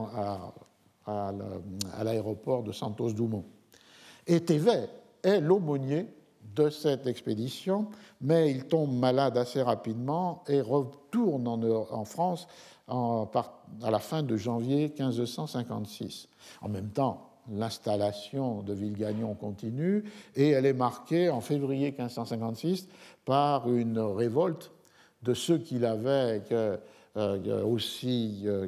B: à, à, à l'aéroport de Santos Dumont. Et Thévet est l'aumônier de cette expédition, mais il tombe malade assez rapidement et retourne en, en France en, par, à la fin de janvier quinze cent cinquante-six. En même temps, l'installation de Villegagnon continue et elle est marquée en février quinze cent cinquante-six par une révolte de ceux qui l'avaient euh, aussi euh,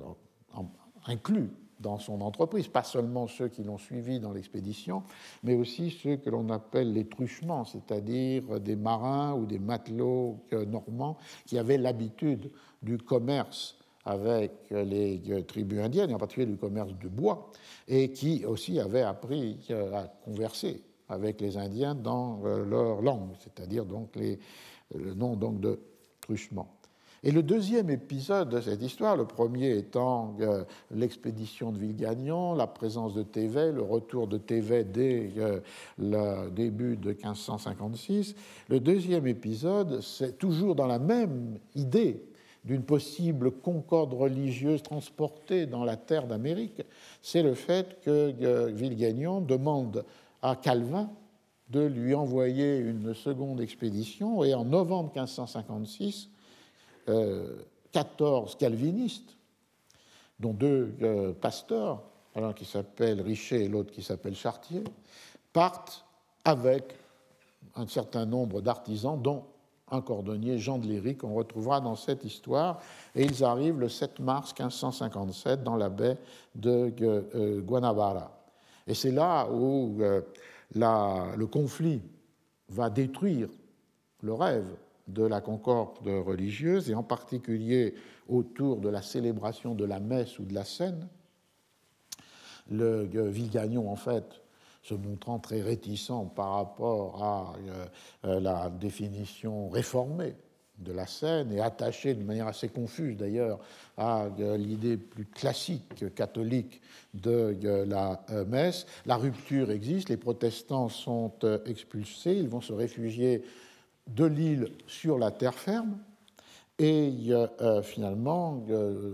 B: inclus dans son entreprise, pas seulement ceux qui l'ont suivi dans l'expédition, mais aussi ceux que l'on appelle les truchements, c'est-à-dire des marins ou des matelots normands qui avaient l'habitude du commerce avec les tribus indiennes, et en particulier du commerce de bois, et qui aussi avaient appris à converser avec les Indiens dans leur langue, c'est-à-dire donc les, le nom donc de truchements. Et le deuxième épisode de cette histoire, le premier étant euh, l'expédition de Villegagnon, la présence de Thévet, le retour de Thévet dès euh, le début de quinze cent cinquante-six. Le deuxième épisode, c'est toujours dans la même idée d'une possible concorde religieuse transportée dans la terre d'Amérique, c'est le fait que euh, Villegagnon demande à Calvin de lui envoyer une seconde expédition, et en novembre quinze cent cinquante-six, Euh, quatorze calvinistes, dont deux euh, pasteurs, l'un qui s'appelle Richer et l'autre qui s'appelle Chartier, partent avec un certain nombre d'artisans, dont un cordonnier, Jean de Léry, qu'on retrouvera dans cette histoire, et ils arrivent le sept mars mille cinq cent cinquante-sept dans la baie de euh, Guanabara. Et c'est là où euh, la, le conflit va détruire le rêve de la concorde religieuse, et en particulier autour de la célébration de la messe ou de la scène. Le Villagnon, en fait, se montrant très réticent par rapport à euh, la définition réformée de la scène et attaché de manière assez confuse d'ailleurs à euh, l'idée plus classique catholique de euh, la euh, messe. La rupture existe, les protestants sont euh, expulsés, ils vont se réfugier de l'île sur la terre ferme et euh, finalement euh,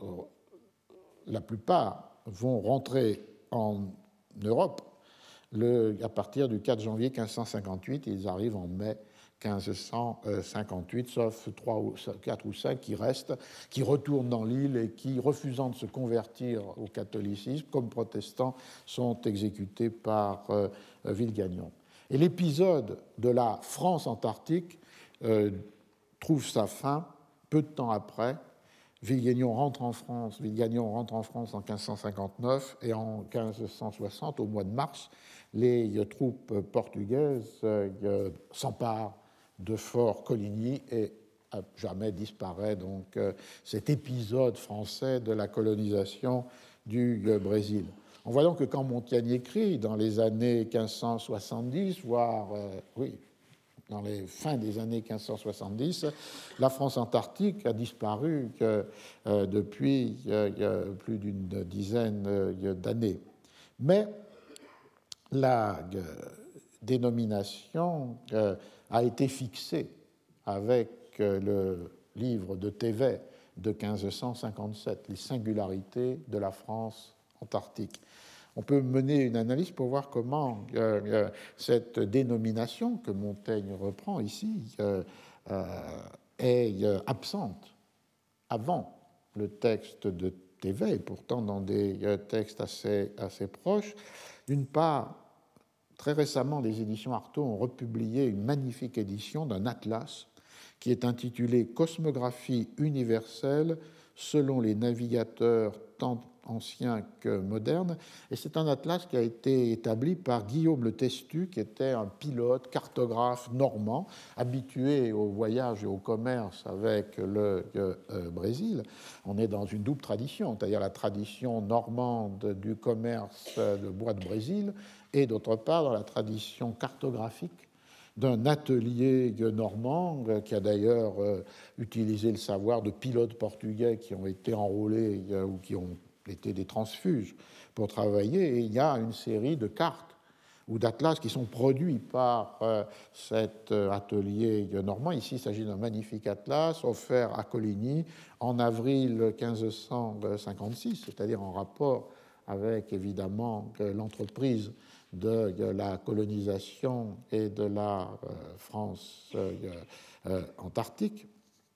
B: la plupart vont rentrer en Europe le, à partir du quatre janvier mille cinq cent cinquante-huit, ils arrivent en mai mille cinq cent cinquante-huit, sauf trois ou quatre ou cinq qui restent, qui retournent dans l'île et qui, refusant de se convertir au catholicisme, comme protestants, sont exécutés par euh, Villagnon. Et l'épisode de la France antarctique euh, trouve sa fin peu de temps après. Villagnon rentre en France, Villagnon rentre en France en mille cinq cent cinquante-neuf et en mille cinq cent soixante, au mois de mars, les troupes portugaises euh, s'emparent de Fort Coligny et à jamais disparaît donc euh, cet épisode français de la colonisation du euh, Brésil. On voit donc que quand Montaigne écrit dans les années mille cinq cent soixante-dix, voire euh, oui, dans les fins des années mille cinq cent soixante-dix, la France antarctique a disparu que, euh, depuis euh, plus d'une dizaine euh, d'années. Mais la euh, dénomination euh, a été fixée avec euh, le livre de Thévet de mille cinq cent cinquante-sept, Les singularités de la France antarctique. On peut mener une analyse pour voir comment euh, euh, cette dénomination que Montaigne reprend ici euh, euh, est euh, absente avant le texte de Thévet, et pourtant dans des euh, textes assez, assez proches. D'une part, très récemment, les éditions Artaud ont republié une magnifique édition d'un atlas qui est intitulé « Cosmographie universelle selon les navigateurs tant anciens que modernes ». Et c'est un atlas qui a été établi par Guillaume le Testu, qui était un pilote, cartographe normand, habitué au voyage et au commerce avec le euh, Brésil. On est dans une double tradition, c'est-à-dire la tradition normande du commerce de bois de Brésil, et d'autre part dans la tradition cartographique d'un atelier normand qui a d'ailleurs utilisé le savoir de pilotes portugais qui ont été enrôlés ou qui ont été des transfuges pour travailler. Et il y a une série de cartes ou d'atlas qui sont produits par cet atelier normand. Ici, il s'agit d'un magnifique atlas offert à Coligny en avril mille cinq cent cinquante-six, c'est-à-dire en rapport avec évidemment l'entreprise de la colonisation et de la France antarctique.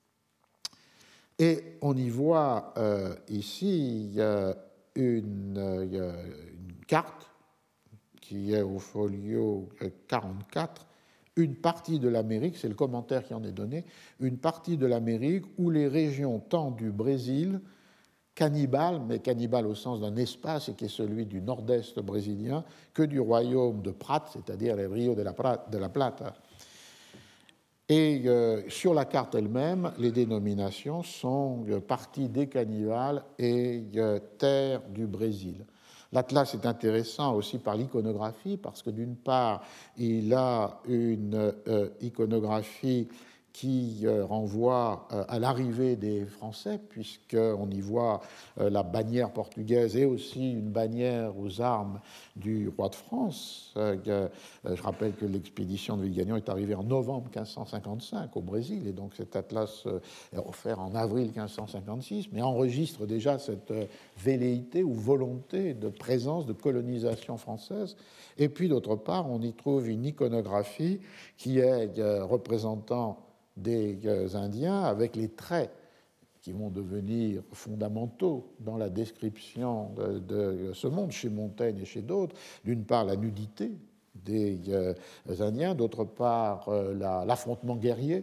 B: Et on y voit euh, ici une, une carte qui est au folio quarante-quatre, une partie de l'Amérique, c'est le commentaire qui en est donné, une partie de l'Amérique où les régions tant du Brésil, cannibale, mais cannibale au sens d'un espace et qui est celui du nord-est brésilien, que du royaume de Prat, c'est-à-dire les Rio de la Plata. Et euh, sur la carte elle-même, les dénominations sont euh, partie des cannibales et euh, terre du Brésil. L'atlas est intéressant aussi par l'iconographie, parce que d'une part, il a une euh, iconographie qui euh, renvoie euh, à l'arrivée des Français, puisqu'on y voit euh, la bannière portugaise et aussi une bannière aux armes du roi de France. Euh, je rappelle que l'expédition de Villagnon est arrivée en novembre mille cinq cent cinquante-cinq au Brésil, et donc cet atlas euh, est offert en avril mille cinq cent cinquante-six, mais enregistre déjà cette euh, velléité ou volonté de présence, de colonisation française. Et puis d'autre part, on y trouve une iconographie qui est euh, représentant des Indiens avec les traits qui vont devenir fondamentaux dans la description de, de ce monde, chez Montaigne et chez d'autres. D'une part, la nudité des euh, Indiens, d'autre part, euh, la, l'affrontement guerrier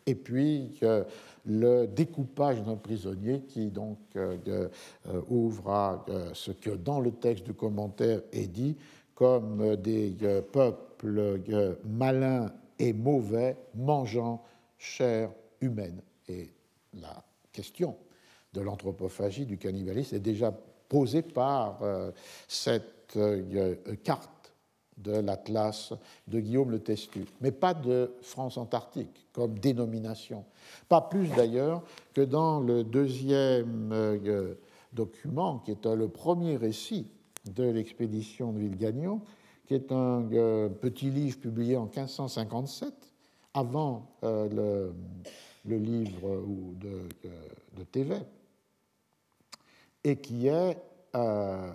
C: et puis euh, le découpage d'un prisonnier qui donc euh, euh, ouvre à euh, ce que dans le texte du commentaire est dit comme euh, des euh, peuples euh, malins et mauvais mangeant chair humaine. Et la question de l'anthropophagie, du cannibalisme, est déjà posée par euh, cette euh, carte de l'Atlas de Guillaume le Testu, mais pas de France antarctique comme dénomination. Pas plus d'ailleurs que dans le deuxième euh, document, qui est euh, le premier récit de l'expédition de Villegagnon, qui est un euh, petit livre publié en quinze cent cinquante-sept, avant euh, le, le livre de, de Thévet, et qui est euh,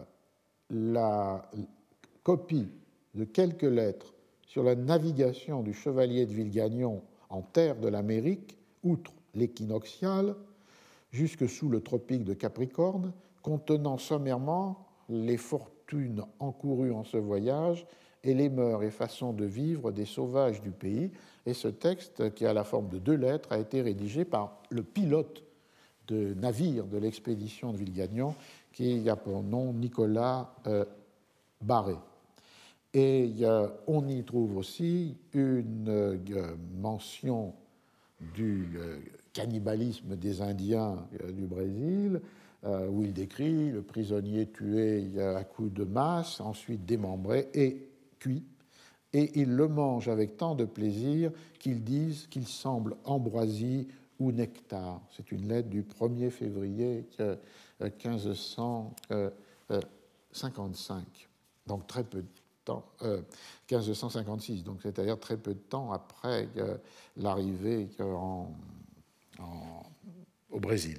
C: la copie de quelques lettres sur la navigation du chevalier de Villegagnon en terre de l'Amérique, outre l'équinoxiale, jusque sous le tropique de Capricorne, contenant sommairement les fortunes encourues en ce voyage et les mœurs et façons de vivre des sauvages du pays. Et ce texte, qui a la forme de deux lettres, a été rédigé par le pilote de navire de l'expédition de Villegagnon, qui a pour nom Nicolas euh, Barré. Et euh, on y trouve aussi une euh, mention du euh, cannibalisme des Indiens euh, du Brésil, euh, où il décrit le prisonnier tué euh, à coups de masse, ensuite démembré et cuit, et ils le mangent avec tant de plaisir qu'ils disent qu'il semble ambroisie ou nectar. C'est une lettre du premier février quinze cent cinquante-cinq, donc très peu de temps, euh, quinze cent cinquante-six, donc c'est-à-dire très peu de temps après euh, l'arrivée en, en, au Brésil.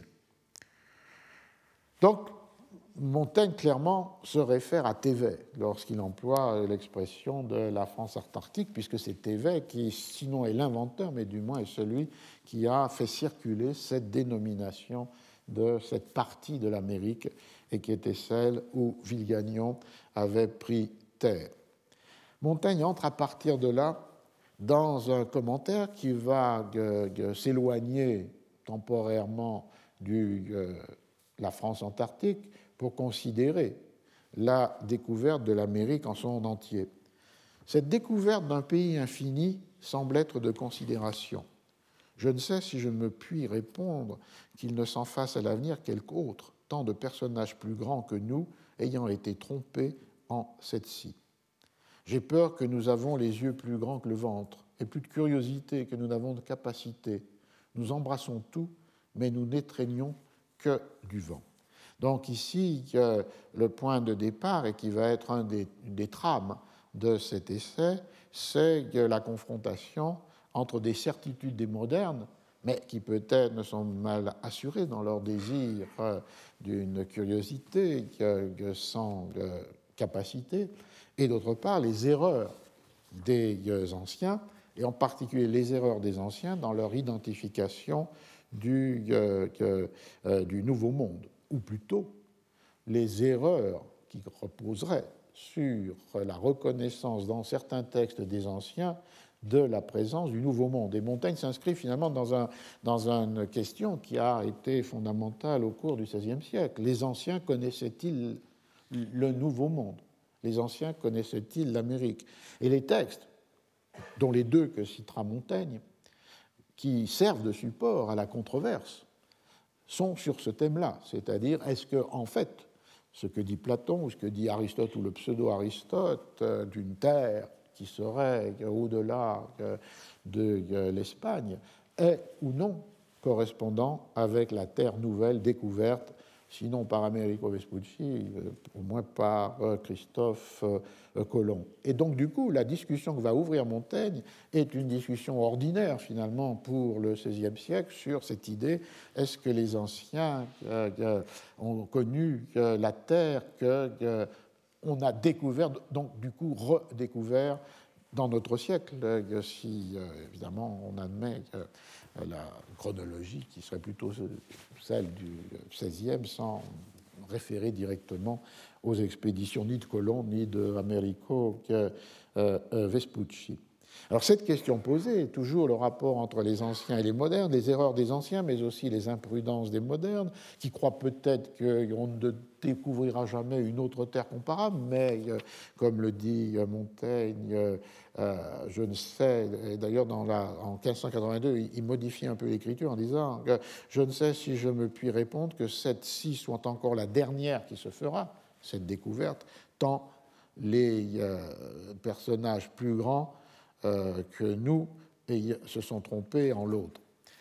C: Donc, Montaigne, clairement, se réfère à Thévet lorsqu'il emploie l'expression de la France antarctique, puisque c'est Thévet qui, sinon est l'inventeur, mais du moins est celui qui a fait circuler cette dénomination de cette partie de l'Amérique et qui était celle où Villegagnon avait pris terre. Montaigne entre à partir de là dans un commentaire qui va euh, euh, s'éloigner temporairement de euh, la France antarctique pour considérer la découverte de l'Amérique en son entier. Cette découverte d'un pays infini semble être de considération. Je ne sais si je me puis répondre qu'il ne s'en fasse à l'avenir quelque autre, tant de personnages plus grands que nous ayant été trompés en cette-ci. J'ai peur que nous avons les yeux plus grands que le ventre, et plus de curiosité que nous n'avons de capacité. Nous embrassons tout, mais nous n'étreignons que du vent. Donc ici, euh, le point de départ, et qui va être un des, une des trames de cet essai, c'est la confrontation entre des certitudes des modernes, mais qui peut-être ne sont mal assurées dans leur désir euh, d'une curiosité euh, sans euh, capacité, et d'autre part les erreurs des euh, anciens, et en particulier les erreurs des anciens dans leur identification du, euh, euh, du Nouveau Monde, ou plutôt les erreurs qui reposeraient sur la reconnaissance dans certains textes des anciens de la présence du Nouveau Monde. Et Montaigne s'inscrit finalement dans, un, dans une question qui a été fondamentale au cours du seizième siècle. Les anciens connaissaient-ils le Nouveau Monde? Les anciens connaissaient-ils l'Amérique? Et les textes, dont les deux que citera Montaigne, qui servent de support à la controverse, sont sur ce thème-là, c'est-à-dire est-ce que, en fait, ce que dit Platon ou ce que dit Aristote ou le pseudo-Aristote euh, d'une terre qui serait au-delà euh, de euh, l'Espagne est ou non correspondant avec la terre nouvelle découverte, sinon par Amerigo Vespucci, euh, au moins par euh, Christophe euh, Colomb. Et donc, du coup, la discussion que va ouvrir Montaigne est une discussion ordinaire, finalement, pour le seizième siècle, sur cette idée, est-ce que les anciens euh, euh, ont connu euh, la terre que... Euh, on a découvert, donc du coup redécouvert dans notre siècle, si évidemment on admet la chronologie qui serait plutôt celle du seizième sans référer directement aux expéditions ni de Colomb ni de Amerigo Vespucci. Alors cette question posée est toujours le rapport entre les anciens et les modernes, les erreurs des anciens, mais aussi les imprudences des modernes, qui croient peut-être qu'on ne découvrira jamais une autre terre comparable, mais comme le dit Montaigne, euh, je ne sais, et d'ailleurs dans la, en quinze cent quatre-vingt-deux, il modifie un peu l'écriture en disant que je ne sais si je me puis répondre que cette-ci soit encore la dernière qui se fera, cette découverte, tant les euh, personnages plus grands euh, que nous et se sont trompés en l'autre.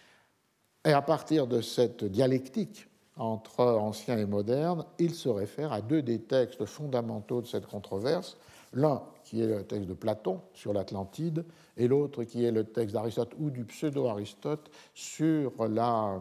C: Et à partir de cette dialectique entre anciens et modernes, il se réfère à deux des textes fondamentaux de cette controverse, l'un qui est le texte de Platon sur l'Atlantide et l'autre qui est le texte d'Aristote ou du pseudo-Aristote sur la,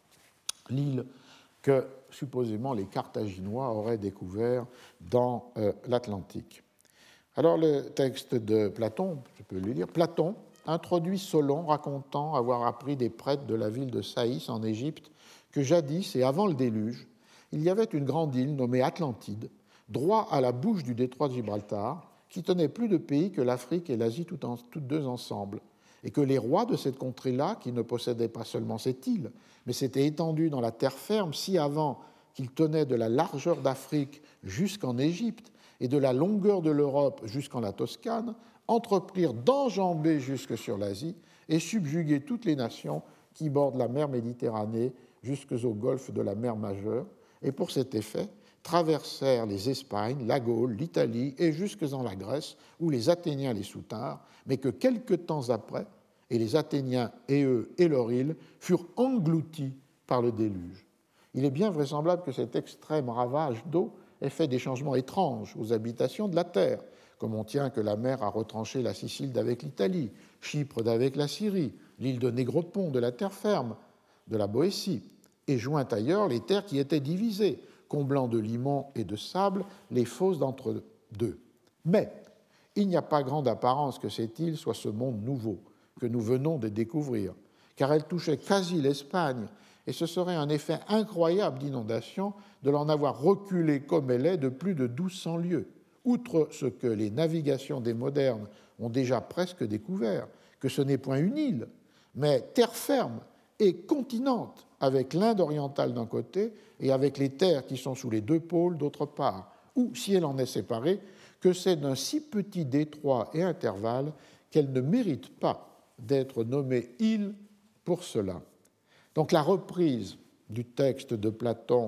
C: l'île que supposément les Carthaginois auraient découvert dans euh, l'Atlantique. Alors le texte de Platon, je peux le lire, Platon introduit Solon racontant avoir appris des prêtres de la ville de Saïs en Égypte que jadis et avant le déluge, il y avait une grande île nommée Atlantide, droit à la bouche du détroit de Gibraltar, qui tenait plus de pays que l'Afrique et l'Asie toutes, en, toutes deux ensemble, et que les rois de cette contrée-là, qui ne possédaient pas seulement cette île, mais s'étaient étendus dans la terre ferme si avant qu'ils tenaient de la largeur d'Afrique jusqu'en Égypte et de la longueur de l'Europe jusqu'en la Toscane, entreprirent d'enjamber jusque sur l'Asie et subjuguer toutes les nations qui bordent la mer Méditerranée jusqu'au golfe de la mer Majeure, et pour cet effet traversèrent les Espagnes, la Gaule, l'Italie et jusque dans la Grèce, où les Athéniens les soutinrent, mais que quelque temps après, et les Athéniens et eux et leur île furent engloutis par le déluge. Il est bien vraisemblable que cet extrême ravage d'eau ait fait des changements étranges aux habitations de la terre, comme on tient que la mer a retranché la Sicile d'avec l'Italie, Chypre d'avec la Syrie, l'île de Négropont de la terre ferme, de la Boétie, et joint ailleurs les terres qui étaient divisées, comblant de limon et de sable les fosses d'entre deux. Mais il n'y a pas grande apparence que cette île soit ce monde nouveau que nous venons de découvrir, car elle touchait quasi l'Espagne, et ce serait un effet incroyable d'inondation de l'en avoir reculée comme elle est de plus de douze cents lieues, outre ce que les navigations des modernes ont déjà presque découvert, que ce n'est point une île, mais terre ferme et continente, avec l'Inde orientale d'un côté et avec les terres qui sont sous les deux pôles d'autre part, ou, si elle en est séparée, que c'est d'un si petit détroit et intervalle qu'elle ne mérite pas d'être nommée île pour cela. Donc la reprise du texte de Platon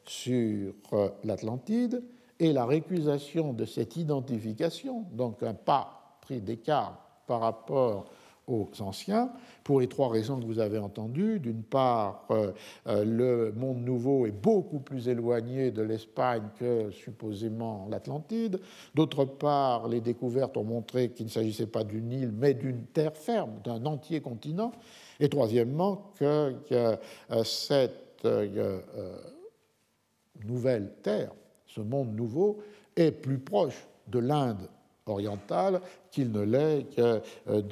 C: sur l'Atlantide et la récusation de cette identification, donc un pas pris d'écart par rapport aux anciens, pour les trois raisons que vous avez entendues. D'une part, euh, euh, le monde nouveau est beaucoup plus éloigné de l'Espagne que supposément l'Atlantide. D'autre part, les découvertes ont montré qu'il ne s'agissait pas d'une île, mais d'une terre ferme, d'un entier continent. Et troisièmement, que euh, cette euh, euh, nouvelle terre, ce monde nouveau, est plus proche de l'Inde orientale qu'il ne l'est de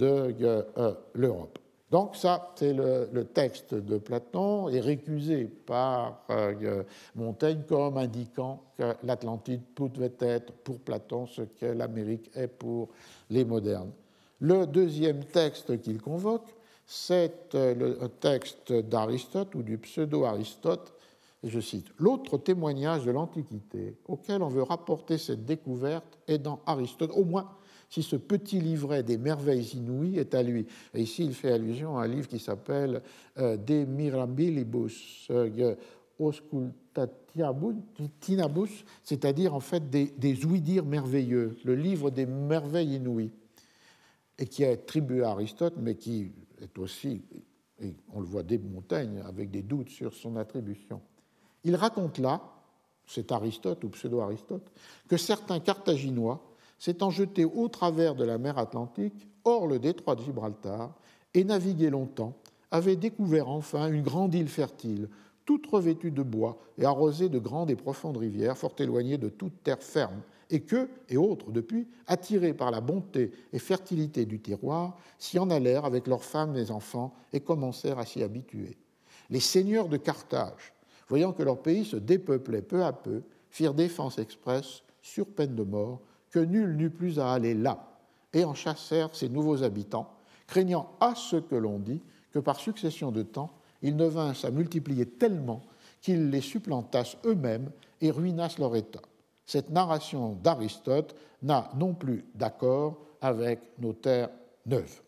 C: euh, l'Europe. Donc ça, c'est le, le texte de Platon, est récusé par euh, Montaigne comme indiquant que l'Atlantide pouvait être pour Platon ce que l'Amérique est pour les modernes. Le deuxième texte qu'il convoque, c'est le texte d'Aristote ou du pseudo-Aristote, et je cite, « L'autre témoignage de l'Antiquité auquel on veut rapporter cette découverte est dans Aristote, au moins si ce petit livret des merveilles inouïes est à lui. » Et ici, il fait allusion à un livre qui s'appelle euh, « De mirabilibus euh, auscultatinabus », c'est-à-dire en fait des, des ouï-dire merveilleux, le livre des merveilles inouïes, et qui est attribué à Aristote, mais qui est aussi, et on le voit dès Montaigne, avec des doutes sur son attribution. Il raconte là, c'est Aristote ou pseudo-Aristote, que certains Carthaginois, s'étant jetés au travers de la mer Atlantique, hors le détroit de Gibraltar, et navigué longtemps, avaient découvert enfin une grande île fertile, toute revêtue de bois et arrosée de grandes et profondes rivières, fort éloignées de toute terre ferme, et qu'eux et autres, depuis, attirés par la bonté et fertilité du terroir, s'y en allèrent avec leurs femmes et enfants et commencèrent à s'y habituer. Les seigneurs de Carthage, voyant que leur pays se dépeuplait peu à peu, firent défense expresse, sur peine de mort, que nul n'eût plus à aller là, et en chassèrent ses nouveaux habitants, craignant à ce que l'on dit que par succession de temps, ils ne vinssent à multiplier tellement qu'ils les supplantassent eux-mêmes et ruinassent leur état. Cette narration d'Aristote n'a non plus d'accord avec nos terres neuves.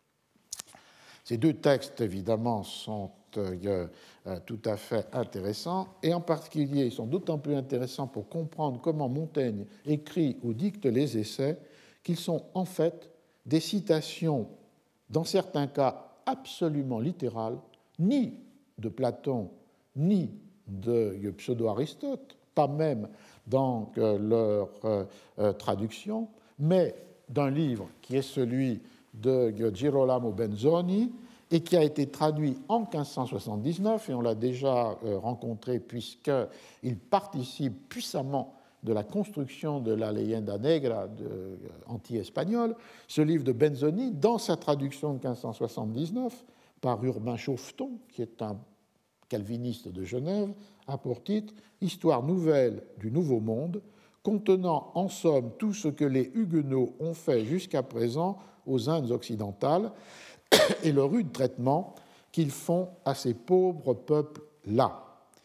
C: Ces deux textes, évidemment, sont euh, euh, tout à fait intéressants, et en particulier, ils sont d'autant plus intéressants pour comprendre comment Montaigne écrit ou dicte les essais, qu'ils sont en fait des citations, dans certains cas absolument littérales, ni de Platon, ni de pseudo-Aristote, pas même dans euh, leur euh, euh, traduction, mais d'un livre qui est celui de Girolamo Benzoni et qui a été traduit en quinze cent soixante-dix-neuf, et on l'a déjà euh, rencontré puisqu'il participe puissamment de la construction de la Leyenda Negra de, euh, anti-espagnole. Ce livre de Benzoni, dans sa traduction de quinze cent soixante-dix-neuf, par Urbain Chauveton, qui est un calviniste de Genève, a pour titre « Histoire nouvelle du Nouveau Monde », contenant en somme tout ce que les Huguenots ont fait jusqu'à présent aux Indes occidentales et le rude traitement qu'ils font à ces pauvres peuples-là.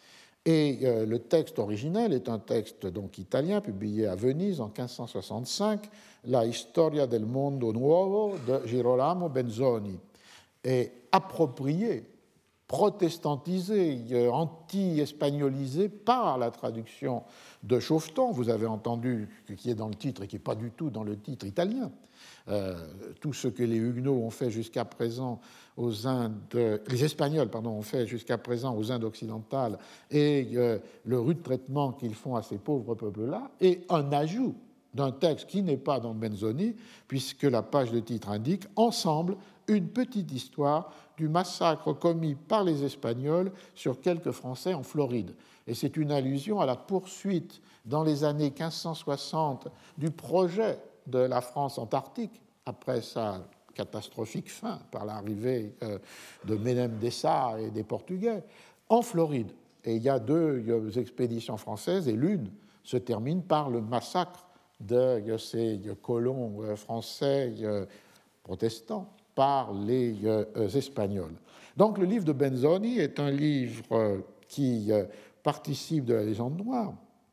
C: Et euh, le texte originel est un texte donc italien publié à Venise en quinze cent soixante-cinq, La Historia del Mondo Nuovo de Girolamo Benzoni, et approprié, protestantisé, euh, anti-espagnolisé par la traduction de Chauveton. Vous avez entendu ce qui est dans le titre et qui n'est pas du tout dans le titre italien. Euh, tout ce que les Huguenots ont fait jusqu'à présent aux Indes, les Espagnols pardon, ont fait jusqu'à présent aux Indes occidentales et euh, le rude traitement qu'ils font à ces pauvres peuples-là, et un ajout d'un texte qui n'est pas dans Benzoni, puisque la page de titre indique « Ensemble, une petite histoire du massacre commis par les Espagnols sur quelques Français en Floride ». Et c'est une allusion à la poursuite dans les années quinze cent soixante du projet de la France antarctique, après sa catastrophique fin par l'arrivée de Ménem Dessart et des Portugais, en Floride. Et il y a deux expéditions françaises, et l'une se termine par le massacre de ces colons français protestants par les Espagnols. Donc le livre de Benzoni est un livre qui participe de la légende noire,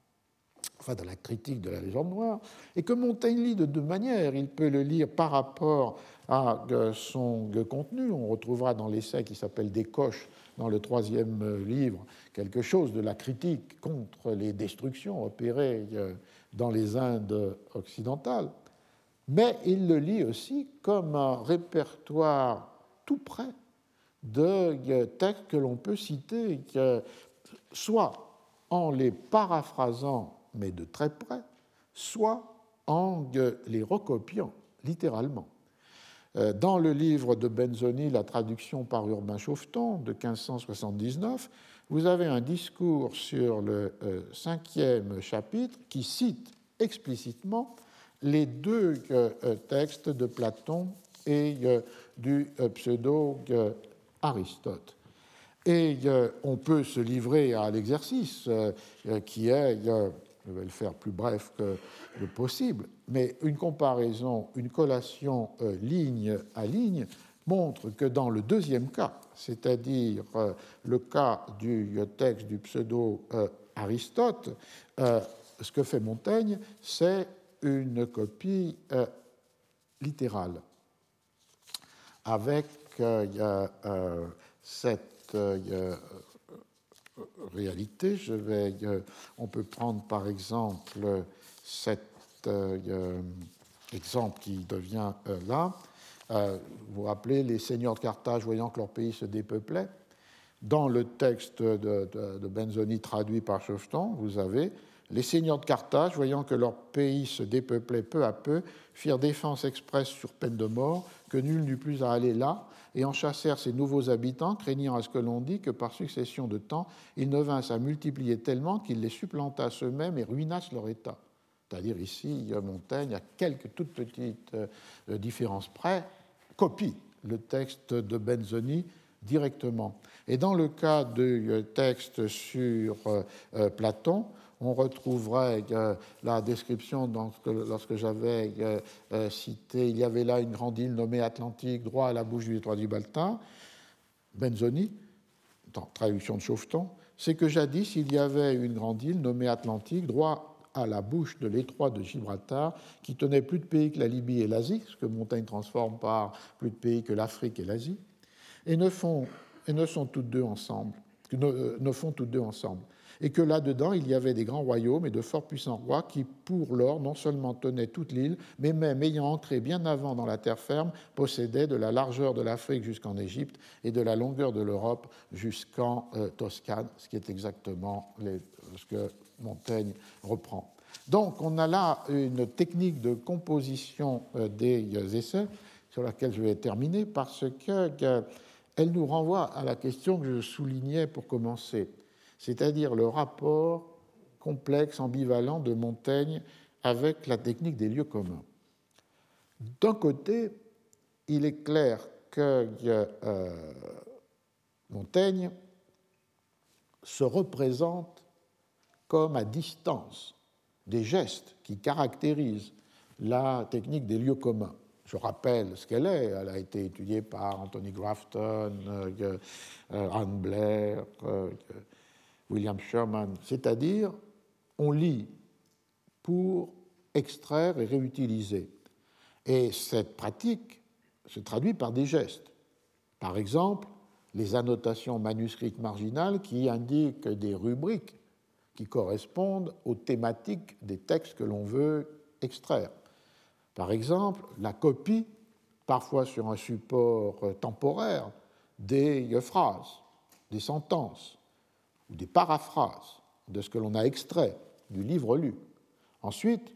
C: enfin de la critique de la légende noire, et que Montaigne lit de deux manières. Il peut le lire par rapport à son contenu. On retrouvera dans l'essai qui s'appelle Des coches, dans le troisième livre, quelque chose de la critique contre les destructions opérées dans les Indes occidentales. Mais il le lit aussi comme un répertoire tout près de textes que l'on peut citer, soit en les paraphrasant, mais de très près, soit en les recopiant littéralement. Dans le livre de Benzoni, la traduction par Urbain Chauveton de quinze cent soixante-dix-neuf, vous avez un discours sur le cinquième chapitre qui cite explicitement les deux textes de Platon et du pseudo-Aristote. Et on peut se livrer à l'exercice qui est, je vais le faire plus bref que le possible, mais une comparaison, une collation ligne à ligne montre que dans le deuxième cas, c'est-à-dire le cas du texte du pseudo-Aristote, ce que fait Montaigne, c'est une copie littérale, avec cette Euh, réalité. Je vais, euh, on peut prendre par exemple cet euh, exemple qui devient euh, là. Euh, vous vous rappelez, les seigneurs de Carthage, voyant que leur pays se dépeuplait, dans le texte de, de, de Benzoni traduit par Chauveton, vous avez les seigneurs de Carthage, voyant que leur pays se dépeuplait peu à peu, firent défense expresse sur peine de mort, que nul n'eut plus à aller là, et en chassèrent ces nouveaux habitants, craignant à ce que l'on dit que par succession de temps, ils ne vinssent à multiplier tellement qu'ils les supplantassent eux-mêmes et ruinassent leur état. C'est-à-dire ici, Montaigne, à quelques toutes petites euh, différences près, copie le texte de Benzoni directement. Et dans le cas du texte sur euh, Platon, on retrouverait euh, la description dans ce que, lorsque j'avais euh, euh, cité, il y avait là une grande île nommée Atlantique, droit à la bouche du détroit du Gibraltar, Benzoni, dans traduction de Chauveton, c'est que jadis il y avait une grande île nommée Atlantique, droit à la bouche de l'étroit de Gibraltar, qui tenait plus de pays que la Libye et l'Asie, ce que Montaigne transforme par plus de pays que l'Afrique et l'Asie, et ne, font, et ne sont toutes deux ensemble, ne, ne font toutes deux ensemble. Et que là-dedans, il y avait des grands royaumes et de fort puissants rois qui, pour lors, non seulement tenaient toute l'île, mais même, ayant entré bien avant dans la terre ferme, possédaient de la largeur de l'Afrique jusqu'en Égypte et de la longueur de l'Europe jusqu'en euh, Toscane, ce qui est exactement les, ce que Montaigne reprend. Donc, on a là une technique de composition euh, des essais sur laquelle je vais terminer parce qu'elle que, nous renvoie à la question que je soulignais pour commencer, c'est-à-dire le rapport complexe, ambivalent de Montaigne avec la technique des lieux communs. D'un côté, il est clair que euh, Montaigne se représente comme à distance des gestes qui caractérisent la technique des lieux communs. Je rappelle ce qu'elle est. Elle a été étudiée par Anthony Grafton, euh, euh, Anne Blair, euh, William Sherman, c'est-à-dire on lit pour extraire et réutiliser. Et cette pratique se traduit par des gestes. Par exemple, les annotations manuscrites marginales qui indiquent des rubriques qui correspondent aux thématiques des textes que l'on veut extraire. Par exemple, la copie, parfois sur un support temporaire, des phrases, des sentences, ou des paraphrases de ce que l'on a extrait du livre lu. Ensuite,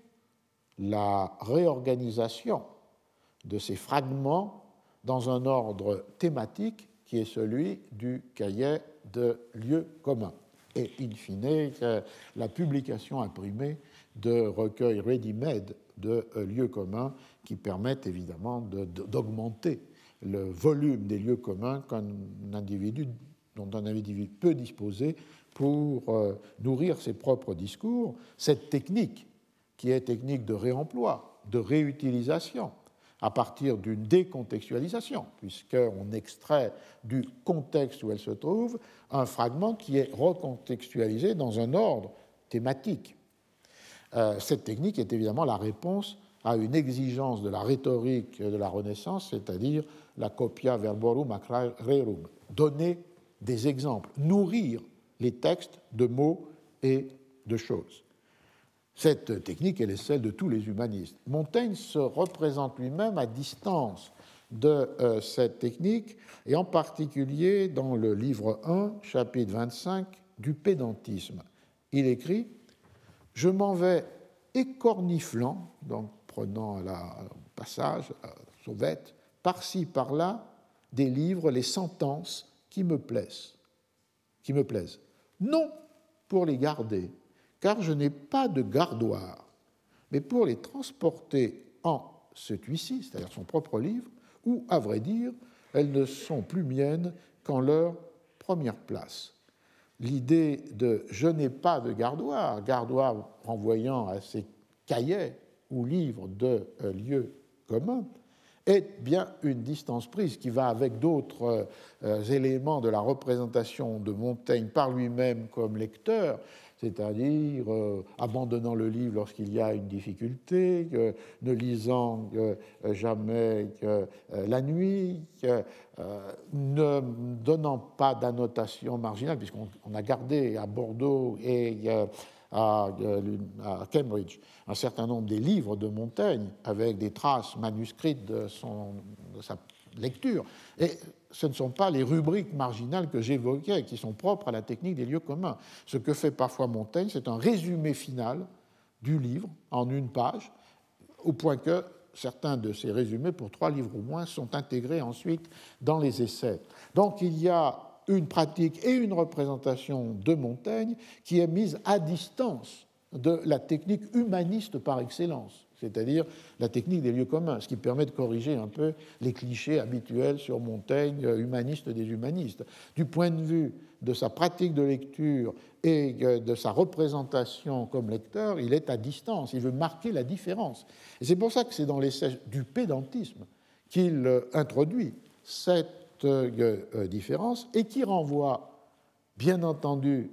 C: la réorganisation de ces fragments dans un ordre thématique qui est celui du cahier de lieux communs. Et, in fine, la publication imprimée de recueils ready-made de lieux communs qui permettent évidemment de, de, d'augmenter le volume des lieux communs qu'un individu, dont un individu peut disposer pour euh, nourrir ses propres discours. Cette technique, qui est technique de réemploi, de réutilisation, à partir d'une décontextualisation, puisqu'on extrait du contexte où elle se trouve un fragment qui est recontextualisé dans un ordre thématique. Euh, cette technique est évidemment la réponse à une exigence de la rhétorique de la Renaissance, c'est-à-dire la copia verborum ac rerum, donner des exemples, nourrir les textes de mots et de choses. Cette technique, elle est celle de tous les humanistes. Montaigne se représente lui-même à distance de euh, cette technique, et en particulier dans le livre un, chapitre vingt-cinq, du pédantisme. Il écrit « Je m'en vais écorniflant », donc prenant la passage, la sauvette, par-ci, par-là, des livres, les sentences qui me plaisent, qui me plaisent. Non pour les garder, car je n'ai pas de gardoir, mais pour les transporter en celui-ci, c'est-à-dire son propre livre, où, à vrai dire, elles ne sont plus miennes qu'en leur première place. L'idée de « je n'ai pas de gardoir », gardoir renvoyant à ces cahiers ou livres de euh, lieux communs, est bien une distance prise qui va avec d'autres euh, éléments de la représentation de Montaigne par lui-même comme lecteur, c'est-à-dire euh, abandonnant le livre lorsqu'il y a une difficulté, euh, ne lisant euh, jamais euh, la nuit, euh, ne donnant pas d'annotation marginale, puisqu'on on a gardé à Bordeaux et euh, à, à Cambridge un certain nombre des livres de Montaigne avec des traces manuscrites de, son, de sa lecture. Et ce ne sont pas les rubriques marginales que j'évoquais, qui sont propres à la technique des lieux communs. Ce que fait parfois Montaigne, c'est un résumé final du livre en une page, au point que certains de ces résumés, pour trois livres au moins, sont intégrés ensuite dans les essais. Donc il y a une pratique et une représentation de Montaigne qui est mise à distance de la technique humaniste par excellence, c'est-à-dire la technique des lieux communs, ce qui permet de corriger un peu les clichés habituels sur Montaigne, humaniste des humanistes. Du point de vue de sa pratique de lecture et de sa représentation comme lecteur, il est à distance, il veut marquer la différence. Et c'est pour ça que c'est dans l'essai du pédantisme qu'il introduit cette différence et qui renvoie, bien entendu,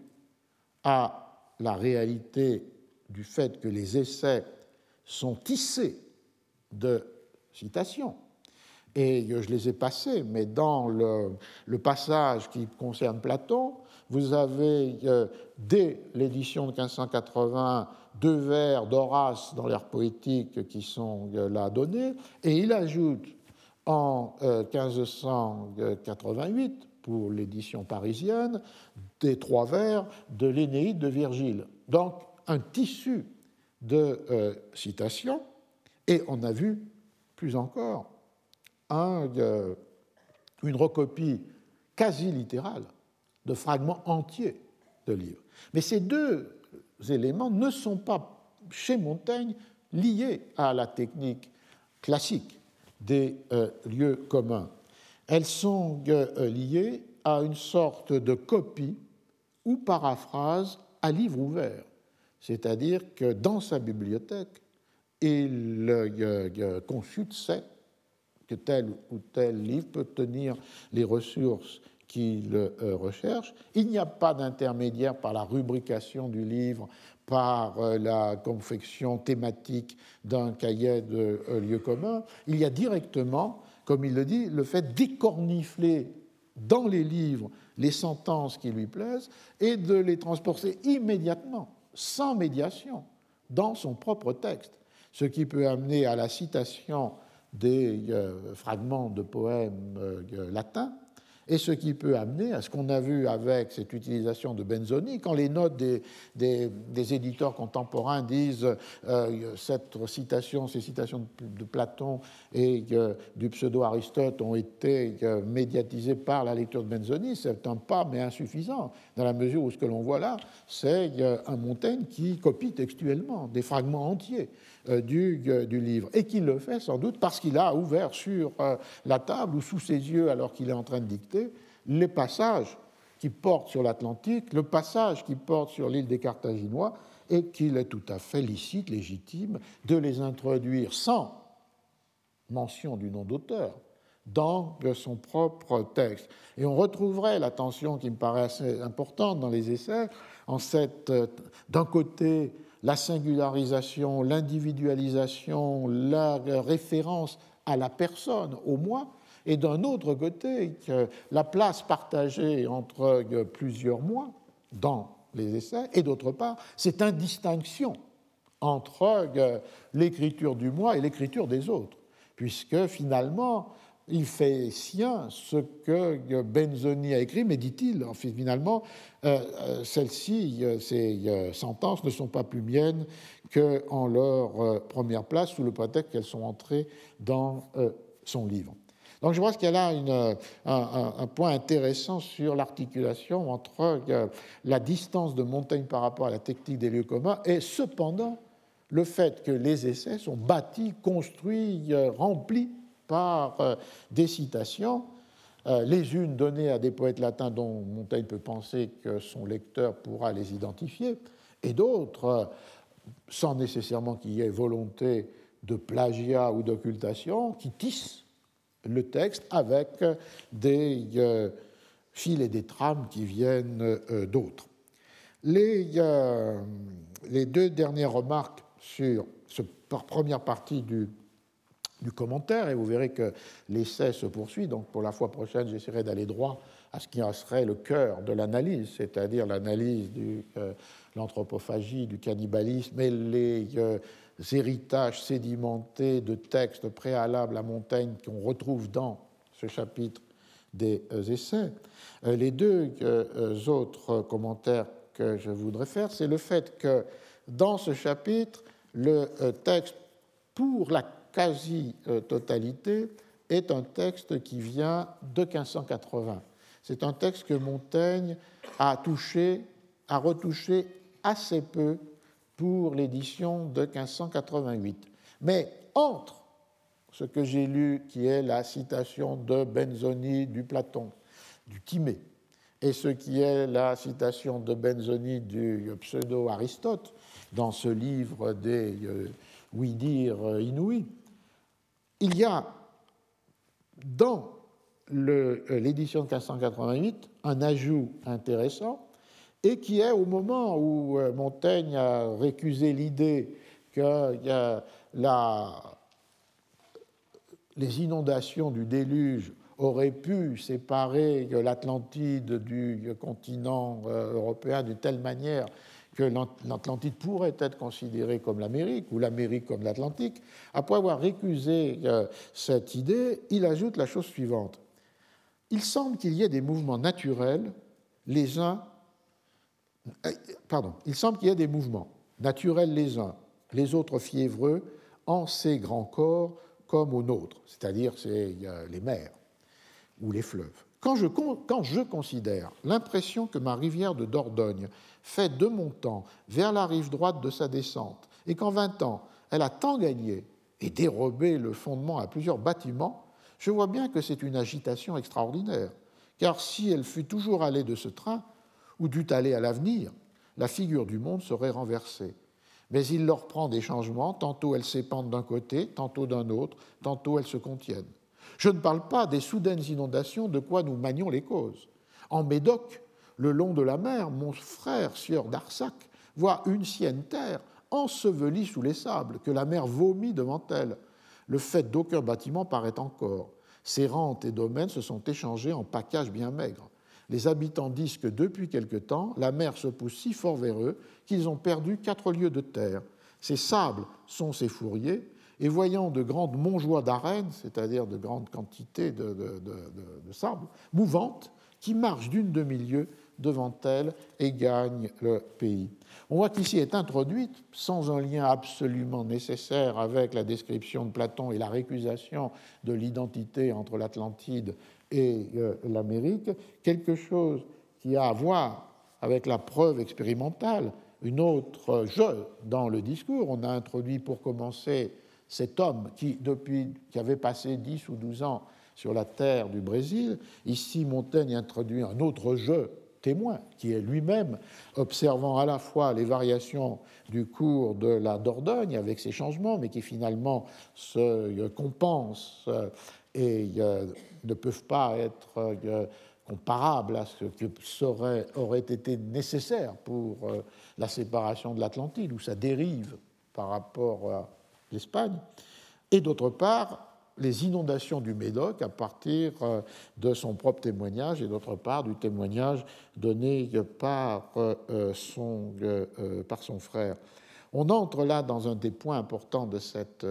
C: à la réalité du fait que les essais sont tissés de citations. Et je les ai passés, mais dans le, le passage qui concerne Platon, vous avez, euh, dès l'édition de quinze cent quatre-vingts, deux vers d'Horace dans l'air poétique qui sont euh, là donnés, et il ajoute en euh, quinze cent quatre-vingt-huit, pour l'édition parisienne, des trois vers de l'Énéide de Virgile. Donc, un tissu de euh, citations, et on a vu, plus encore, un, euh, une recopie quasi littérale de fragments entiers de livres. Mais ces deux éléments ne sont pas, chez Montaigne, liés à la technique classique des euh, lieux communs. Elles sont euh, liées à une sorte de copie ou paraphrase à livre ouvert. C'est-à-dire que dans sa bibliothèque, il euh, consulte, sait que tel ou tel livre peut tenir les ressources qu'il euh, recherche. Il n'y a pas d'intermédiaire par la rubrication du livre, par euh, la confection thématique d'un cahier de euh, lieux communs. Il y a directement, comme il le dit, le fait d'écornifler dans les livres les sentences qui lui plaisent et de les transporter immédiatement, sans médiation, dans son propre texte, ce qui peut amener à la citation des euh, fragments de poèmes euh, latins, et ce qui peut amener à ce qu'on a vu avec cette utilisation de Benzoni, quand les notes des, des, des éditeurs contemporains disent euh, cette citation, ces citations de, de Platon et euh, du pseudo-Aristote ont été euh, médiatisées par la lecture de Benzoni, c'est un pas, mais insuffisant, dans la mesure où ce que l'on voit là, c'est euh, un Montaigne qui copie textuellement des fragments entiers euh, du, euh, du livre, et qui le fait sans doute parce qu'il a ouvert sur euh, la table ou sous ses yeux, alors qu'il est en train de dicter, les passages qui portent sur l'Atlantique, le passage qui porte sur l'île des Carthaginois, et qu'il est tout à fait licite, légitime, de les introduire sans mention du nom d'auteur dans son propre texte. Et on retrouverait la tension qui me paraît assez importante dans les essais, en cette, d'un côté, la singularisation, l'individualisation, la référence à la personne, au moi, et d'un autre côté, que la place partagée entre plusieurs moi dans les essais, et d'autre part, cette indistinction entre l'écriture du moi et l'écriture des autres, puisque finalement, il fait sien ce que Benzoni a écrit, mais dit-il, finalement, euh, celles-ci, ces sentences ne sont pas plus miennes qu'en leur première place, sous le prétexte qu'elles sont entrées dans euh, son livre. Donc je pense qu'il y a là une, un, un, un point intéressant sur l'articulation entre euh, la distance de Montaigne par rapport à la technique des lieux communs et cependant le fait que les essais sont bâtis, construits, euh, remplis par euh, des citations, euh, les unes données à des poètes latins dont Montaigne peut penser que son lecteur pourra les identifier, et d'autres, euh, sans nécessairement qu'il y ait volonté de plagiat ou d'occultation, qui tissent le texte avec des euh, fils et des trames qui viennent euh, d'autres. Les, euh, les deux dernières remarques sur cette première partie du, du commentaire, et vous verrez que l'essai se poursuit, donc pour la fois prochaine, j'essaierai d'aller droit à ce qui serait le cœur de l'analyse, c'est-à-dire l'analyse de euh, l'anthropophagie, du cannibalisme et les euh, héritages sédimentés de textes préalables à Montaigne qu'on retrouve dans ce chapitre des euh, essais. Euh, les deux euh, autres commentaires que je voudrais faire, c'est le fait que dans ce chapitre, le euh, texte, pour la quasi-totalité, est un texte qui vient de quinze cent quatre-vingts. C'est un texte que Montaigne a touché, a retouché assez peu pour l'édition de quinze cent quatre-vingt-huit. Mais entre ce que j'ai lu, qui est la citation de Benzoni du Platon, du Timée, et ce qui est la citation de Benzoni du pseudo-Aristote, dans ce livre des euh, oui-dire inouïs, il y a dans le, l'édition de quinze cent quatre-vingt-huit un ajout intéressant, et qui est au moment où Montaigne a récusé l'idée que la, les inondations du déluge auraient pu séparer l'Atlantide du continent européen de telle manière que l'Atlantide pourrait être considérée comme l'Amérique ou l'Amérique comme l'Atlantique. Après avoir récusé cette idée, il ajoute la chose suivante. Il semble qu'il y ait des mouvements naturels, les uns Pardon, il semble qu'il y ait des mouvements naturels les uns, les autres fiévreux, en ces grands corps comme aux nôtres, c'est-à-dire c'est les mers ou les fleuves. Quand je, quand je considère l'impression que ma rivière de Dordogne fait de mon temps vers la rive droite de sa descente, et qu'en vingt ans, elle a tant gagné et dérobé le fondement à plusieurs bâtiments, je vois bien que c'est une agitation extraordinaire, car si elle fût toujours allée de ce train, ou dût aller à l'avenir, la figure du monde serait renversée. Mais il leur prend des changements, tantôt elles s'épandent d'un côté, tantôt d'un autre, tantôt elles se contiennent. Je ne parle pas des soudaines inondations de quoi nous manions les causes. En Médoc, le long de la mer, mon frère, sieur d'Arsac, voit une sienne terre ensevelie sous les sables, que la mer vomit devant elle. Le fait d'aucun bâtiment paraît encore. Ses rentes et domaines se sont échangés en paccages bien maigres. Les habitants disent que depuis quelque temps, la mer se pousse si fort vers eux qu'ils ont perdu quatre lieues de terre. Ces sables sont ces fourriers, et voyant de grandes montjoies d'arènes, c'est-à-dire de grandes quantités de, de, de, de, de sable, mouvantes, qui marchent d'une demi-lieue devant elles et gagnent le pays. On voit qu'ici est introduite, sans un lien absolument nécessaire avec la description de Platon et la récusation de l'identité entre l'Atlantide et euh, l'Amérique, quelque chose qui a à voir avec la preuve expérimentale, une autre jeu dans le discours. On a introduit pour commencer cet homme qui, depuis, qui avait passé dix ou douze ans sur la terre du Brésil. Ici, Montaigne introduit un autre jeu témoin, qui est lui-même observant à la fois les variations du cours de la Dordogne avec ses changements, mais qui finalement se compensent et ne peuvent pas être comparables à ce qui serait, aurait été nécessaire pour la séparation de l'Atlantide, où ça dérive par rapport à l'Espagne, et d'autre part, les inondations du Médoc à partir de son propre témoignage et d'autre part du témoignage donné par son, par son frère. On entre là dans un des points importants de cet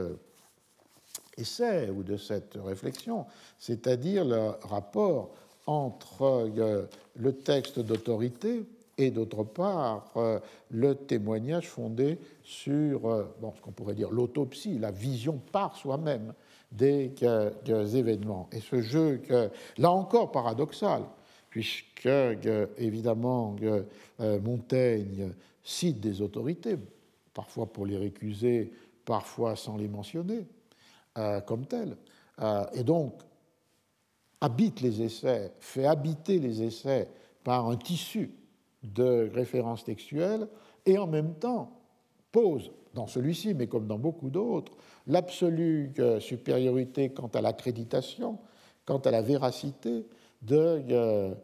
C: essai ou de cette réflexion, c'est-à-dire le rapport entre le texte d'autorité et d'autre part le témoignage fondé sur bon, ce qu'on pourrait dire l'autopsie, la vision par soi-même des, des événements. Et ce jeu, que, là encore paradoxal, puisque évidemment Montaigne cite des autorités, parfois pour les récuser, parfois sans les mentionner euh, comme telles, euh, et donc habite les essais, fait habiter les essais par un tissu de références textuelles, et en même temps pose, dans celui-ci, mais comme dans beaucoup d'autres, l'absolue supériorité quant à l'accréditation, quant à la véracité de, euh,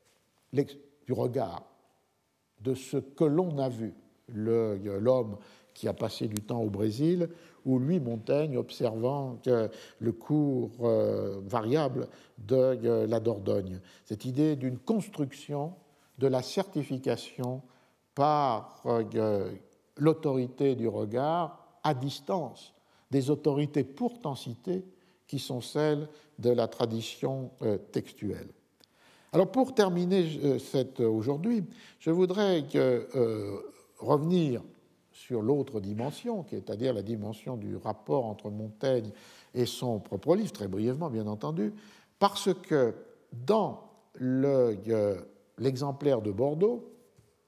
C: du regard, de ce que l'on a vu, le, l'homme qui a passé du temps au Brésil, ou lui, Montaigne, observant que le cours euh, variable de euh, la Dordogne. Cette idée d'une construction de la certification par euh, l'autorité du regard à distance des autorités pourtant citées qui sont celles de la tradition euh, textuelle. Alors pour terminer euh, cette, euh, aujourd'hui, je voudrais que, euh, revenir sur l'autre dimension, c'est-à-dire la dimension du rapport entre Montaigne et son propre livre, très brièvement bien entendu, parce que dans le, euh, l'exemplaire de Bordeaux,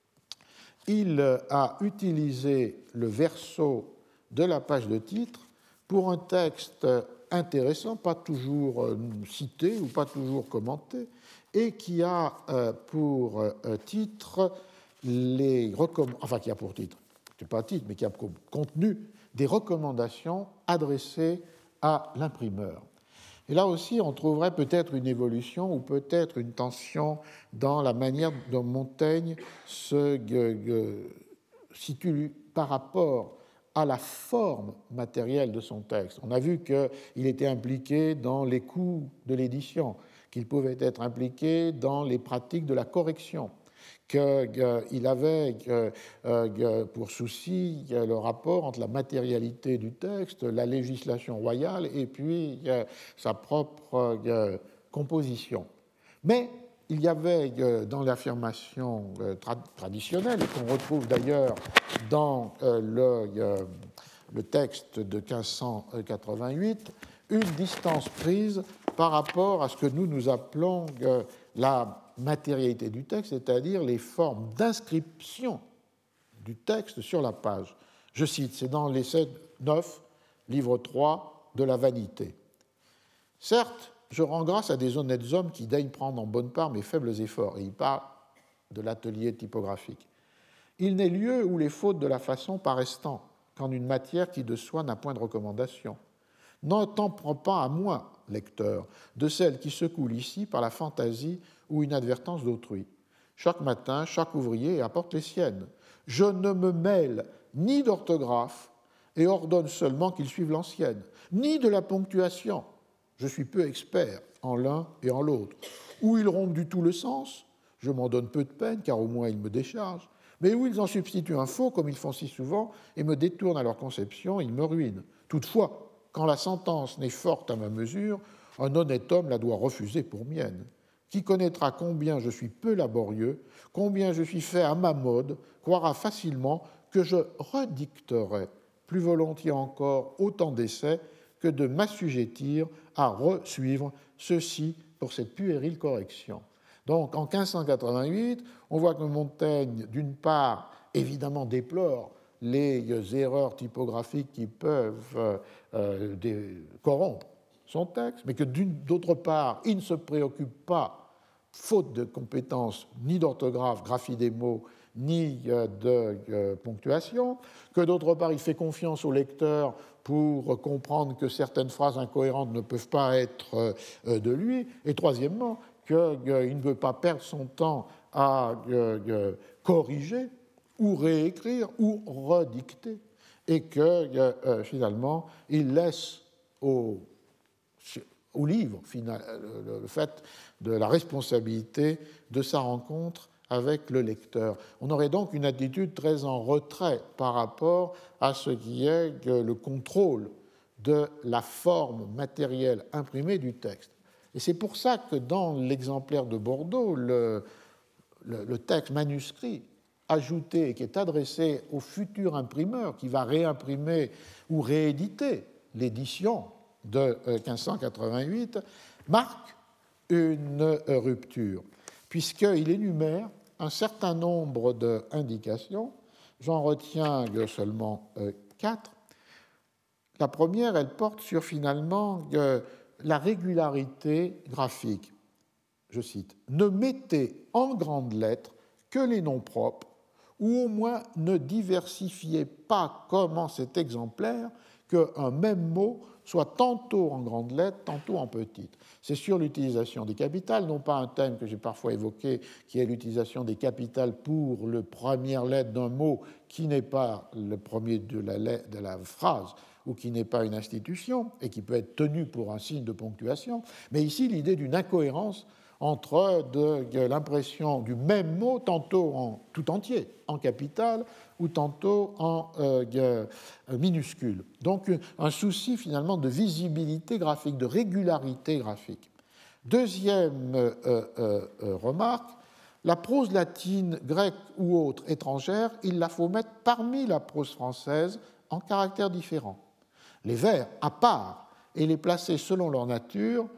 C: il a utilisé le verso de la page de titre pour un texte intéressant, pas toujours euh, cité ou pas toujours commenté, et qui a euh, pour euh, titre les recomm... enfin qui a pour titre, c'est pas titre, mais qui a pour contenu des recommandations adressées à l'imprimeur. Et là aussi, on trouverait peut-être une évolution ou peut-être une tension dans la manière dont Montaigne se situe par rapport à la forme matérielle de son texte. On a vu qu'il était impliqué dans les coûts de l'édition, qu'il pouvait être impliqué dans les pratiques de la correction, qu'il avait pour souci le rapport entre la matérialité du texte, la législation royale et puis sa propre composition. Mais il y avait dans l'affirmation traditionnelle, qu'on retrouve d'ailleurs dans le, le texte de quinze cent quatre-vingt-huit, une distance prise par rapport à ce que nous nous appelons la matérialité du texte, c'est-à-dire les formes d'inscription du texte sur la page. Je cite, c'est dans l'essai neuf, livre trois de la vanité. Certes, je rends grâce à des honnêtes hommes qui daignent prendre en bonne part mes faibles efforts. Et il parle de l'atelier typographique. Il n'est lieu où les fautes de la façon paraissent tant qu'en une matière qui de soi n'a point de recommandation. N'en t'en prends pas à moi, lecteur, de celle qui se coule ici par la fantaisie ou inadvertance d'autrui. Chaque matin, chaque ouvrier apporte les siennes. Je ne me mêle ni d'orthographe et ordonne seulement qu'ils suivent l'ancienne, ni de la ponctuation. Je suis peu expert en l'un et en l'autre. Où ils rompent du tout le sens, je m'en donne peu de peine, car au moins ils me déchargent. Mais où ils en substituent un faux, comme ils font si souvent, et me détournent à leur conception, ils me ruinent. Toutefois, quand la sentence n'est forte à ma mesure, un honnête homme la doit refuser pour mienne. Qui connaîtra combien je suis peu laborieux, combien je suis fait à ma mode, croira facilement que je redicterai plus volontiers encore autant d'essais que de m'assujettir à resuivre ceci pour cette puérile correction. Donc, en quinze cent quatre-vingt-huit, on voit que Montaigne, d'une part, évidemment déplore les erreurs typographiques qui peuvent euh, des, corrompre son texte, mais que d'autre part, il ne se préoccupe pas, faute de compétences ni d'orthographe, graphie des mots, ni de euh, ponctuation, que d'autre part, il fait confiance au lecteur pour comprendre que certaines phrases incohérentes ne peuvent pas être euh, de lui, et troisièmement, qu'il euh, ne veut pas perdre son temps à euh, corriger ou réécrire ou redicter, et que euh, finalement, il laisse au, au livre final, le, le fait de la responsabilité de sa rencontre avec le lecteur. On aurait donc une attitude très en retrait par rapport à ce qui est le contrôle de la forme matérielle imprimée du texte. Et c'est pour ça que dans l'exemplaire de Bordeaux, le, le, le texte manuscrit ajouté, qui est adressé au futur imprimeur qui va réimprimer ou rééditer l'édition de quinze cent quatre-vingt-huit, marque une rupture, puisqu'il énumère un certain nombre d'indications. J'en retiens seulement quatre. La première, elle porte sur finalement la régularité graphique. Je cite, « Ne mettez en grandes lettres que les noms propres, ou au moins ne diversifiez pas, comme en cet exemplaire, qu'un même mot soit tantôt en grandes lettres, tantôt en petites. » C'est sur l'utilisation des capitales, non pas un thème que j'ai parfois évoqué, qui est l'utilisation des capitales pour la première lettre d'un mot qui n'est pas le premier de la, lettre, de la phrase, ou qui n'est pas une institution, et qui peut être tenu pour un signe de ponctuation, mais ici l'idée d'une incohérence entre de, de l'impression du même mot, tantôt en tout entier, en capital, ou tantôt en euh, minuscule. Donc un souci finalement de visibilité graphique, de régularité graphique. Deuxième euh, euh, euh, remarque, la prose latine, grecque ou autre étrangère, il la faut mettre parmi la prose française en caractères différents. Les vers à part et les placer selon leur nature,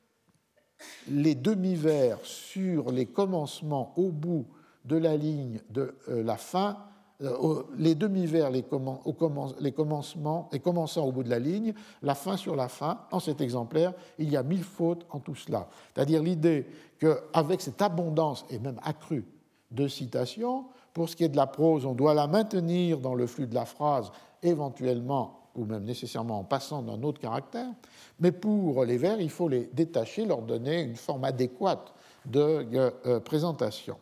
C: les demi-vers sur les commencements au bout de la ligne de euh, la fin euh, les demi-vers, les, commen au commen les commencements, et commençant au bout de la ligne, la fin sur la fin. En cet exemplaire, il y a mille fautes en tout cela. C'est-à-dire l'idée qu'avec cette abondance, et même accrue, de citations, pour ce qui est de la prose, on doit la maintenir dans le flux de la phrase, éventuellement ou même nécessairement en passant d'un autre caractère, mais pour les vers, il faut les détacher, leur donner une forme adéquate de euh, présentation.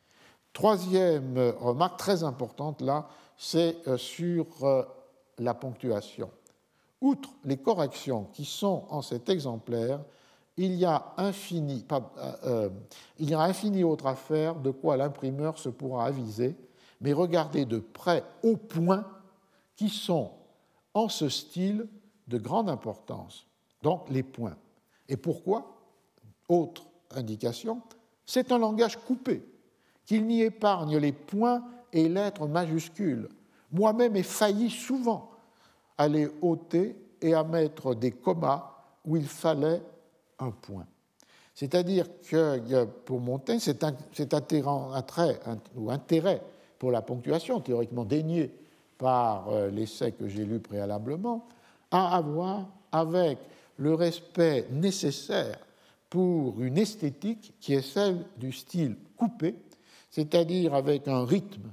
C: Troisième remarque très importante, là, c'est euh, sur euh, la ponctuation. Outre les corrections qui sont en cet exemplaire, il y a infini, pas, euh, il y a infini autre à faire de quoi l'imprimeur se pourra aviser, mais regardez de près aux points qui sont en ce style de grande importance. Donc les points. Et pourquoi? Autre indication, c'est un langage coupé, qu'il n'y épargne les points et lettres majuscules. Moi-même ai failli souvent à les ôter et à mettre des commas où il fallait un point. C'est-à-dire que pour Montaigne, c'est un, c'est attirant, attrait, ou intérêt pour la ponctuation, théoriquement dénié par l'essai que j'ai lu préalablement, à avoir avec le respect nécessaire pour une esthétique qui est celle du style coupé, c'est-à-dire avec un rythme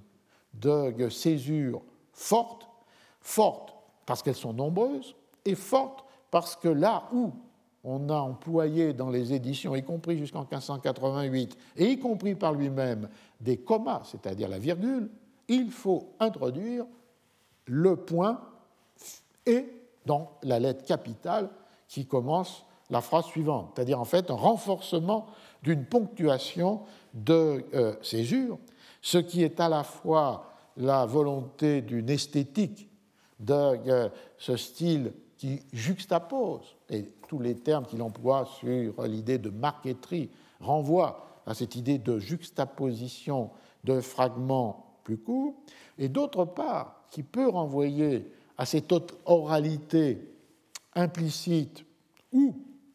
C: de césure forte, forte parce qu'elles sont nombreuses, et forte parce que là où on a employé dans les éditions, y compris jusqu'en quinze cent quatre-vingt-huit, et y compris par lui-même, des commas, c'est-à-dire la virgule, il faut introduire le point et donc la lettre capitale qui commence la phrase suivante, c'est-à-dire en fait un renforcement d'une ponctuation de euh, césure, ce qui est à la fois la volonté d'une esthétique de euh, ce style qui juxtapose, et tous les termes qu'il emploie sur l'idée de marqueterie renvoient à cette idée de juxtaposition de fragments plus courts, et d'autre part, qui peut renvoyer à cette oralité implicite ou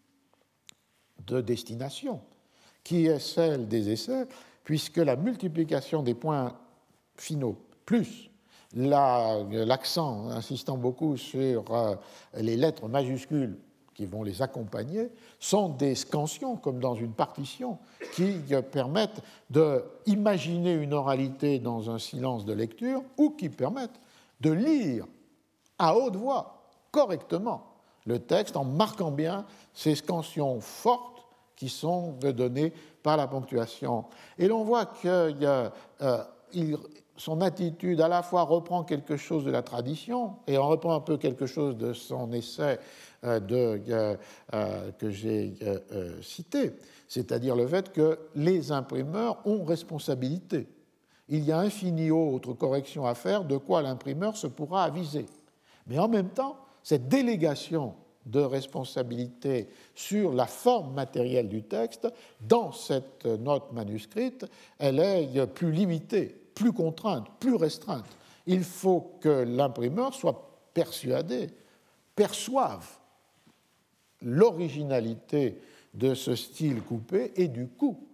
C: de destination, qui est celle des essais, puisque la multiplication des points finaux, plus la, l'accent insistant beaucoup sur euh, les lettres majuscules qui vont les accompagner, sont des scansions, comme dans une partition, qui euh, permettent d'imaginer une oralité dans un silence de lecture ou qui permettent de lire à haute voix, correctement, le texte en marquant bien ces scansions fortes qui sont données par la ponctuation. Et l'on voit que euh, il, son attitude à la fois reprend quelque chose de la tradition et en reprend un peu quelque chose de son essai euh, de, euh, euh, que j'ai euh, euh, cité, c'est-à-dire le fait que les imprimeurs ont responsabilité. Il y a infini autres corrections à faire de quoi l'imprimeur se pourra aviser. Mais en même temps, cette délégation de responsabilité sur la forme matérielle du texte, dans cette note manuscrite, elle est plus limitée, plus contrainte, plus restreinte. Il faut que l'imprimeur soit persuadé, perçoive l'originalité de ce style coupé et du coup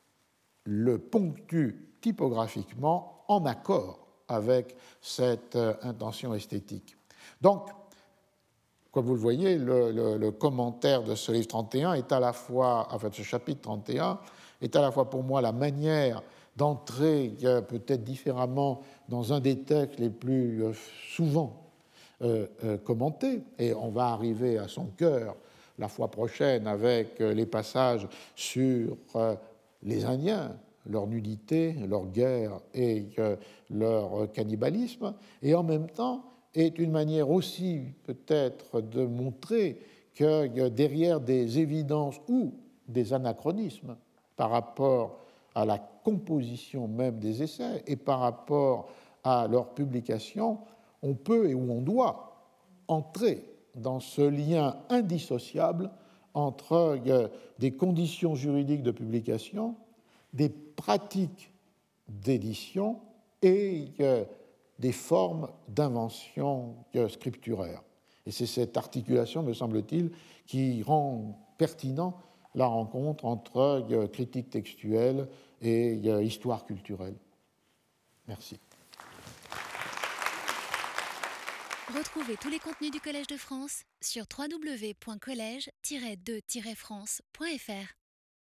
C: le ponctue typographiquement en accord avec cette intention esthétique. Donc, comme vous le voyez, le, le, le commentaire de ce livre trente et un est à la fois, enfin, ce chapitre trente et un est à la fois pour moi la manière d'entrer peut-être différemment dans un des textes les plus souvent euh, euh, commentés, et on va arriver à son cœur la fois prochaine avec les passages sur euh, les Indiens, leur nudité, leur guerre et euh, leur cannibalisme, et en même temps est une manière aussi peut-être de montrer que derrière des évidences ou des anachronismes par rapport à la composition même des essais et par rapport à leur publication, on peut et où on doit entrer dans ce lien indissociable entre des conditions juridiques de publication, des pratiques d'édition et des formes d'invention scripturaire. Et c'est cette articulation, me semble-t-il, qui rend pertinent la rencontre entre critique textuelle et histoire culturelle. Merci.
A: Retrouvez tous les contenus du Collège de France sur w w w point collège tiret de tiret france point f r.